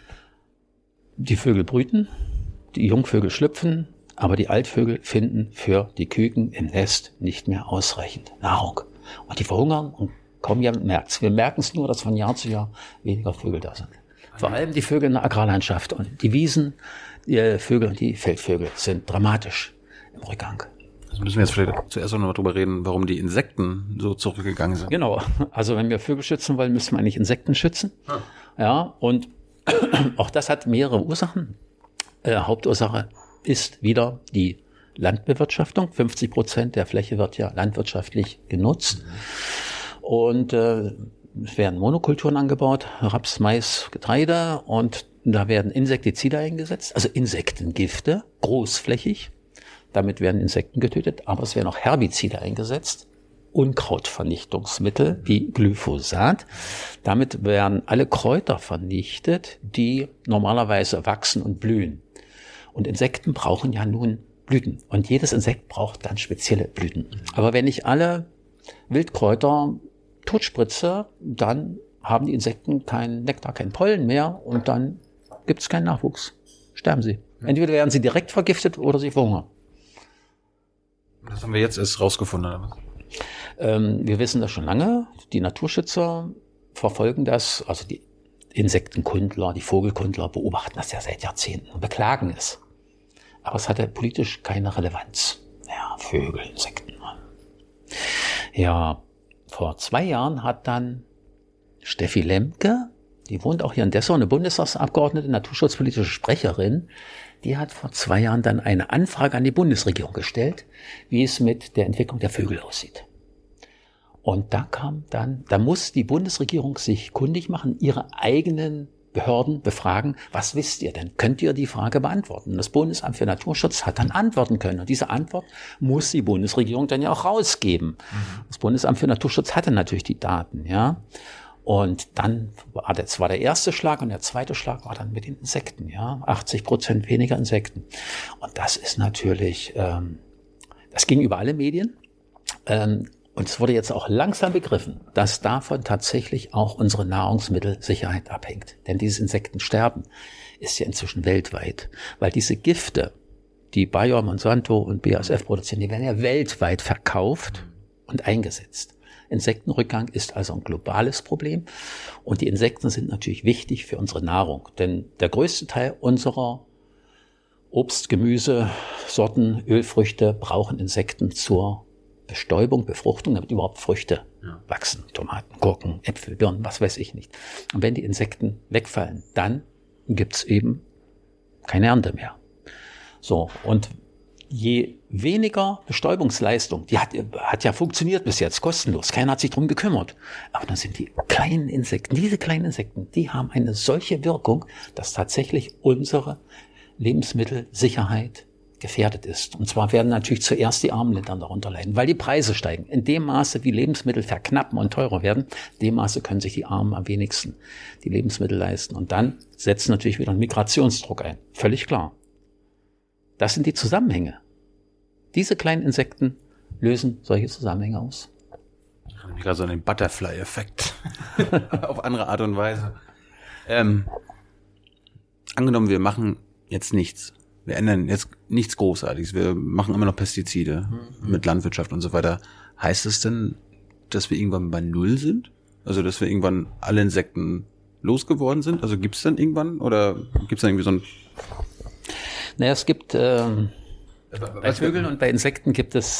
die Vögel brüten, die Jungvögel schlüpfen, aber die Altvögel finden für die Küken im Nest nicht mehr ausreichend Nahrung. Und die verhungern und kaum jemand merkt's. Wir merken es nur, dass von Jahr zu Jahr weniger Vögel da sind. Vor allem die Vögel in der Agrarlandschaft. Und die Wiesen, die Vögel und die Feldvögel sind dramatisch im Rückgang. Also müssen wir jetzt vielleicht zuerst noch mal drüber reden, warum die Insekten so zurückgegangen sind. Genau. Also wenn wir Vögel schützen wollen, müssen wir eigentlich Insekten schützen. Ja, und auch das hat mehrere Ursachen. Hauptursache ist wieder die Landbewirtschaftung. 50% der Fläche wird ja landwirtschaftlich genutzt. Und es werden Monokulturen angebaut, Raps, Mais, Getreide, und da werden Insektizide eingesetzt, also Insektengifte, großflächig. Damit werden Insekten getötet, aber es werden auch Herbizide eingesetzt, Unkrautvernichtungsmittel wie Glyphosat. Damit werden alle Kräuter vernichtet, die normalerweise wachsen und blühen. Und Insekten brauchen ja nun Blüten. Und jedes Insekt braucht dann spezielle Blüten. Aber wenn ich alle Wildkräuter totspritze, dann haben die Insekten keinen Nektar, keinen Pollen mehr und dann gibt es keinen Nachwuchs. Sterben sie. Entweder werden sie direkt vergiftet oder sie verhungern. Das haben wir jetzt erst rausgefunden, oder was? Wir wissen das schon lange. Die Naturschützer verfolgen das, also die Insektenkundler, die Vogelkundler beobachten das ja seit Jahrzehnten und beklagen es. Aber es hatte politisch keine Relevanz. Ja, Vögel, Insekten. Ja, vor 2 Jahren hat dann Steffi Lemke, die wohnt auch hier in Dessau, eine Bundestagsabgeordnete, naturschutzpolitische Sprecherin, die hat vor 2 Jahren dann eine Anfrage an die Bundesregierung gestellt, wie es mit der Entwicklung der Vögel aussieht. Und da muss die Bundesregierung sich kundig machen, ihre eigenen Behörden befragen, was wisst ihr denn? Könnt ihr die Frage beantworten? Und das Bundesamt für Naturschutz hat dann antworten können. Und diese Antwort muss die Bundesregierung dann ja auch rausgeben. Das Bundesamt für Naturschutz hatte natürlich die Daten, ja. Und dann das war der erste Schlag und der zweite Schlag war dann mit den Insekten, ja. 80% weniger Insekten. Und das ist natürlich, das ging über alle Medien. Und es wurde jetzt auch langsam begriffen, dass davon tatsächlich auch unsere Nahrungsmittelsicherheit abhängt. Denn dieses Insektensterben ist ja inzwischen weltweit, weil diese Gifte, die Bayer, Monsanto und BASF produzieren, die werden ja weltweit verkauft und eingesetzt. Insektenrückgang ist also ein globales Problem und die Insekten sind natürlich wichtig für unsere Nahrung. Denn der größte Teil unserer Obst-, Gemüse, Sorten, Ölfrüchte brauchen Insekten zur Bestäubung, Befruchtung, damit überhaupt Früchte wachsen. Tomaten, Gurken, Äpfel, Birnen, was weiß ich nicht. Und wenn die Insekten wegfallen, dann gibt's eben keine Ernte mehr. So, und je weniger Bestäubungsleistung, die hat ja funktioniert bis jetzt, kostenlos, keiner hat sich drum gekümmert. Aber dann sind die kleinen Insekten, diese kleinen Insekten, die haben eine solche Wirkung, dass tatsächlich unsere Lebensmittelsicherheit gefährdet ist. Und zwar werden natürlich zuerst die armen Länder darunter leiden, weil die Preise steigen. In dem Maße, wie Lebensmittel verknappen und teurer werden, in dem Maße können sich die Armen am wenigsten die Lebensmittel leisten. Und dann setzt natürlich wieder ein Migrationsdruck ein. Völlig klar. Das sind die Zusammenhänge. Diese kleinen Insekten lösen solche Zusammenhänge aus. Ich habe gerade so an den Butterfly-Effekt. Auf andere Art und Weise. Angenommen, wir machen jetzt nichts. Wir ändern jetzt nichts Großartiges. Wir machen immer noch Pestizide mit Landwirtschaft und so weiter. Heißt es denn, dass wir irgendwann bei Null sind? Also, dass wir irgendwann alle Insekten losgeworden sind? Also, gibt es dann irgendwann? Oder gibt es dann irgendwie so ein... Naja, es gibt bei Vögeln und bei Insekten gibt es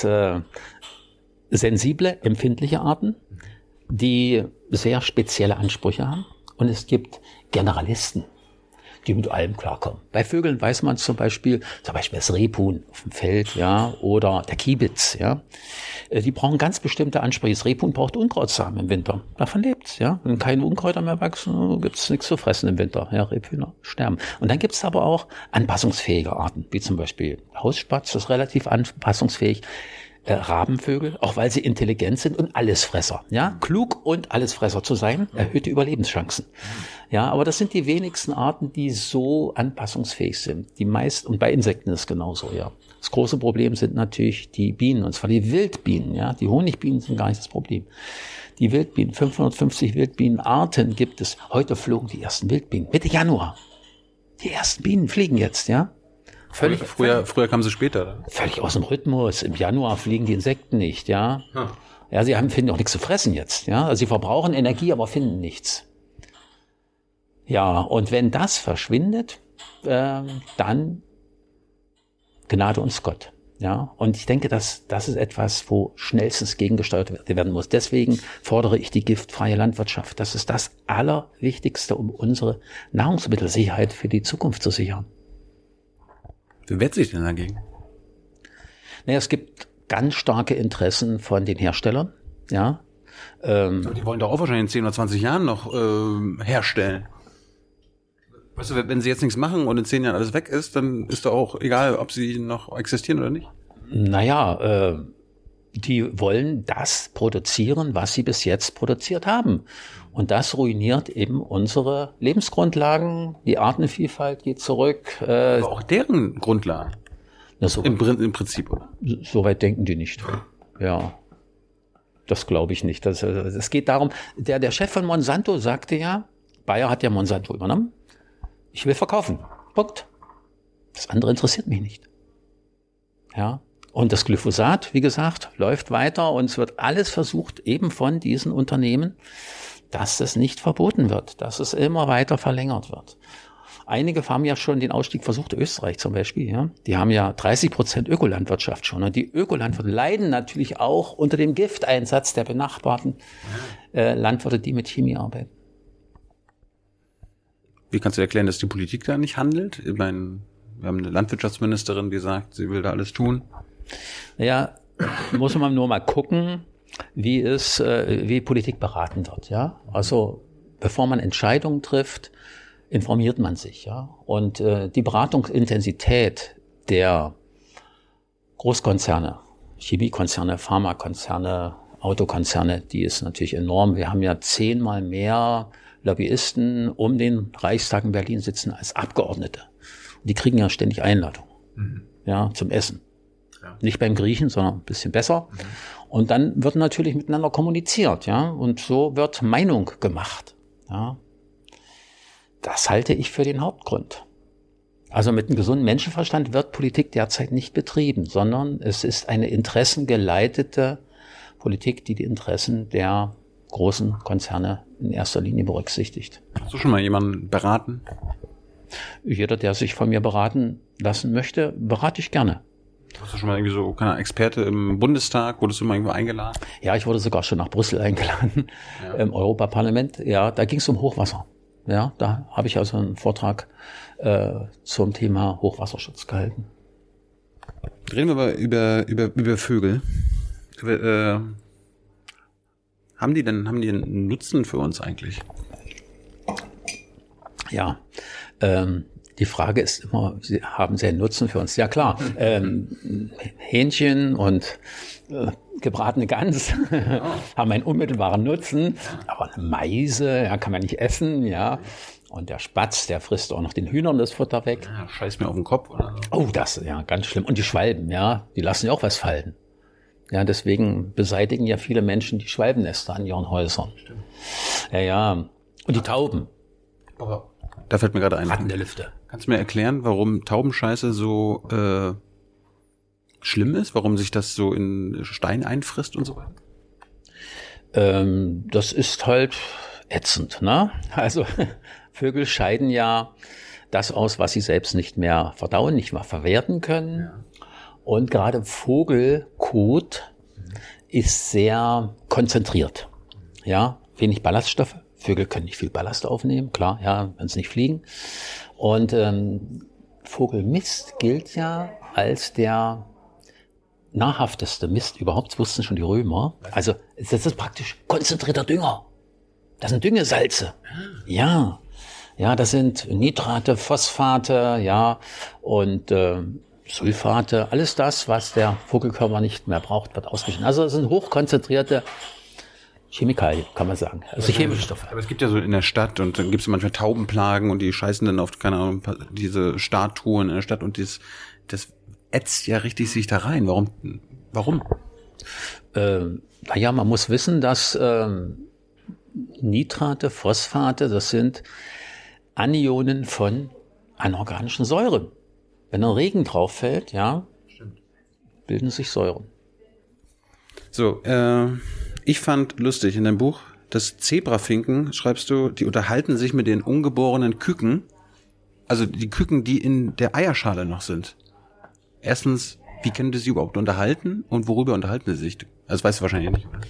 sensible, empfindliche Arten, die sehr spezielle Ansprüche haben. Und es gibt Generalisten, die mit allem klarkommen. Bei Vögeln weiß man zum Beispiel das Rebhuhn auf dem Feld, ja, oder der Kiebitz, ja. Die brauchen ganz bestimmte Ansprüche. Das Rebhuhn braucht Unkrautsamen im Winter. Davon lebt's, ja. Wenn keine Unkräuter mehr wachsen, gibt's nichts zu fressen im Winter. Ja, Rebhühner sterben. Und dann gibt's aber auch anpassungsfähige Arten, wie zum Beispiel Hausspatz, das ist relativ anpassungsfähig. Rabenvögel, auch weil sie intelligent sind und Allesfresser. Ja, klug und Allesfresser zu sein, erhöht die Überlebenschancen. Ja, aber das sind die wenigsten Arten, die so anpassungsfähig sind. Die meisten, und bei Insekten ist es genauso, ja. Das große Problem sind natürlich die Bienen, und zwar die Wildbienen, ja. Die Honigbienen sind gar nicht das Problem. Die Wildbienen, 550 Wildbienenarten gibt es. Heute flogen die ersten Wildbienen, Mitte Januar. Die ersten Bienen fliegen jetzt, ja. Früher kamen sie später. Völlig aus dem Rhythmus. Im Januar fliegen die Insekten nicht, ja. Ja, sie finden auch nichts zu fressen jetzt, ja. Also sie verbrauchen Energie, aber finden nichts. Ja, und wenn das verschwindet, dann Gnade uns Gott, ja. Und ich denke, das ist etwas, wo schnellstens gegengesteuert werden muss. Deswegen fordere ich die giftfreie Landwirtschaft. Das ist das Allerwichtigste, um unsere Nahrungsmittelsicherheit für die Zukunft zu sichern. Wer wehrt sich denn dagegen? Naja, es gibt ganz starke Interessen von den Herstellern, ja. Aber die wollen doch auch wahrscheinlich in 10 oder 20 Jahren noch herstellen. Weißt du, wenn sie jetzt nichts machen und in 10 Jahren alles weg ist, dann ist doch auch egal, ob sie noch existieren oder nicht. Naja, Die wollen das produzieren, was sie bis jetzt produziert haben. Und das ruiniert eben unsere Lebensgrundlagen. Die Artenvielfalt geht zurück. Aber auch deren Grundlagen. Im Prinzip, oder? So weit denken die nicht. Ja, das glaube ich nicht. Es geht darum, der Chef von Monsanto sagte ja, Bayer hat ja Monsanto übernommen, ich will verkaufen. Punkt. Das andere interessiert mich nicht. Ja. Und das Glyphosat, wie gesagt, läuft weiter und es wird alles versucht, eben von diesen Unternehmen, dass es nicht verboten wird, dass es immer weiter verlängert wird. Einige haben ja schon den Ausstieg versucht, Österreich zum Beispiel, ja. Die haben ja 30% Ökolandwirtschaft schon. Und die Ökolandwirte leiden natürlich auch unter dem Gifteinsatz der benachbarten Landwirte, die mit Chemie arbeiten. Wie kannst du erklären, dass die Politik da nicht handelt? Ich meine, wir haben eine Landwirtschaftsministerin, die sagt, sie will da alles tun. Naja, muss man nur mal gucken, wie Politik beraten wird, ja. Also, bevor man Entscheidungen trifft, informiert man sich, ja. Und die Beratungsintensität der Großkonzerne, Chemiekonzerne, Pharmakonzerne, Autokonzerne, die ist natürlich enorm. Wir haben ja 10-mal mehr Lobbyisten um den Reichstag in Berlin sitzen als Abgeordnete. Und die kriegen ja ständig Einladungen, ja, zum Essen. Ja. Nicht beim Griechen, sondern ein bisschen besser. Und dann wird natürlich miteinander kommuniziert, ja. Und so wird Meinung gemacht, ja. Das halte ich für den Hauptgrund. Also mit einem gesunden Menschenverstand wird Politik derzeit nicht betrieben, sondern es ist eine interessengeleitete Politik, die Interessen der großen Konzerne in erster Linie berücksichtigt. Hast du schon mal jemanden beraten? Jeder, der sich von mir beraten lassen möchte, berate ich gerne. Hast du schon mal irgendwie so, keine Ahnung, Experte im Bundestag? Wurdest du mal irgendwo eingeladen? Ja, ich wurde sogar schon nach Brüssel eingeladen, im Europaparlament. Ja, da ging es um Hochwasser. Ja, da habe ich also einen Vortrag zum Thema Hochwasserschutz gehalten. Reden wir aber über Vögel. Haben die einen Nutzen für uns eigentlich? Ja, die Frage ist immer, haben sie einen Nutzen für uns? Ja klar, Hähnchen und gebratene Gans haben einen unmittelbaren Nutzen, aber eine Meise, ja, kann man nicht essen, ja. Und der Spatz, der frisst auch noch den Hühnern das Futter weg. Ja, scheiß mir auf den Kopf oder so. Oh, das, ja, ganz schlimm. Und die Schwalben, ja, die lassen ja auch was fallen. Ja, deswegen beseitigen ja viele Menschen die Schwalbennester an ihren Häusern. Stimmt. Ja. Und die Tauben. Aber da fällt mir gerade ein. Ratten der Lüfte. Kannst du mir erklären, warum Taubenscheiße so schlimm ist? Warum sich das so in Stein einfrisst und so weiter? Das ist halt ätzend, ne? Also Vögel scheiden ja das aus, was sie selbst nicht mehr verdauen, nicht mehr verwerten können. Ja. Und gerade Vogelkot ist sehr konzentriert. Ja, wenig Ballaststoffe. Vögel können nicht viel Ballast aufnehmen, klar, ja, wenn sie nicht fliegen. Und Vogelmist gilt ja als der nahrhafteste Mist überhaupt, das wussten schon die Römer. Also das ist praktisch konzentrierter Dünger. Das sind Düngesalze. Ja, das sind Nitrate, Phosphate, ja, und Sulfate. Alles das, was der Vogelkörper nicht mehr braucht, wird ausgeschieden. Also es sind hochkonzentrierte Chemikalien, kann man sagen. Also chemische Stoffe. Aber es gibt ja so in der Stadt und dann gibt es manchmal Taubenplagen und die scheißen dann auf, keine Ahnung, diese Statuen in der Stadt und das ätzt ja richtig sich da rein. Warum? Naja, man muss wissen, dass Nitrate, Phosphate, das sind Anionen von anorganischen Säuren. Wenn ein Regen drauf fällt, ja, bilden sich Säuren. So, ich fand lustig in deinem Buch, dass Zebrafinken, schreibst du, die unterhalten sich mit den ungeborenen Küken, also die Küken, die in der Eierschale noch sind. Erstens, wie können die sich überhaupt unterhalten und worüber unterhalten sie sich? Das weißt du wahrscheinlich nicht, oder?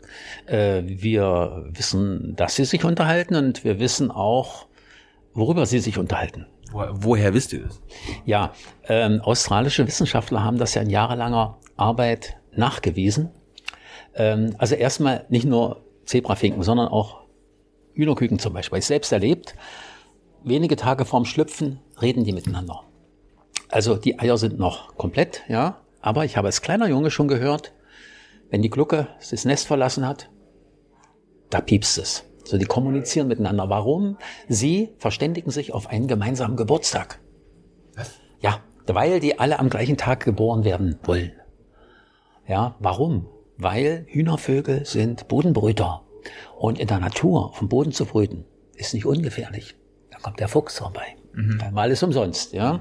Wir wissen, dass sie sich unterhalten und wir wissen auch, worüber sie sich unterhalten. Woher wisst ihr das? Ja, australische Wissenschaftler haben das ja in jahrelanger Arbeit nachgewiesen. Also erstmal nicht nur Zebrafinken, sondern auch Hühnerküken zum Beispiel. Ich selbst erlebt, wenige Tage vorm Schlüpfen reden die miteinander. Also die Eier sind noch komplett, ja, aber ich habe als kleiner Junge schon gehört, Wenn die Glucke das Nest verlassen hat, da piepst es. So, die kommunizieren miteinander. Warum? Sie verständigen sich auf einen gemeinsamen Geburtstag. Was? Ja, weil die alle am gleichen Tag geboren werden wollen. Ja, warum? Weil Hühnervögel sind Bodenbrüter. Und in der Natur auf dem Boden zu brüten, ist nicht ungefährlich. Da kommt der Fuchs vorbei. Dann war alles umsonst, ja.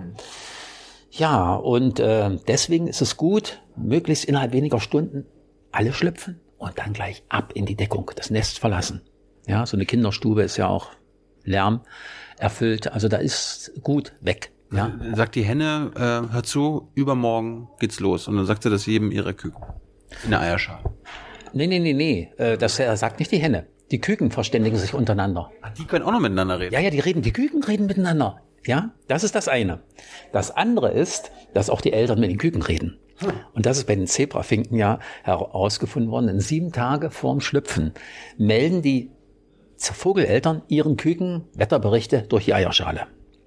Ja, und deswegen ist es gut, möglichst innerhalb weniger Stunden alle schlüpfen und dann gleich ab in die Deckung, das Nest verlassen. Ja, so eine Kinderstube ist ja auch Lärm erfüllt. Also da ist gut weg. Ja. Sagt die Henne, hör zu, übermorgen geht's los. Und dann sagt sie das jedem ihrer Küken. In der Eierschale. Nee. Das sagt nicht die Henne. Die Küken verständigen sich untereinander. Ach, die können auch noch miteinander reden? Ja, die Küken reden miteinander. Ja, das ist das eine. Das andere ist, dass auch die Eltern mit den Küken reden. Und das ist bei den Zebrafinken ja herausgefunden worden. In 7 Tage vorm Schlüpfen melden die Vogeleltern ihren Küken Wetterberichte durch die Eierschale.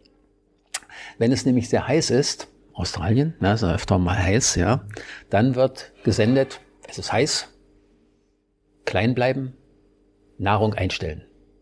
Wenn es nämlich sehr heiß ist, Australien, ja, ist öfter mal heiß, ja, dann wird gesendet, es ist heiß, klein bleiben, Nahrung einstellen.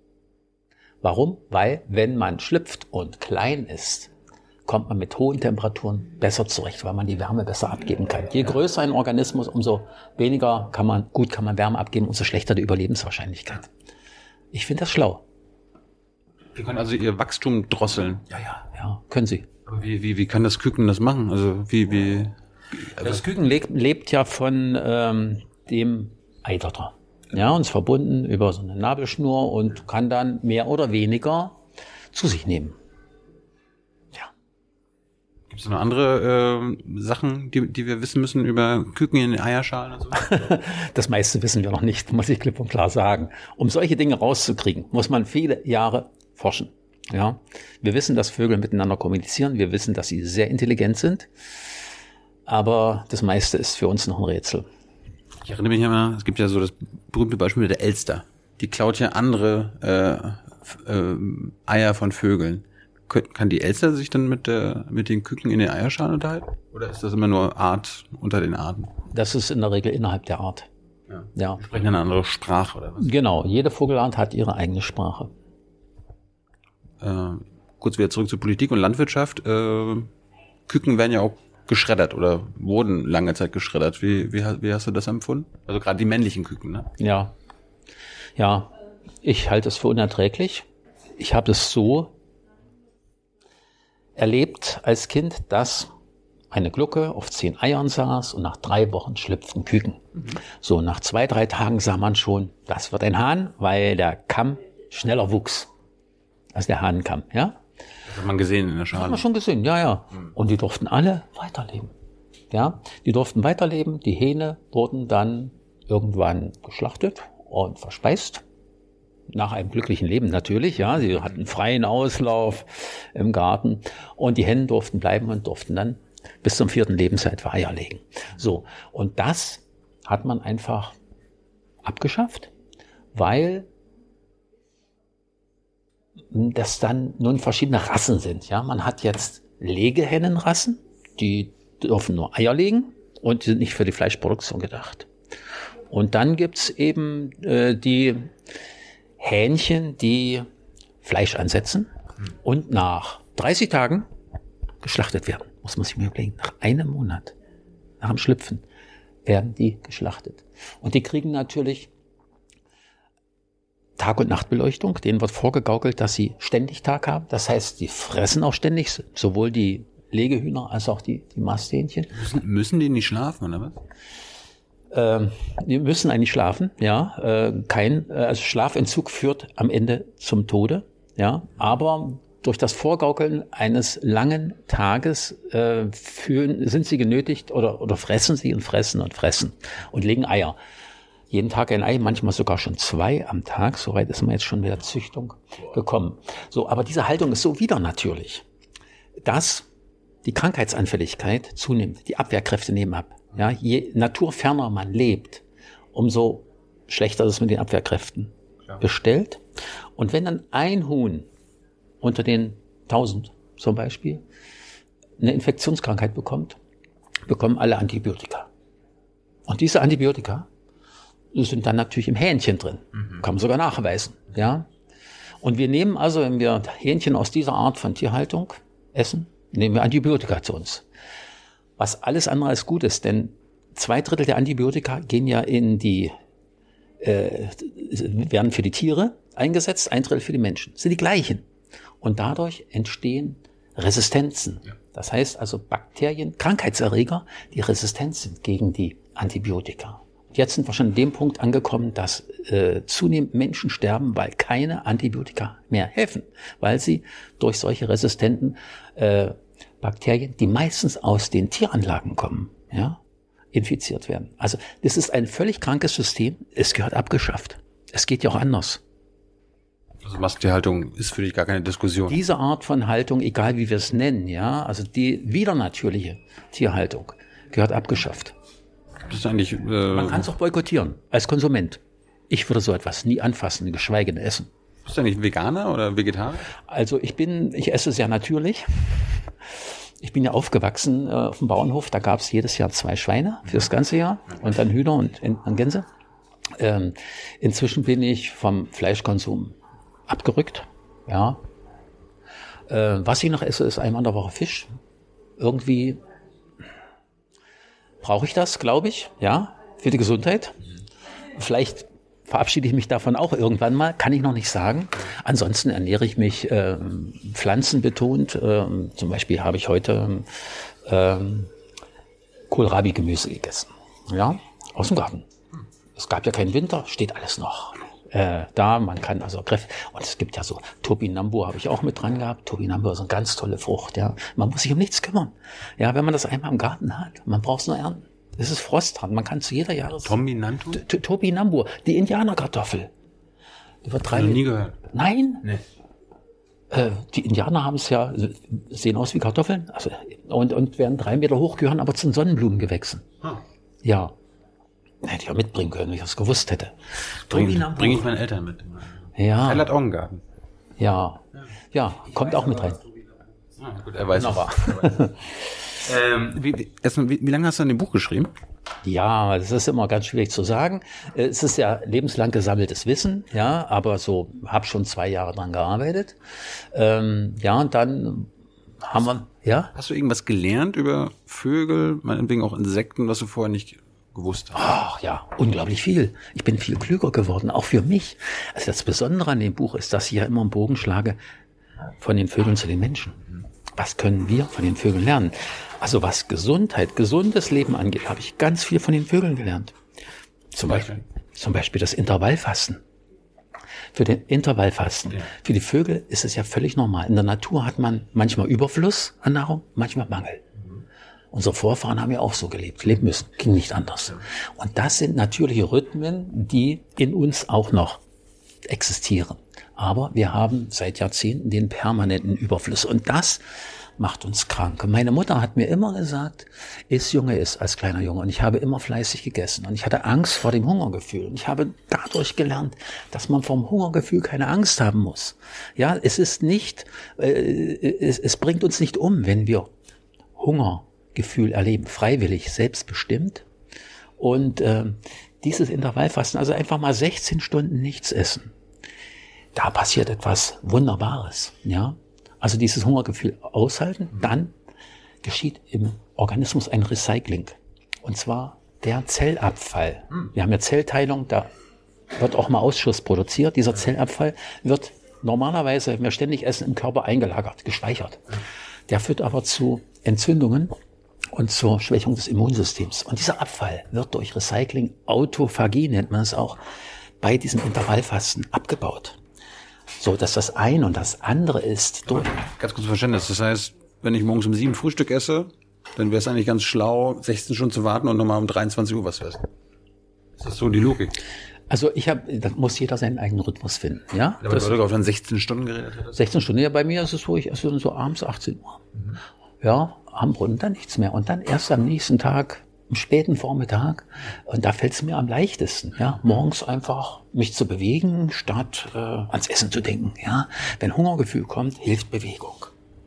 Warum? Weil, wenn man schlüpft und klein ist, kommt man mit hohen Temperaturen besser zurecht, weil man die Wärme besser abgeben kann. Je größer ein Organismus, umso weniger kann man Wärme abgeben, umso schlechter die Überlebenswahrscheinlichkeit. Ich finde das schlau. Wir können also ihr Wachstum drosseln. Ja, können sie. Aber wie kann das Küken das machen? Also das Küken lebt ja von dem Eidotter. Ja, und ist verbunden über so eine Nabelschnur und kann dann mehr oder weniger zu sich nehmen. Ja. Gibt es noch andere Sachen, die wir wissen müssen über Küken in den Eierschalen und so? Das meiste wissen wir noch nicht, muss ich klipp und klar sagen. Um solche Dinge rauszukriegen, muss man viele Jahre forschen. Ja, wir wissen, dass Vögel miteinander kommunizieren. Wir wissen, dass sie sehr intelligent sind. Aber das meiste ist für uns noch ein Rätsel. Ich erinnere mich immer, es gibt ja so das berühmte Beispiel der Elster. Die klaut ja andere Eier von Vögeln. Kann die Elster sich dann mit den Küken in den Eierschalen unterhalten? Oder ist das immer nur Art unter den Arten? Das ist in der Regel innerhalb der Art. Ja. Die sprechen eine andere Sprache oder was? Genau, jede Vogelart hat ihre eigene Sprache. Kurz wieder zurück zur Politik und Landwirtschaft. Küken werden ja auch geschreddert oder wurden lange Zeit geschreddert. Wie hast du das empfunden? Also gerade die männlichen Küken, ne? Ja, ich halte es für unerträglich. Ich habe es so erlebt als Kind, dass eine Glucke auf 10 Eiern saß und nach 3 Wochen schlüpften Küken. So, nach 2, 3 Tagen sah man schon, das wird ein Hahn, weil der Kamm schneller wuchs als der Hahnenkamm, ja? Das hat man gesehen in der Schale. Das hat man schon gesehen, ja. Und die durften alle weiterleben. Ja, die durften weiterleben. Die Hähne wurden dann irgendwann geschlachtet und verspeist. Nach einem glücklichen Leben natürlich, ja. Sie hatten freien Auslauf im Garten. Und die Hennen durften bleiben und durften dann bis zum 4. Lebensjahr Eier legen. So. Und das hat man einfach abgeschafft, weil das dann nun verschiedene Rassen sind. Ja, man hat jetzt Legehennenrassen, die dürfen nur Eier legen und sind nicht für die Fleischproduktion gedacht. Und dann gibt's eben die Hähnchen, die Fleisch ansetzen und nach 30 Tagen geschlachtet werden. Muss man sich mal überlegen. Nach einem Monat, nach dem Schlüpfen, werden die geschlachtet. Und die kriegen natürlich Tag- und Nachtbeleuchtung, denen wird vorgegaukelt, dass sie ständig Tag haben. Das heißt, die fressen auch ständig, sowohl die Legehühner als auch die Masthähnchen. Müssen die nicht schlafen, oder was? Die müssen eigentlich schlafen, ja. Also Schlafentzug führt am Ende zum Tode, ja. Aber durch das Vorgaukeln eines langen Tages sind sie genötigt oder fressen sie und fressen und legen Eier. Jeden Tag ein Ei, manchmal sogar schon 2 am Tag. Soweit ist man jetzt schon mit der Züchtung gekommen. So, aber diese Haltung ist so widernatürlich, dass die Krankheitsanfälligkeit zunimmt. Die Abwehrkräfte nehmen ab. Ja, je naturferner man lebt, umso schlechter ist es mit den Abwehrkräften bestellt. Und wenn dann ein Huhn unter den 1000 zum Beispiel eine Infektionskrankheit bekommt, bekommen alle Antibiotika. Und diese Antibiotika sind dann natürlich im Hähnchen drin. Kann man sogar nachweisen. Ja. Und wir nehmen also, wenn wir Hähnchen aus dieser Art von Tierhaltung essen, nehmen wir Antibiotika zu uns. Was alles andere als gut ist, denn 2/3 der Antibiotika gehen ja in die, werden für die Tiere eingesetzt, 1/3 für die Menschen. Das sind die gleichen. Und dadurch entstehen Resistenzen. Ja. Das heißt also Bakterien, Krankheitserreger, die resistent sind gegen die Antibiotika. Und jetzt sind wir schon an dem Punkt angekommen, dass zunehmend Menschen sterben, weil keine Antibiotika mehr helfen, weil sie durch solche resistenten Bakterien, die meistens aus den Tieranlagen kommen, ja, infiziert werden. Also das ist ein völlig krankes System. Es gehört abgeschafft. Es geht ja auch anders. Also Massentierhaltung ist für dich gar keine Diskussion. Diese Art von Haltung, egal wie wir es nennen, ja, also die widernatürliche Tierhaltung, gehört abgeschafft. Das ist eigentlich, Man kann es auch boykottieren, als Konsument. Ich würde so etwas nie anfassen, geschweige denn essen. Bist du eigentlich Veganer oder Vegetarier? Also ich esse sehr natürlich. Ich bin ja aufgewachsen auf dem Bauernhof, da gab es jedes Jahr 2 Schweine für das ganze Jahr und dann Hühner und Gänse. Inzwischen bin ich vom Fleischkonsum abgerückt, ja. Was ich noch esse, ist einmal in der Woche Fisch. Irgendwie brauche ich das, glaube ich, ja, für die Gesundheit. Vielleicht verabschiede ich mich davon auch irgendwann mal, kann ich noch nicht sagen. Ansonsten ernähre ich mich pflanzenbetont. Zum Beispiel habe ich heute Kohlrabi-Gemüse gegessen, ja, aus dem Garten. Es gab ja keinen Winter, steht alles noch da. Man kann also und es gibt ja so Topinambur, habe ich auch mit dran gehabt. Topinambur ist eine ganz tolle Frucht. Ja, man muss sich um nichts kümmern. Ja, wenn man das einmal im Garten hat, man braucht es nur ernten. Das ist Frostharn. Man kann zu jeder Jahreszeit. Topinambur, die Indianerkartoffel. Die wird noch nie gehört. Nein. Nee. Die Indianer haben es ja, sehen aus wie Kartoffeln, also, und werden 3 Meter hoch, gehören aber zu den Sonnenblumengewächsen. Ja. Hätte ich auch mitbringen können, wenn ich das gewusst hätte. Bring ich meinen Eltern mit. Ja. Er hat auch einen Garten. Ja. Ja, kommt auch mit rein. Ah, gut, er weiß wie lange hast du an dem Buch geschrieben? Ja, das ist immer ganz schwierig zu sagen. Es ist ja lebenslang gesammeltes Wissen, ja, aber so, habe schon 2 Jahre dran gearbeitet. Ja, und dann haben wir, ja. Hast du irgendwas gelernt über Vögel, meinetwegen auch Insekten, was du vorher nicht gewusst hast? Ach ja, unglaublich viel. Ich bin viel klüger geworden, auch für mich. Also das Besondere an dem Buch ist, dass ich ja immer einen Bogen schlage von den Vögeln zu den Menschen. Was können wir von den Vögeln lernen? Also was Gesundheit, gesundes Leben angeht, habe ich ganz viel von den Vögeln gelernt. Zum Beispiel das Intervallfasten. Für den Intervallfasten. Ja. Für die Vögel ist es ja völlig normal. In der Natur hat man manchmal Überfluss an Nahrung, manchmal Mangel. Unsere Vorfahren haben ja auch so leben müssen. Ging nicht anders. Und das sind natürliche Rhythmen, die in uns auch noch existieren. Aber wir haben seit Jahrzehnten den permanenten Überfluss. Und das macht uns krank. Meine Mutter hat mir immer gesagt, iss Junge, iss als kleiner Junge. Und ich habe immer fleißig gegessen. Und ich hatte Angst vor dem Hungergefühl. Und ich habe dadurch gelernt, dass man vom Hungergefühl keine Angst haben muss. Ja, es ist nicht, es bringt uns nicht um, wenn wir Hungergefühl erleben, freiwillig, selbstbestimmt. Und dieses Intervallfasten, also einfach mal 16 Stunden nichts essen. Da passiert etwas Wunderbares, ja. Also dieses Hungergefühl aushalten, dann geschieht im Organismus ein Recycling. Und zwar der Zellabfall. Wir haben ja Zellteilung, da wird auch mal Ausschuss produziert. Dieser Zellabfall wird normalerweise, wenn wir ständig essen, im Körper eingelagert, gespeichert. Der führt aber zu Entzündungen und zur Schwächung des Immunsystems. Und dieser Abfall wird durch Recycling, Autophagie nennt man es auch, bei diesem Intervallfasten abgebaut. So, dass das eine und das andere ist durch. Ganz kurz Verständnis. Das heißt, wenn ich morgens um 7 Frühstück esse, dann wäre es eigentlich ganz schlau, 16 Stunden zu warten und nochmal um 23 Uhr was zu essen. Ist das so die Logik? Also da muss jeder seinen eigenen Rhythmus finden, ja? Aber du auch dann 16 Stunden geredet hast? 16 Stunden, ja, bei mir ist es so, ich esse so abends 18 Uhr. Ja, am Brunnen dann nichts mehr. Und dann erst am nächsten Tag, am späten Vormittag, und da fällt es mir am leichtesten, ja, morgens einfach mich zu bewegen, statt ans Essen zu denken, ja. Wenn Hungergefühl kommt, hilft Bewegung,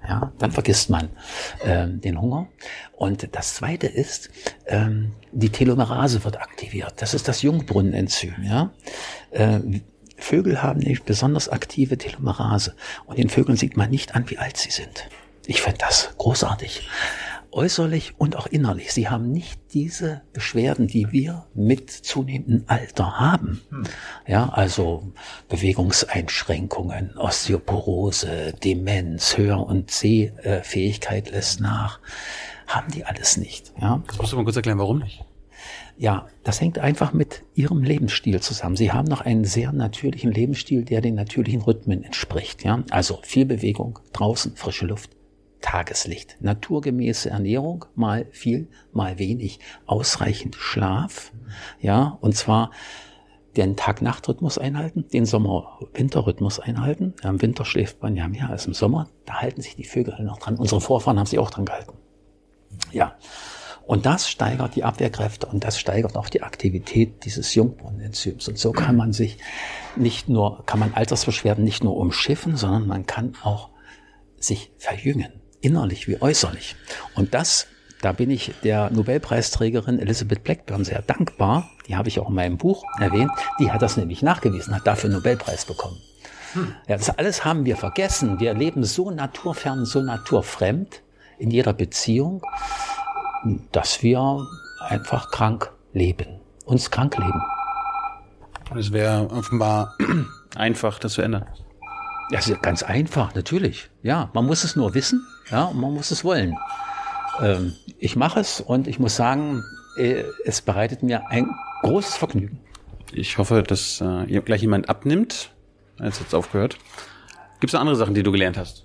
Ja, dann vergisst man den Hunger. Und das Zweite ist, die Telomerase wird aktiviert. Das ist das Jungbrunnenenzym. Ja? Vögel haben nämlich besonders aktive Telomerase. Und den Vögeln sieht man nicht an, wie alt sie sind. Ich finde das großartig. Äußerlich und auch innerlich. Sie haben nicht diese Beschwerden, die wir mit zunehmendem Alter haben. Ja, also Bewegungseinschränkungen, Osteoporose, Demenz, Hör- und Sehfähigkeit lässt nach. Haben die alles nicht. Ja. Das musst du mal kurz erklären, warum nicht? Ja, das hängt einfach mit ihrem Lebensstil zusammen. Sie haben noch einen sehr natürlichen Lebensstil, der den natürlichen Rhythmen entspricht. Ja, also viel Bewegung, draußen, frische Luft. Tageslicht, naturgemäße Ernährung, mal viel, mal wenig, ausreichend Schlaf, ja, und zwar den Tag-Nacht-Rhythmus einhalten, den Sommer-Winter-Rhythmus einhalten. Ja, im Winter schläft man ja mehr als im Sommer, da halten sich die Vögel alle noch dran. Unsere Vorfahren haben sich auch dran gehalten. Ja, und das steigert die Abwehrkräfte und das steigert auch die Aktivität dieses Jungbrunnenenzyms. Und so kann man kann man Altersbeschwerden nicht nur umschiffen, sondern man kann auch sich verjüngen. Innerlich wie äußerlich. Und da bin ich der Nobelpreisträgerin Elizabeth Blackburn sehr dankbar. Die habe ich auch in meinem Buch erwähnt. Die hat das nämlich nachgewiesen, hat dafür einen Nobelpreis bekommen. Ja, das alles haben wir vergessen. Wir leben so naturfern, so naturfremd in jeder Beziehung, dass wir einfach krank leben. Uns krank leben. Und es wäre offenbar einfach, das zu ändern. Ja, ist ja ganz einfach, natürlich. Ja, man muss es nur wissen, ja, und man muss es wollen. Ich mache es und ich muss sagen, es bereitet mir ein großes Vergnügen. Ich hoffe, dass gleich jemand abnimmt. Jetzt hat's aufgehört. Gibt es noch andere Sachen, die du gelernt hast?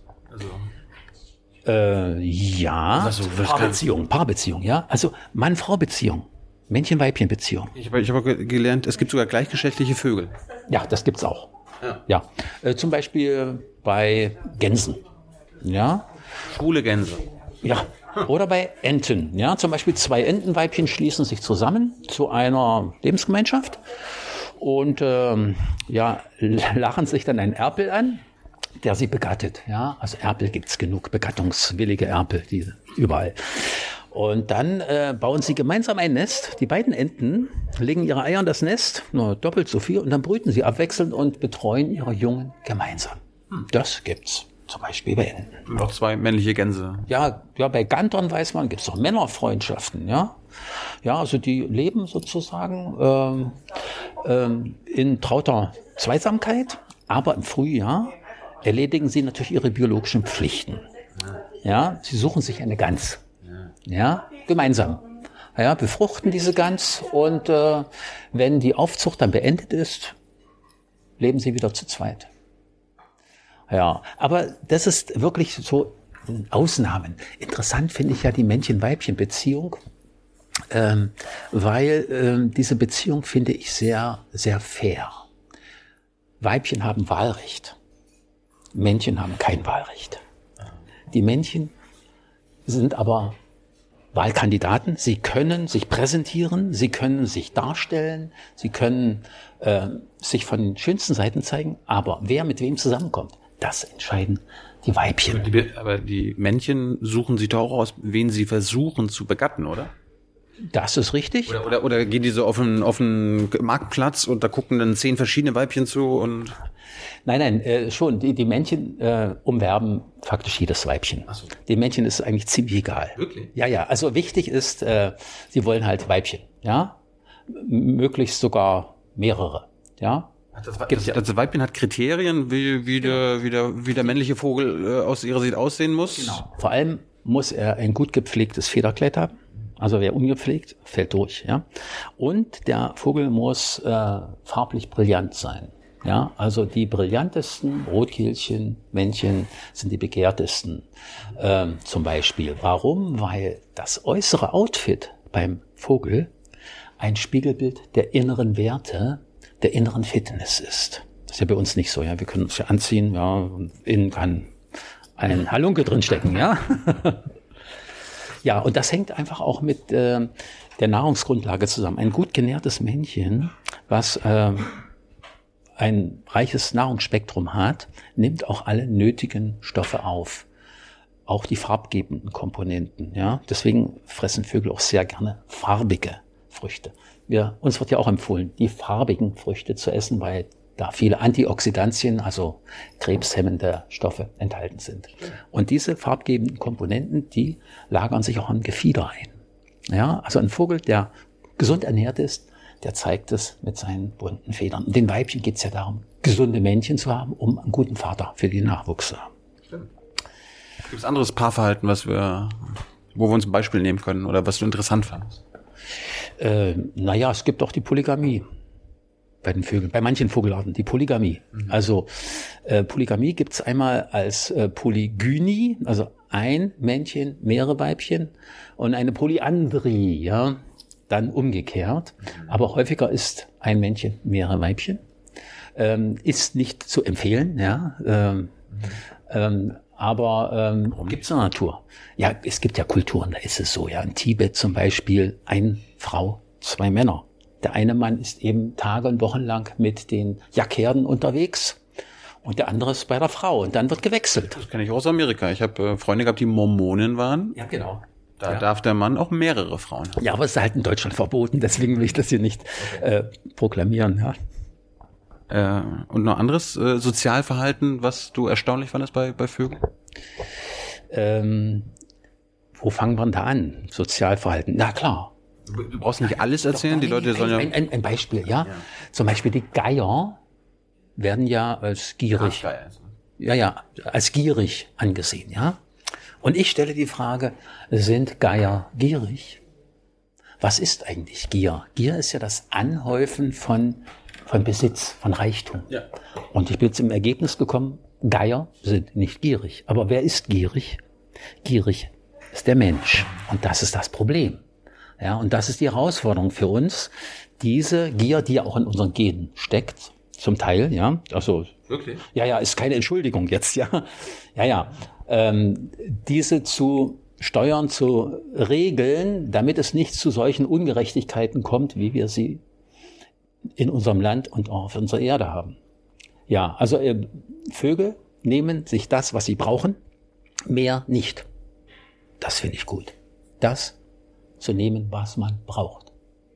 Ja, Paarbeziehung, ja. Also Mann-Frau-Beziehung, Männchen-Weibchen-Beziehung. Ich habe gelernt, es gibt sogar gleichgeschlechtliche Vögel. Ja, das gibt's auch. Ja, zum Beispiel bei Gänsen. Ja. Schwule Gänse. Ja. Oder bei Enten. Ja, zum Beispiel 2 Entenweibchen schließen sich zusammen zu einer Lebensgemeinschaft und lachen sich dann einen Erpel an, der sie begattet. Ja, also Erpel gibt's genug, begattungswillige Erpel, die überall. Und dann bauen sie gemeinsam ein Nest. Die beiden Enten legen ihre Eier in das Nest, nur doppelt so viel, und dann brüten sie abwechselnd und betreuen ihre Jungen gemeinsam. Das gibt's zum Beispiel bei Enten. Und auch 2 männliche Gänse. Ja, bei Gantern weiß man, gibt's auch Männerfreundschaften, ja. Ja, also die leben sozusagen in trauter Zweisamkeit, aber im Frühjahr erledigen sie natürlich ihre biologischen Pflichten. Ja, sie suchen sich eine Gans. Ja, gemeinsam. Ja, befruchten diese Gans und wenn die Aufzucht dann beendet ist, leben sie wieder zu zweit. Ja, aber das ist wirklich so Ausnahmen. Interessant finde ich ja die Männchen-Weibchen-Beziehung, weil diese Beziehung finde ich sehr, sehr fair. Weibchen haben Wahlrecht. Männchen haben kein Wahlrecht. Die Männchen sind aber Wahlkandidaten. Sie können sich präsentieren, sie können sich darstellen, sie können sich von den schönsten Seiten zeigen. Aber wer mit wem zusammenkommt, das entscheiden die Weibchen. Aber die Männchen suchen sich doch auch aus, wen sie versuchen zu begatten, oder? Das ist richtig. Oder gehen die so auf einen Marktplatz und da gucken dann 10 verschiedene Weibchen zu und... Nein, schon. Die Männchen umwerben faktisch jedes Weibchen. Ach so. Den Männchen ist eigentlich ziemlich egal. Wirklich? Ja. Also wichtig ist, sie wollen halt Weibchen. Ja, möglichst sogar mehrere. Ja. Das Weibchen hat Kriterien, wie der männliche Vogel aus ihrer Sicht aussehen muss. Genau. Vor allem muss er ein gut gepflegtes Federkleid haben. Also wer ungepflegt, fällt durch. Ja. Und der Vogel muss farblich brillant sein. Ja, also die brillantesten Rotkehlchen, Männchen sind die begehrtesten zum Beispiel. Warum? Weil das äußere Outfit beim Vogel ein Spiegelbild der inneren Werte, der inneren Fitness ist. Das ist ja bei uns nicht so. Ja, wir können uns ja anziehen. Ja, und innen kann ein Halunke drinstecken. Ja, ja, und das hängt einfach auch mit der Nahrungsgrundlage zusammen. Ein gut genährtes Männchen, was ein reiches Nahrungsspektrum hat, nimmt auch alle nötigen Stoffe auf. auch die farbgebenden Komponenten. Ja? Deswegen fressen Vögel auch sehr gerne farbige Früchte. Uns wird ja auch empfohlen, die farbigen Früchte zu essen, weil da viele Antioxidantien, also krebshemmende Stoffe enthalten sind. Und diese farbgebenden Komponenten, die lagern sich auch am Gefieder ein. Ja, also ein Vogel, der gesund ernährt ist, der zeigt es mit seinen bunten Federn. Und den Weibchen geht es ja darum, gesunde Männchen zu haben, um einen guten Vater für den Nachwuchs zu haben. Gibt es anderes Paarverhalten, wo wir uns ein Beispiel nehmen können oder was du interessant fandest? Es gibt auch die Polygamie bei den Vögeln, bei manchen Vogelarten, die Polygamie. Also Polygamie gibt es einmal als Polygynie, also ein Männchen, mehrere Weibchen, und eine Polyandrie, ja, dann umgekehrt. Aber häufiger ist ein Männchen, mehrere Weibchen. Ist nicht zu empfehlen, ja. Aber gibt es in der Natur? Ja, es gibt ja Kulturen, da ist es so. Ja, in Tibet zum Beispiel 1 Frau, 2 Männer. Der eine Mann ist eben Tage und Wochen lang mit den Jackherden unterwegs und der andere ist bei der Frau und dann wird gewechselt. Das kenne ich aus Amerika. Ich habe Freunde gehabt, die Mormonen waren. Ja, genau. Da darf der Mann auch mehrere Frauen haben. Ja, aber es ist halt in Deutschland verboten, deswegen will ich das hier nicht proklamieren. Ja. Und noch anderes Sozialverhalten, was du erstaunlich fandest bei Vögeln? Wo fangen wir denn da an? Sozialverhalten. Na klar. Du brauchst nicht alles erzählen, die Leute sollen ja... Ein Beispiel, ja. Zum Beispiel die Geier werden ja als gierig, als gierig angesehen, ja. Und ich stelle die Frage, sind Geier gierig? Was ist eigentlich Gier? Gier ist ja das Anhäufen von Besitz, von Reichtum. Ja. Und ich bin zum Ergebnis gekommen, Geier sind nicht gierig. Aber wer ist gierig? Gierig ist der Mensch. Und das ist das Problem. Ja, und das ist die Herausforderung für uns, diese Gier, die ja auch in unseren Genen steckt, zum Teil, ja, also, wirklich? Ja, ist keine Entschuldigung jetzt, diese zu steuern, zu regeln, damit es nicht zu solchen Ungerechtigkeiten kommt, wie wir sie in unserem Land und auch auf unserer Erde haben. Ja, also Vögel nehmen sich das, was sie brauchen, mehr nicht. Das finde ich gut. Das zu nehmen, was man braucht.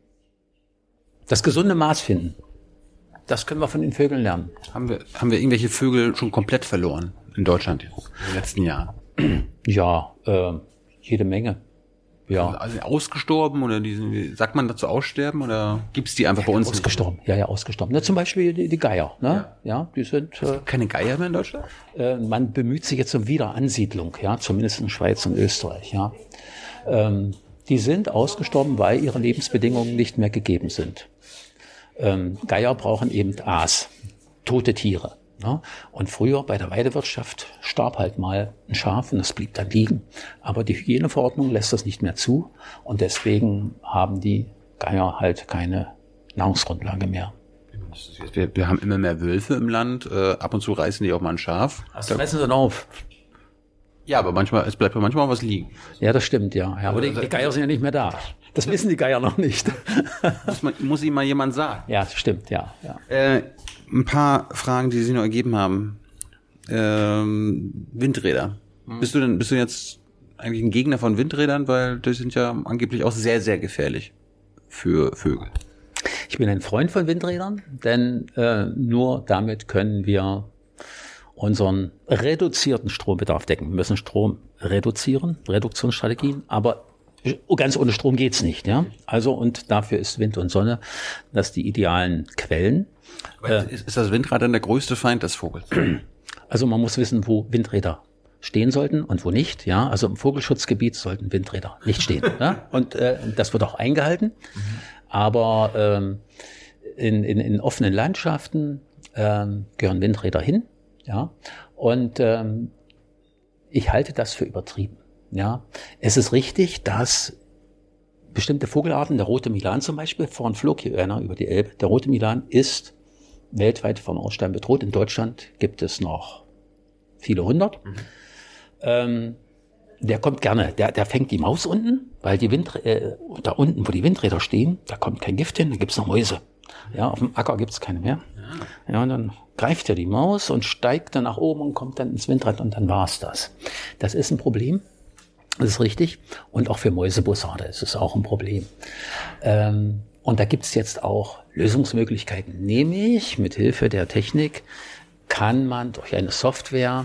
Das gesunde Maß finden. Das können wir von den Vögeln lernen. Haben wir irgendwelche Vögel schon komplett verloren in Deutschland in den letzten Jahren? Ja, jede Menge. Ja. Also ausgestorben oder sagt man dazu aussterben oder gibt's die einfach bei uns? Ausgestorben, nicht? Ja, ausgestorben. Na, zum Beispiel die Geier, ne? Ja, die sind. Es gibt keine Geier mehr in Deutschland? Man bemüht sich jetzt um Wiederansiedlung, ja, zumindest in Schweiz und Österreich, ja. Die sind ausgestorben, weil ihre Lebensbedingungen nicht mehr gegeben sind. Geier brauchen eben Aas, tote Tiere. Ne? Und früher bei der Weidewirtschaft starb halt mal ein Schaf und das blieb dann liegen. Aber die Hygieneverordnung lässt das nicht mehr zu und deswegen haben die Geier halt keine Nahrungsgrundlage mehr. Wir haben immer mehr Wölfe im Land, ab und zu reißen die auch mal ein Schaf. Das fressen sie dann auf. Ja, aber es bleibt ja manchmal was liegen. Ja, das stimmt, ja. Aber die Geier sind ja nicht mehr da. Das wissen die Geier noch nicht. Muss ihnen mal jemand sagen. Ja, das stimmt, ja. Ein paar Fragen, die sich noch ergeben haben. Windräder. Bist du jetzt eigentlich ein Gegner von Windrädern? Weil die sind ja angeblich auch sehr, sehr gefährlich für Vögel. Ich bin ein Freund von Windrädern, denn nur damit können wir unseren reduzierten Strombedarf decken. Wir müssen Strom reduzieren, Reduktionsstrategien, aber ganz ohne Strom geht's nicht, ja. Also, und dafür ist Wind und Sonne, das die idealen Quellen. Ist das Windrad dann der größte Feind des Vogels? Also, man muss wissen, wo Windräder stehen sollten und wo nicht, ja. Also, im Vogelschutzgebiet sollten Windräder nicht stehen, ja. Und das wird auch eingehalten. Aber in offenen Landschaften gehören Windräder hin, ja. Und ich halte das für übertrieben. Ja, es ist richtig, dass bestimmte Vogelarten, der rote Milan zum Beispiel, vorhin flog hier einer über die Elbe, der rote Milan ist weltweit vom Aussterben bedroht. In Deutschland gibt es noch viele hundert. Der kommt gerne, der fängt die Maus unten, weil da unten, wo die Windräder stehen, da kommt kein Gift hin, da gibt's noch Mäuse. Ja, auf dem Acker gibt's keine mehr. Ja, und dann greift er die Maus und steigt dann nach oben und kommt dann ins Windrad und dann war's das. Das ist ein Problem. Das ist richtig. Und auch für Mäusebussarde ist es auch ein Problem. Und da gibt's jetzt auch Lösungsmöglichkeiten. Nämlich mit Hilfe der Technik kann man durch eine Software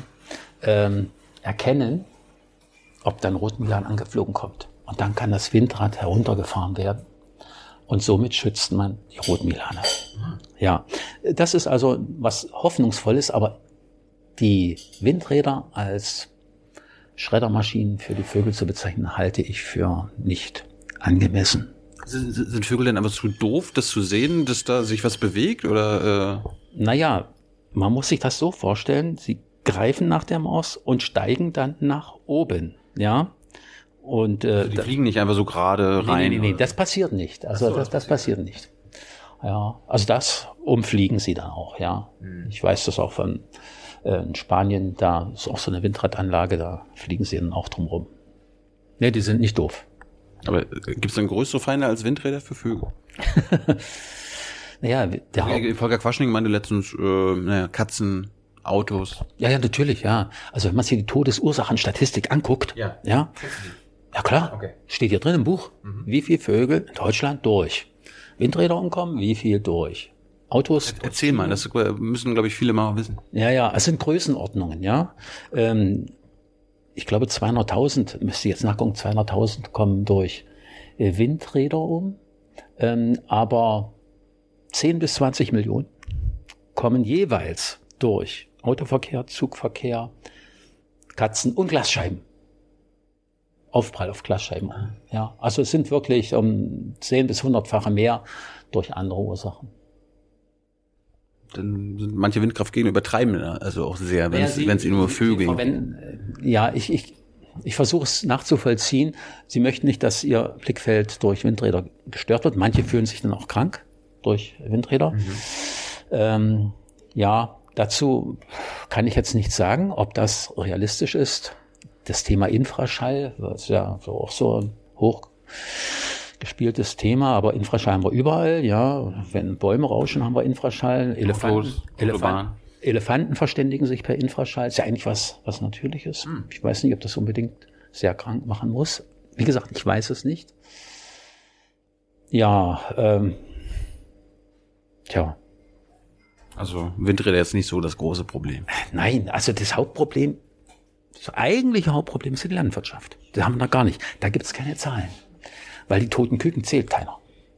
erkennen, ob dann Rotmilan angeflogen kommt. Und dann kann das Windrad heruntergefahren werden. Und somit schützt man die Rotmilane. Ja, das ist also was Hoffnungsvolles, aber die Windräder als Schreddermaschinen für die Vögel zu bezeichnen, halte ich für nicht angemessen. Sind Vögel denn einfach zu doof, das zu sehen, dass da sich was bewegt? Oder? Naja, man muss sich das so vorstellen, sie greifen nach der Maus und steigen dann nach oben. Ja. Und, also die fliegen nicht einfach so gerade rein? Nee, das passiert nicht. Also so, das passiert nicht. Ja, also das umfliegen sie dann auch, ja. Ich weiß das auch von in Spanien, da ist auch so eine Windradanlage, da fliegen sie dann auch drum rum. Nee, die sind nicht doof. Aber gibt es dann größere Feinde als Windräder für Vögel? Naja, Volker Quaschning meinte letztens, Katzen, Autos. Ja, natürlich, ja. Also wenn man sich die Todesursachenstatistik anguckt, ja klar, okay. Steht hier drin im Buch, wie viele Vögel in Deutschland durch. Windräder umkommen, wie viel durch. Autos. Erzähl mal, das müssen, glaube ich, viele mal wissen. Ja, es sind Größenordnungen, ja. Ich glaube 200.000, müsste jetzt nachgucken, 200.000 kommen durch Windräder um, aber 10 bis 20 Millionen kommen jeweils durch Autoverkehr, Zugverkehr, Katzen und Glasscheiben. Aufprall auf Glasscheiben. Ja, also es sind wirklich 10 bis 100-fache mehr durch andere Ursachen. Dann sind manche Windkraftgegner übertreiben, also auch sehr, wenn es ihnen nur Vögel. Ja, ich versuche es nachzuvollziehen. Sie möchten nicht, dass ihr Blickfeld durch Windräder gestört wird. Manche fühlen sich dann auch krank durch Windräder. Ja, dazu kann ich jetzt nichts sagen, ob das realistisch ist. Das Thema Infraschall, das ist ja auch so ein hochgespieltes Thema, aber Infraschall haben wir überall, ja. Wenn Bäume rauschen, haben wir Infraschall. Elefanten verständigen sich per Infraschall. Ist ja eigentlich was Natürliches. Ich weiß nicht, ob das unbedingt sehr krank machen muss. Wie gesagt, ich weiß es nicht. Ja, tja. Also Windräder ist nicht so das große Problem. Nein, also das eigentliche Hauptproblem ist die Landwirtschaft. Das haben wir noch gar nicht. Da gibt es keine Zahlen. Weil die toten Küken zählt keiner.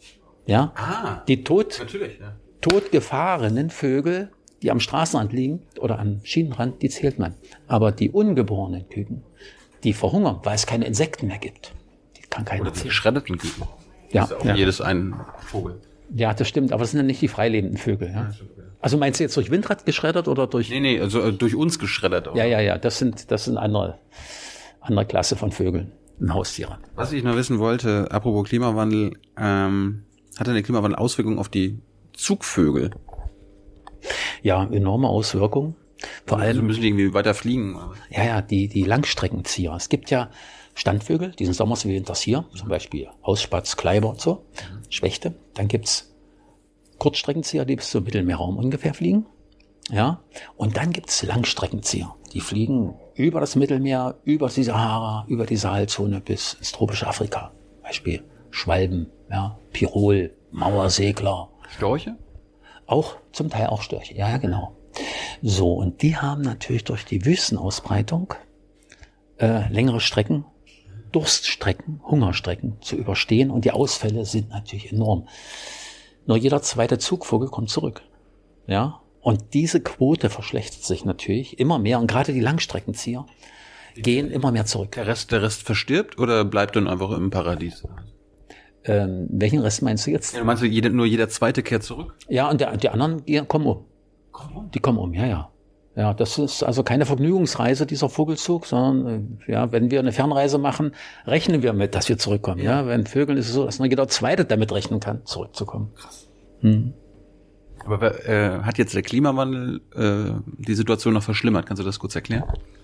Ja? Die totgefahrenen Vögel, die am Straßenrand liegen oder am Schienenrand, die zählt man. Aber die ungeborenen Küken, die verhungern, weil es keine Insekten mehr gibt. Die kann keiner zählen. Oder die geschreddeten Küken. Ja. Ist ja jedes ein Vogel. Ja, das stimmt. Aber das sind ja nicht die freilebenden Vögel. Ja? Also meinst du jetzt durch Windrad geschreddert oder durch... Nee, also durch uns geschreddert. Oder? Ja. Das sind andere Klasse von Vögeln und Haustiere. Was ich noch wissen wollte, apropos Klimawandel, hat denn der Klimawandel Auswirkungen auf die Zugvögel? Ja, enorme Auswirkungen. Vor allem müssen die irgendwie weiter fliegen. Ja, die Langstreckenzieher. Es gibt ja Standvögel, die sind sommers wie winters hier, zum Beispiel Hausspatz, Kleiber und so, Spechte. Dann gibt's Kurzstreckenzieher, die bis zum Mittelmeerraum ungefähr fliegen. Ja, und dann gibt's Langstreckenzieher. Die fliegen über das Mittelmeer, über die Sahara, über die Sahelzone bis ins tropische Afrika. Beispiel Schwalben, ja, Pirol, Mauersegler. Störche? Auch, zum Teil auch Störche, ja, genau. So, und die haben natürlich durch die Wüstenausbreitung längere Strecken, Durststrecken, Hungerstrecken zu überstehen und die Ausfälle sind natürlich enorm. Nur jeder zweite Zugvogel kommt zurück. Ja, und diese Quote verschlechtert sich natürlich immer mehr und gerade die Langstreckenzieher gehen immer mehr zurück. Der Rest verstirbt oder bleibt dann einfach im Paradies? Welchen Rest meinst du jetzt? Ja, meinst du, nur jeder zweite kehrt zurück? Ja, und die anderen kommen um. Die kommen um, ja. Ja, das ist also keine Vergnügungsreise, dieser Vogelzug, sondern ja, wenn wir eine Fernreise machen, rechnen wir mit, dass wir zurückkommen. Ja, wenn Vögeln ist es so, dass nur jeder Zweite damit rechnen kann, zurückzukommen. Krass. Aber hat jetzt der Klimawandel die Situation noch verschlimmert? Kannst du das kurz erklären?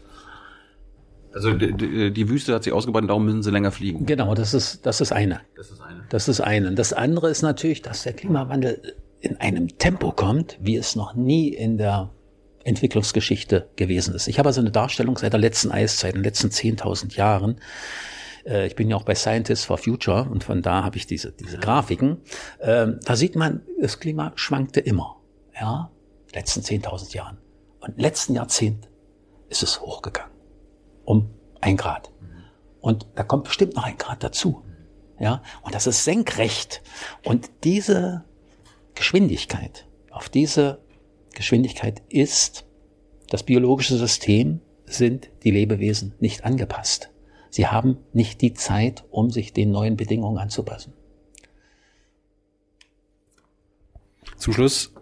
Also die Wüste hat sich ausgebreitet, darum müssen sie länger fliegen. Genau, das ist eine. Das ist eine. Das andere ist natürlich, dass der Klimawandel in einem Tempo kommt, wie es noch nie in der Entwicklungsgeschichte gewesen ist. Ich habe also eine Darstellung seit der letzten Eiszeit, in den letzten 10.000 Jahren. Ich bin ja auch bei Scientists for Future und von da habe ich diese Grafiken. Da sieht man, das Klima schwankte immer, ja, in den letzten 10.000 Jahren. Und im letzten Jahrzehnt ist es hochgegangen, um 1 Grad. Und da kommt bestimmt noch 1 Grad dazu, ja. Und das ist senkrecht. Und diese Geschwindigkeit, auf diese Geschwindigkeit ist das biologische System, sind die Lebewesen nicht angepasst. Sie haben nicht die Zeit, um sich den neuen Bedingungen anzupassen. Zum Schluss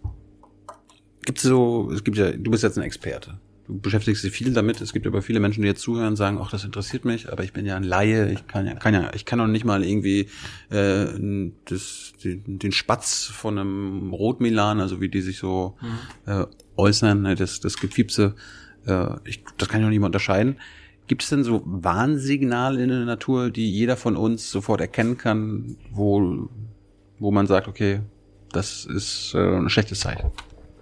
du bist jetzt ein Experte. Du beschäftigst dich viel damit. Es gibt aber viele Menschen, die jetzt zuhören und sagen, ach, das interessiert mich, aber ich bin ja ein Laie. Ich kann doch nicht mal irgendwie den Spatz von einem Rotmilan, also wie die sich so äußern, das Gepiepse, das kann ich noch nicht mal unterscheiden. Gibt es denn so Warnsignale in der Natur, die jeder von uns sofort erkennen kann, wo man sagt, okay, das ist ein schlechtes Zeichen?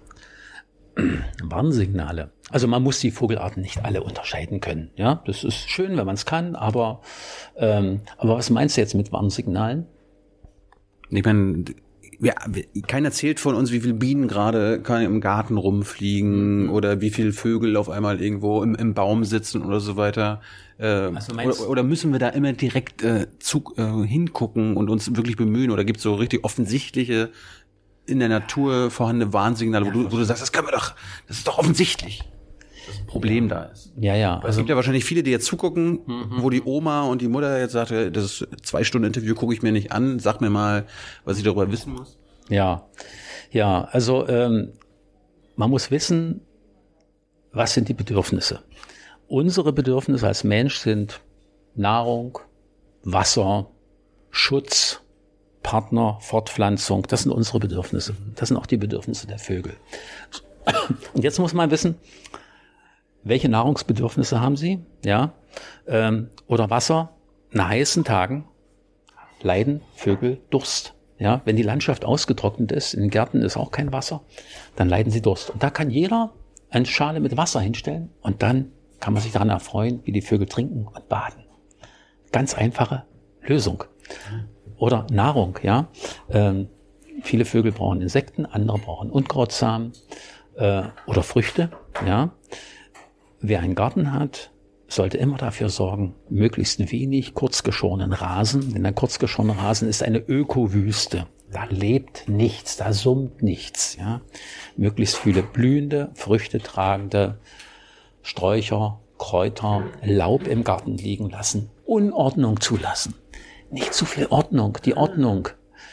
Warnsignale. Also man muss die Vogelarten nicht alle unterscheiden können. Ja, das ist schön, wenn man es kann, aber was meinst du jetzt mit Warnsignalen? Ich meine, keiner erzählt von uns, wie viele Bienen gerade im Garten rumfliegen oder wie viele Vögel auf einmal irgendwo im Baum sitzen oder so weiter. Oder müssen wir da immer direkt hingucken und uns wirklich bemühen? Oder gibt es so richtig offensichtliche in der Natur vorhandene Warnsignale, wo du sagst, das ist doch offensichtlich, dass ein Problem da ist. Ja. Es gibt ja wahrscheinlich viele, die jetzt zugucken, wo die Oma und die Mutter jetzt sagt, das 2-Stunden-Interview gucke ich mir nicht an, sag mir mal, was ich darüber wissen muss. Ja, also man muss wissen, was sind die Bedürfnisse. Unsere Bedürfnisse als Mensch sind Nahrung, Wasser, Schutz, Partner, Fortpflanzung, das sind unsere Bedürfnisse. Das sind auch die Bedürfnisse der Vögel. Und jetzt muss man wissen, welche Nahrungsbedürfnisse haben sie? Ja, oder Wasser. Nach heißen Tagen leiden Vögel Durst. Ja, wenn die Landschaft ausgetrocknet ist, in den Gärten ist auch kein Wasser, dann leiden sie Durst. Und da kann jeder eine Schale mit Wasser hinstellen und dann kann man sich daran erfreuen, wie die Vögel trinken und baden. Ganz einfache Lösung. Oder Nahrung, ja. Viele Vögel brauchen Insekten, andere brauchen Unkrautsamen oder Früchte, ja. Wer einen Garten hat, sollte immer dafür sorgen, möglichst wenig kurzgeschorenen Rasen, denn ein kurzgeschorener Rasen ist eine Ökowüste. Da lebt nichts, da summt nichts, ja. Möglichst viele blühende, früchtetragende Sträucher, Kräuter, Laub im Garten liegen lassen, Unordnung zulassen. Nicht zu viel Ordnung. Die Ordnung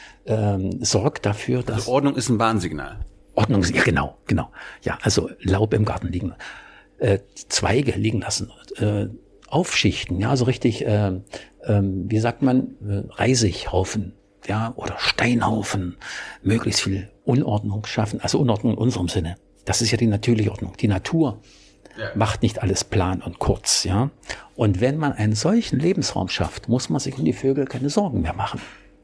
sorgt dafür, dass... Also Ordnung ist ein Warnsignal. Ordnung, ja, genau. Ja, also Laub im Garten liegen, Zweige liegen lassen, aufschichten, ja, so richtig, wie sagt man, Reisighaufen, ja, oder Steinhaufen, möglichst viel Unordnung schaffen, also Unordnung in unserem Sinne. Das ist ja die natürliche Ordnung. Die Natur macht nicht alles plan und kurz, ja. Und wenn man einen solchen Lebensraum schafft, muss man sich um die Vögel keine Sorgen mehr machen.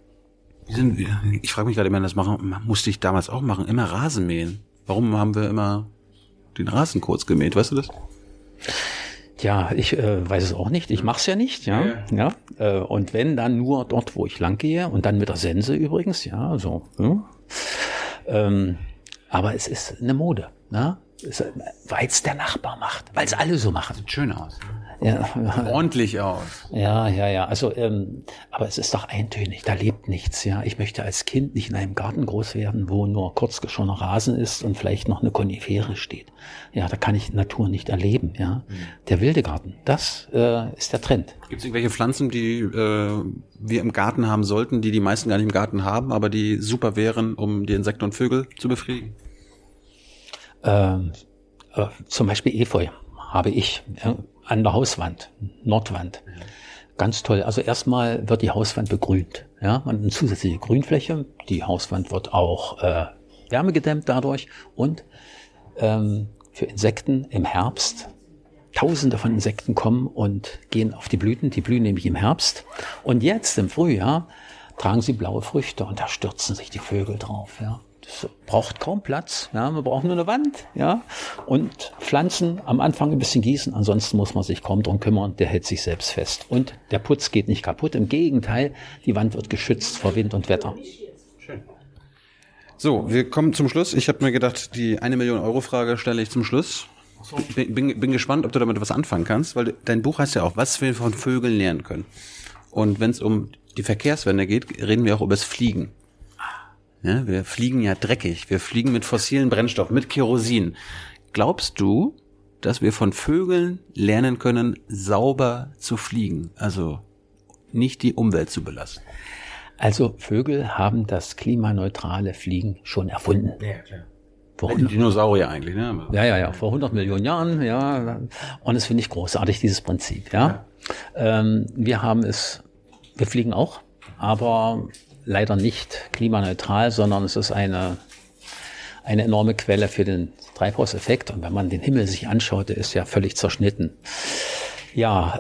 Ich frage mich gerade, das musste ich damals auch machen, immer Rasen mähen. Warum haben wir immer den Rasen kurz gemäht, weißt du das? Ja, ich weiß es auch nicht. Ich mache es ja nicht, ja. Und wenn, dann nur dort, wo ich lang gehe und dann mit der Sense übrigens, ja, so. Aber es ist eine Mode, ne? Weil es der Nachbar macht, weil es alle so machen. Sieht schön aus. Ja. Ordentlich aus. Ja. Also, aber es ist doch eintönig, da lebt nichts, ja. Ich möchte als Kind nicht in einem Garten groß werden, wo nur kurzgeschorener Rasen ist und vielleicht noch eine Konifere steht. Ja, da kann ich Natur nicht erleben, ja. Der wilde Garten, das ist der Trend. Gibt es irgendwelche Pflanzen, die wir im Garten haben sollten, die die meisten gar nicht im Garten haben, aber die super wären, um die Insekten und Vögel zu befriedigen? Zum Beispiel Efeu habe ich an der Hauswand, Nordwand. Ganz toll. Also erstmal wird die Hauswand begrünt. Ja, man hat eine zusätzliche Grünfläche. Die Hauswand wird auch wärmegedämmt dadurch. Und für Insekten im Herbst, Tausende von Insekten kommen und gehen auf die Blüten. Die blühen nämlich im Herbst. Und jetzt im Frühjahr tragen sie blaue Früchte und da stürzen sich die Vögel drauf. Ja. Das braucht kaum Platz. Ja, wir brauchen nur eine Wand, ja, und Pflanzen am Anfang ein bisschen gießen. Ansonsten muss man sich kaum drum kümmern. Der hält sich selbst fest. Und der Putz geht nicht kaputt. Im Gegenteil, die Wand wird geschützt vor Wind und Wetter. Schön. So, wir kommen zum Schluss. Ich habe mir gedacht, die 1 Million Euro Frage stelle ich zum Schluss. Bin gespannt, ob du damit was anfangen kannst, weil dein Buch heißt ja auch, was wir von Vögeln lernen können. Und wenn es um die Verkehrswende geht, reden wir auch über das Fliegen. Ja, wir fliegen ja dreckig. Wir fliegen mit fossilen Brennstoffen, mit Kerosin. Glaubst du, dass wir von Vögeln lernen können, sauber zu fliegen? Also nicht die Umwelt zu belasten. Also Vögel haben das klimaneutrale Fliegen schon erfunden. Ja, klar. Die Dinosaurier eigentlich, ne? Ja, vor 100 Millionen Jahren, ja. Und das finde ich großartig, dieses Prinzip, ja. Wir fliegen auch, aber leider nicht klimaneutral, sondern es ist eine enorme Quelle für den Treibhauseffekt. Und wenn man den Himmel sich anschaut, der ist ja völlig zerschnitten. Ja,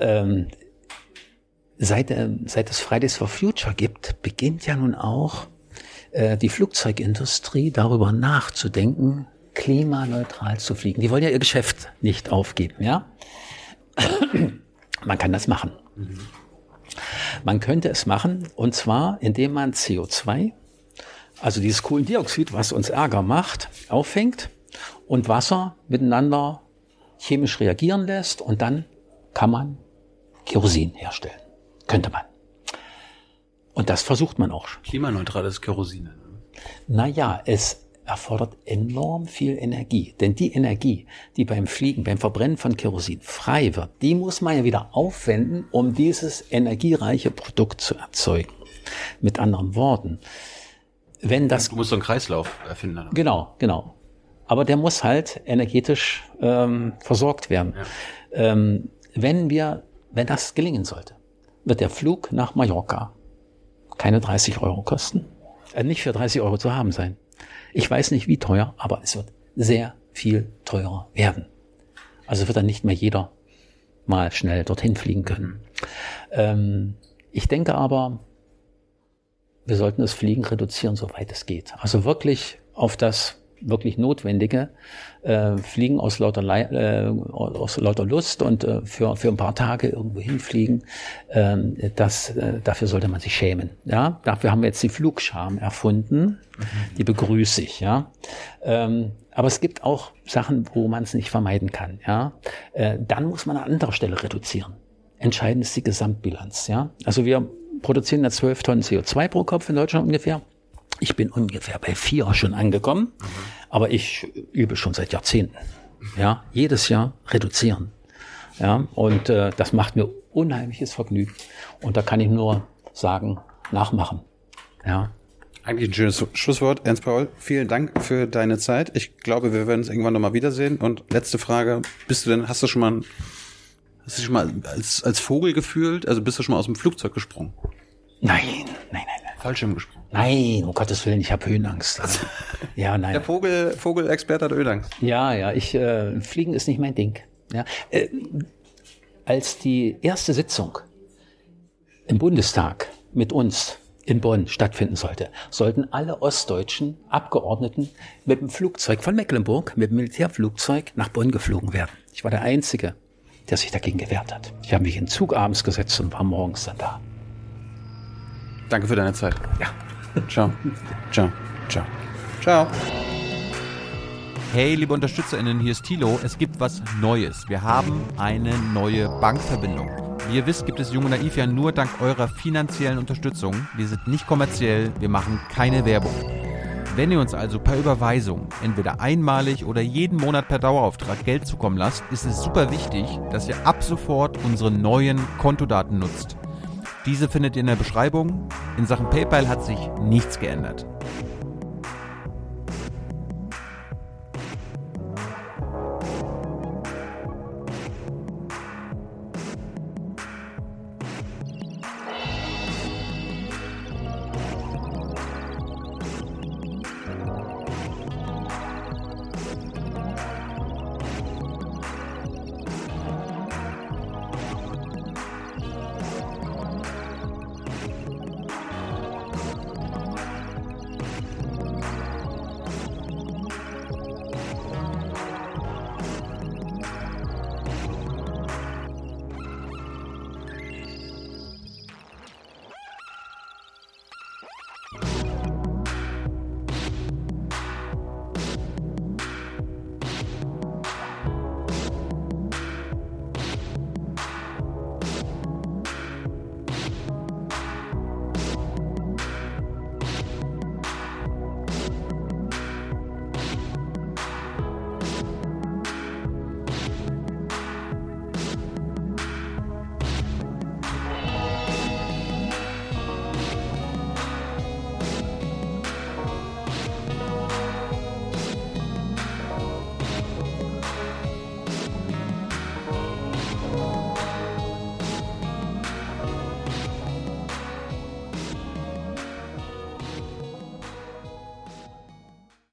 seit es Fridays for Future gibt, beginnt ja nun auch die Flugzeugindustrie darüber nachzudenken, klimaneutral zu fliegen. Die wollen ja ihr Geschäft nicht aufgeben, ja. Man kann das machen. Man könnte es machen, und zwar, indem man CO2, also dieses Kohlendioxid, was uns Ärger macht, auffängt und Wasser miteinander chemisch reagieren lässt, und dann kann man Kerosin herstellen. Könnte man. Und das versucht man auch schon. Klimaneutrales Kerosin. Naja, es erfordert enorm viel Energie. Denn die Energie, die beim Fliegen, beim Verbrennen von Kerosin frei wird, die muss man ja wieder aufwenden, um dieses energiereiche Produkt zu erzeugen. Mit anderen Worten, wenn das... Du musst so einen Kreislauf erfinden. Genau. Aber der muss halt energetisch versorgt werden. Ja. Wenn das gelingen sollte, wird der Flug nach Mallorca keine 30 Euro kosten. Nicht für 30 Euro zu haben sein. Ich weiß nicht, wie teuer, aber es wird sehr viel teurer werden. Also wird dann nicht mehr jeder mal schnell dorthin fliegen können. Ich denke aber, wir sollten das Fliegen reduzieren, soweit es geht. Also wirklich auf das wirklich Notwendige, fliegen aus lauter Lust und für ein paar Tage irgendwo hinfliegen, dafür sollte man sich schämen. Ja, dafür haben wir jetzt die Flugscham erfunden, die begrüße ich. Ja, aber es gibt auch Sachen, wo man es nicht vermeiden kann. Ja, dann muss man an anderer Stelle reduzieren. Entscheidend ist die Gesamtbilanz. Ja, also wir produzieren ja 12 Tonnen CO2 pro Kopf in Deutschland ungefähr. Ich bin ungefähr bei 4 schon angekommen, aber ich übe schon seit Jahrzehnten. Ja, jedes Jahr reduzieren. Ja, und das macht mir unheimliches Vergnügen. Und da kann ich nur sagen, nachmachen. Ja. Eigentlich ein schönes Schlusswort. Ernst Paul, vielen Dank für deine Zeit. Ich glaube, wir werden uns irgendwann nochmal wiedersehen. Und letzte Frage, hast du dich schon mal als Vogel gefühlt? Also bist du schon mal aus dem Flugzeug gesprungen? Nein. Fallschirm gesprungen? Nein, um Gottes Willen, ich habe Höhenangst. Ja, nein. Der Vogelexperte hat Höhenangst. Ja, Fliegen ist nicht mein Ding. Ja, als die erste Sitzung im Bundestag mit uns in Bonn stattfinden sollte, sollten alle ostdeutschen Abgeordneten mit dem Flugzeug von Mecklenburg, mit dem Militärflugzeug nach Bonn geflogen werden. Ich war der Einzige, der sich dagegen gewehrt hat. Ich habe mich in den Zug abends gesetzt und war morgens dann da. Danke für deine Zeit. Ja. Ciao. Hey, liebe UnterstützerInnen, hier ist Thilo. Es gibt was Neues. Wir haben eine neue Bankverbindung. Wie ihr wisst, gibt es Jung und Naiv ja nur dank eurer finanziellen Unterstützung. Wir sind nicht kommerziell, wir machen keine Werbung. Wenn ihr uns also per Überweisung, entweder einmalig oder jeden Monat per Dauerauftrag Geld zukommen lasst, ist es super wichtig, dass ihr ab sofort unsere neuen Kontodaten nutzt. Diese findet ihr in der Beschreibung. In Sachen PayPal hat sich nichts geändert.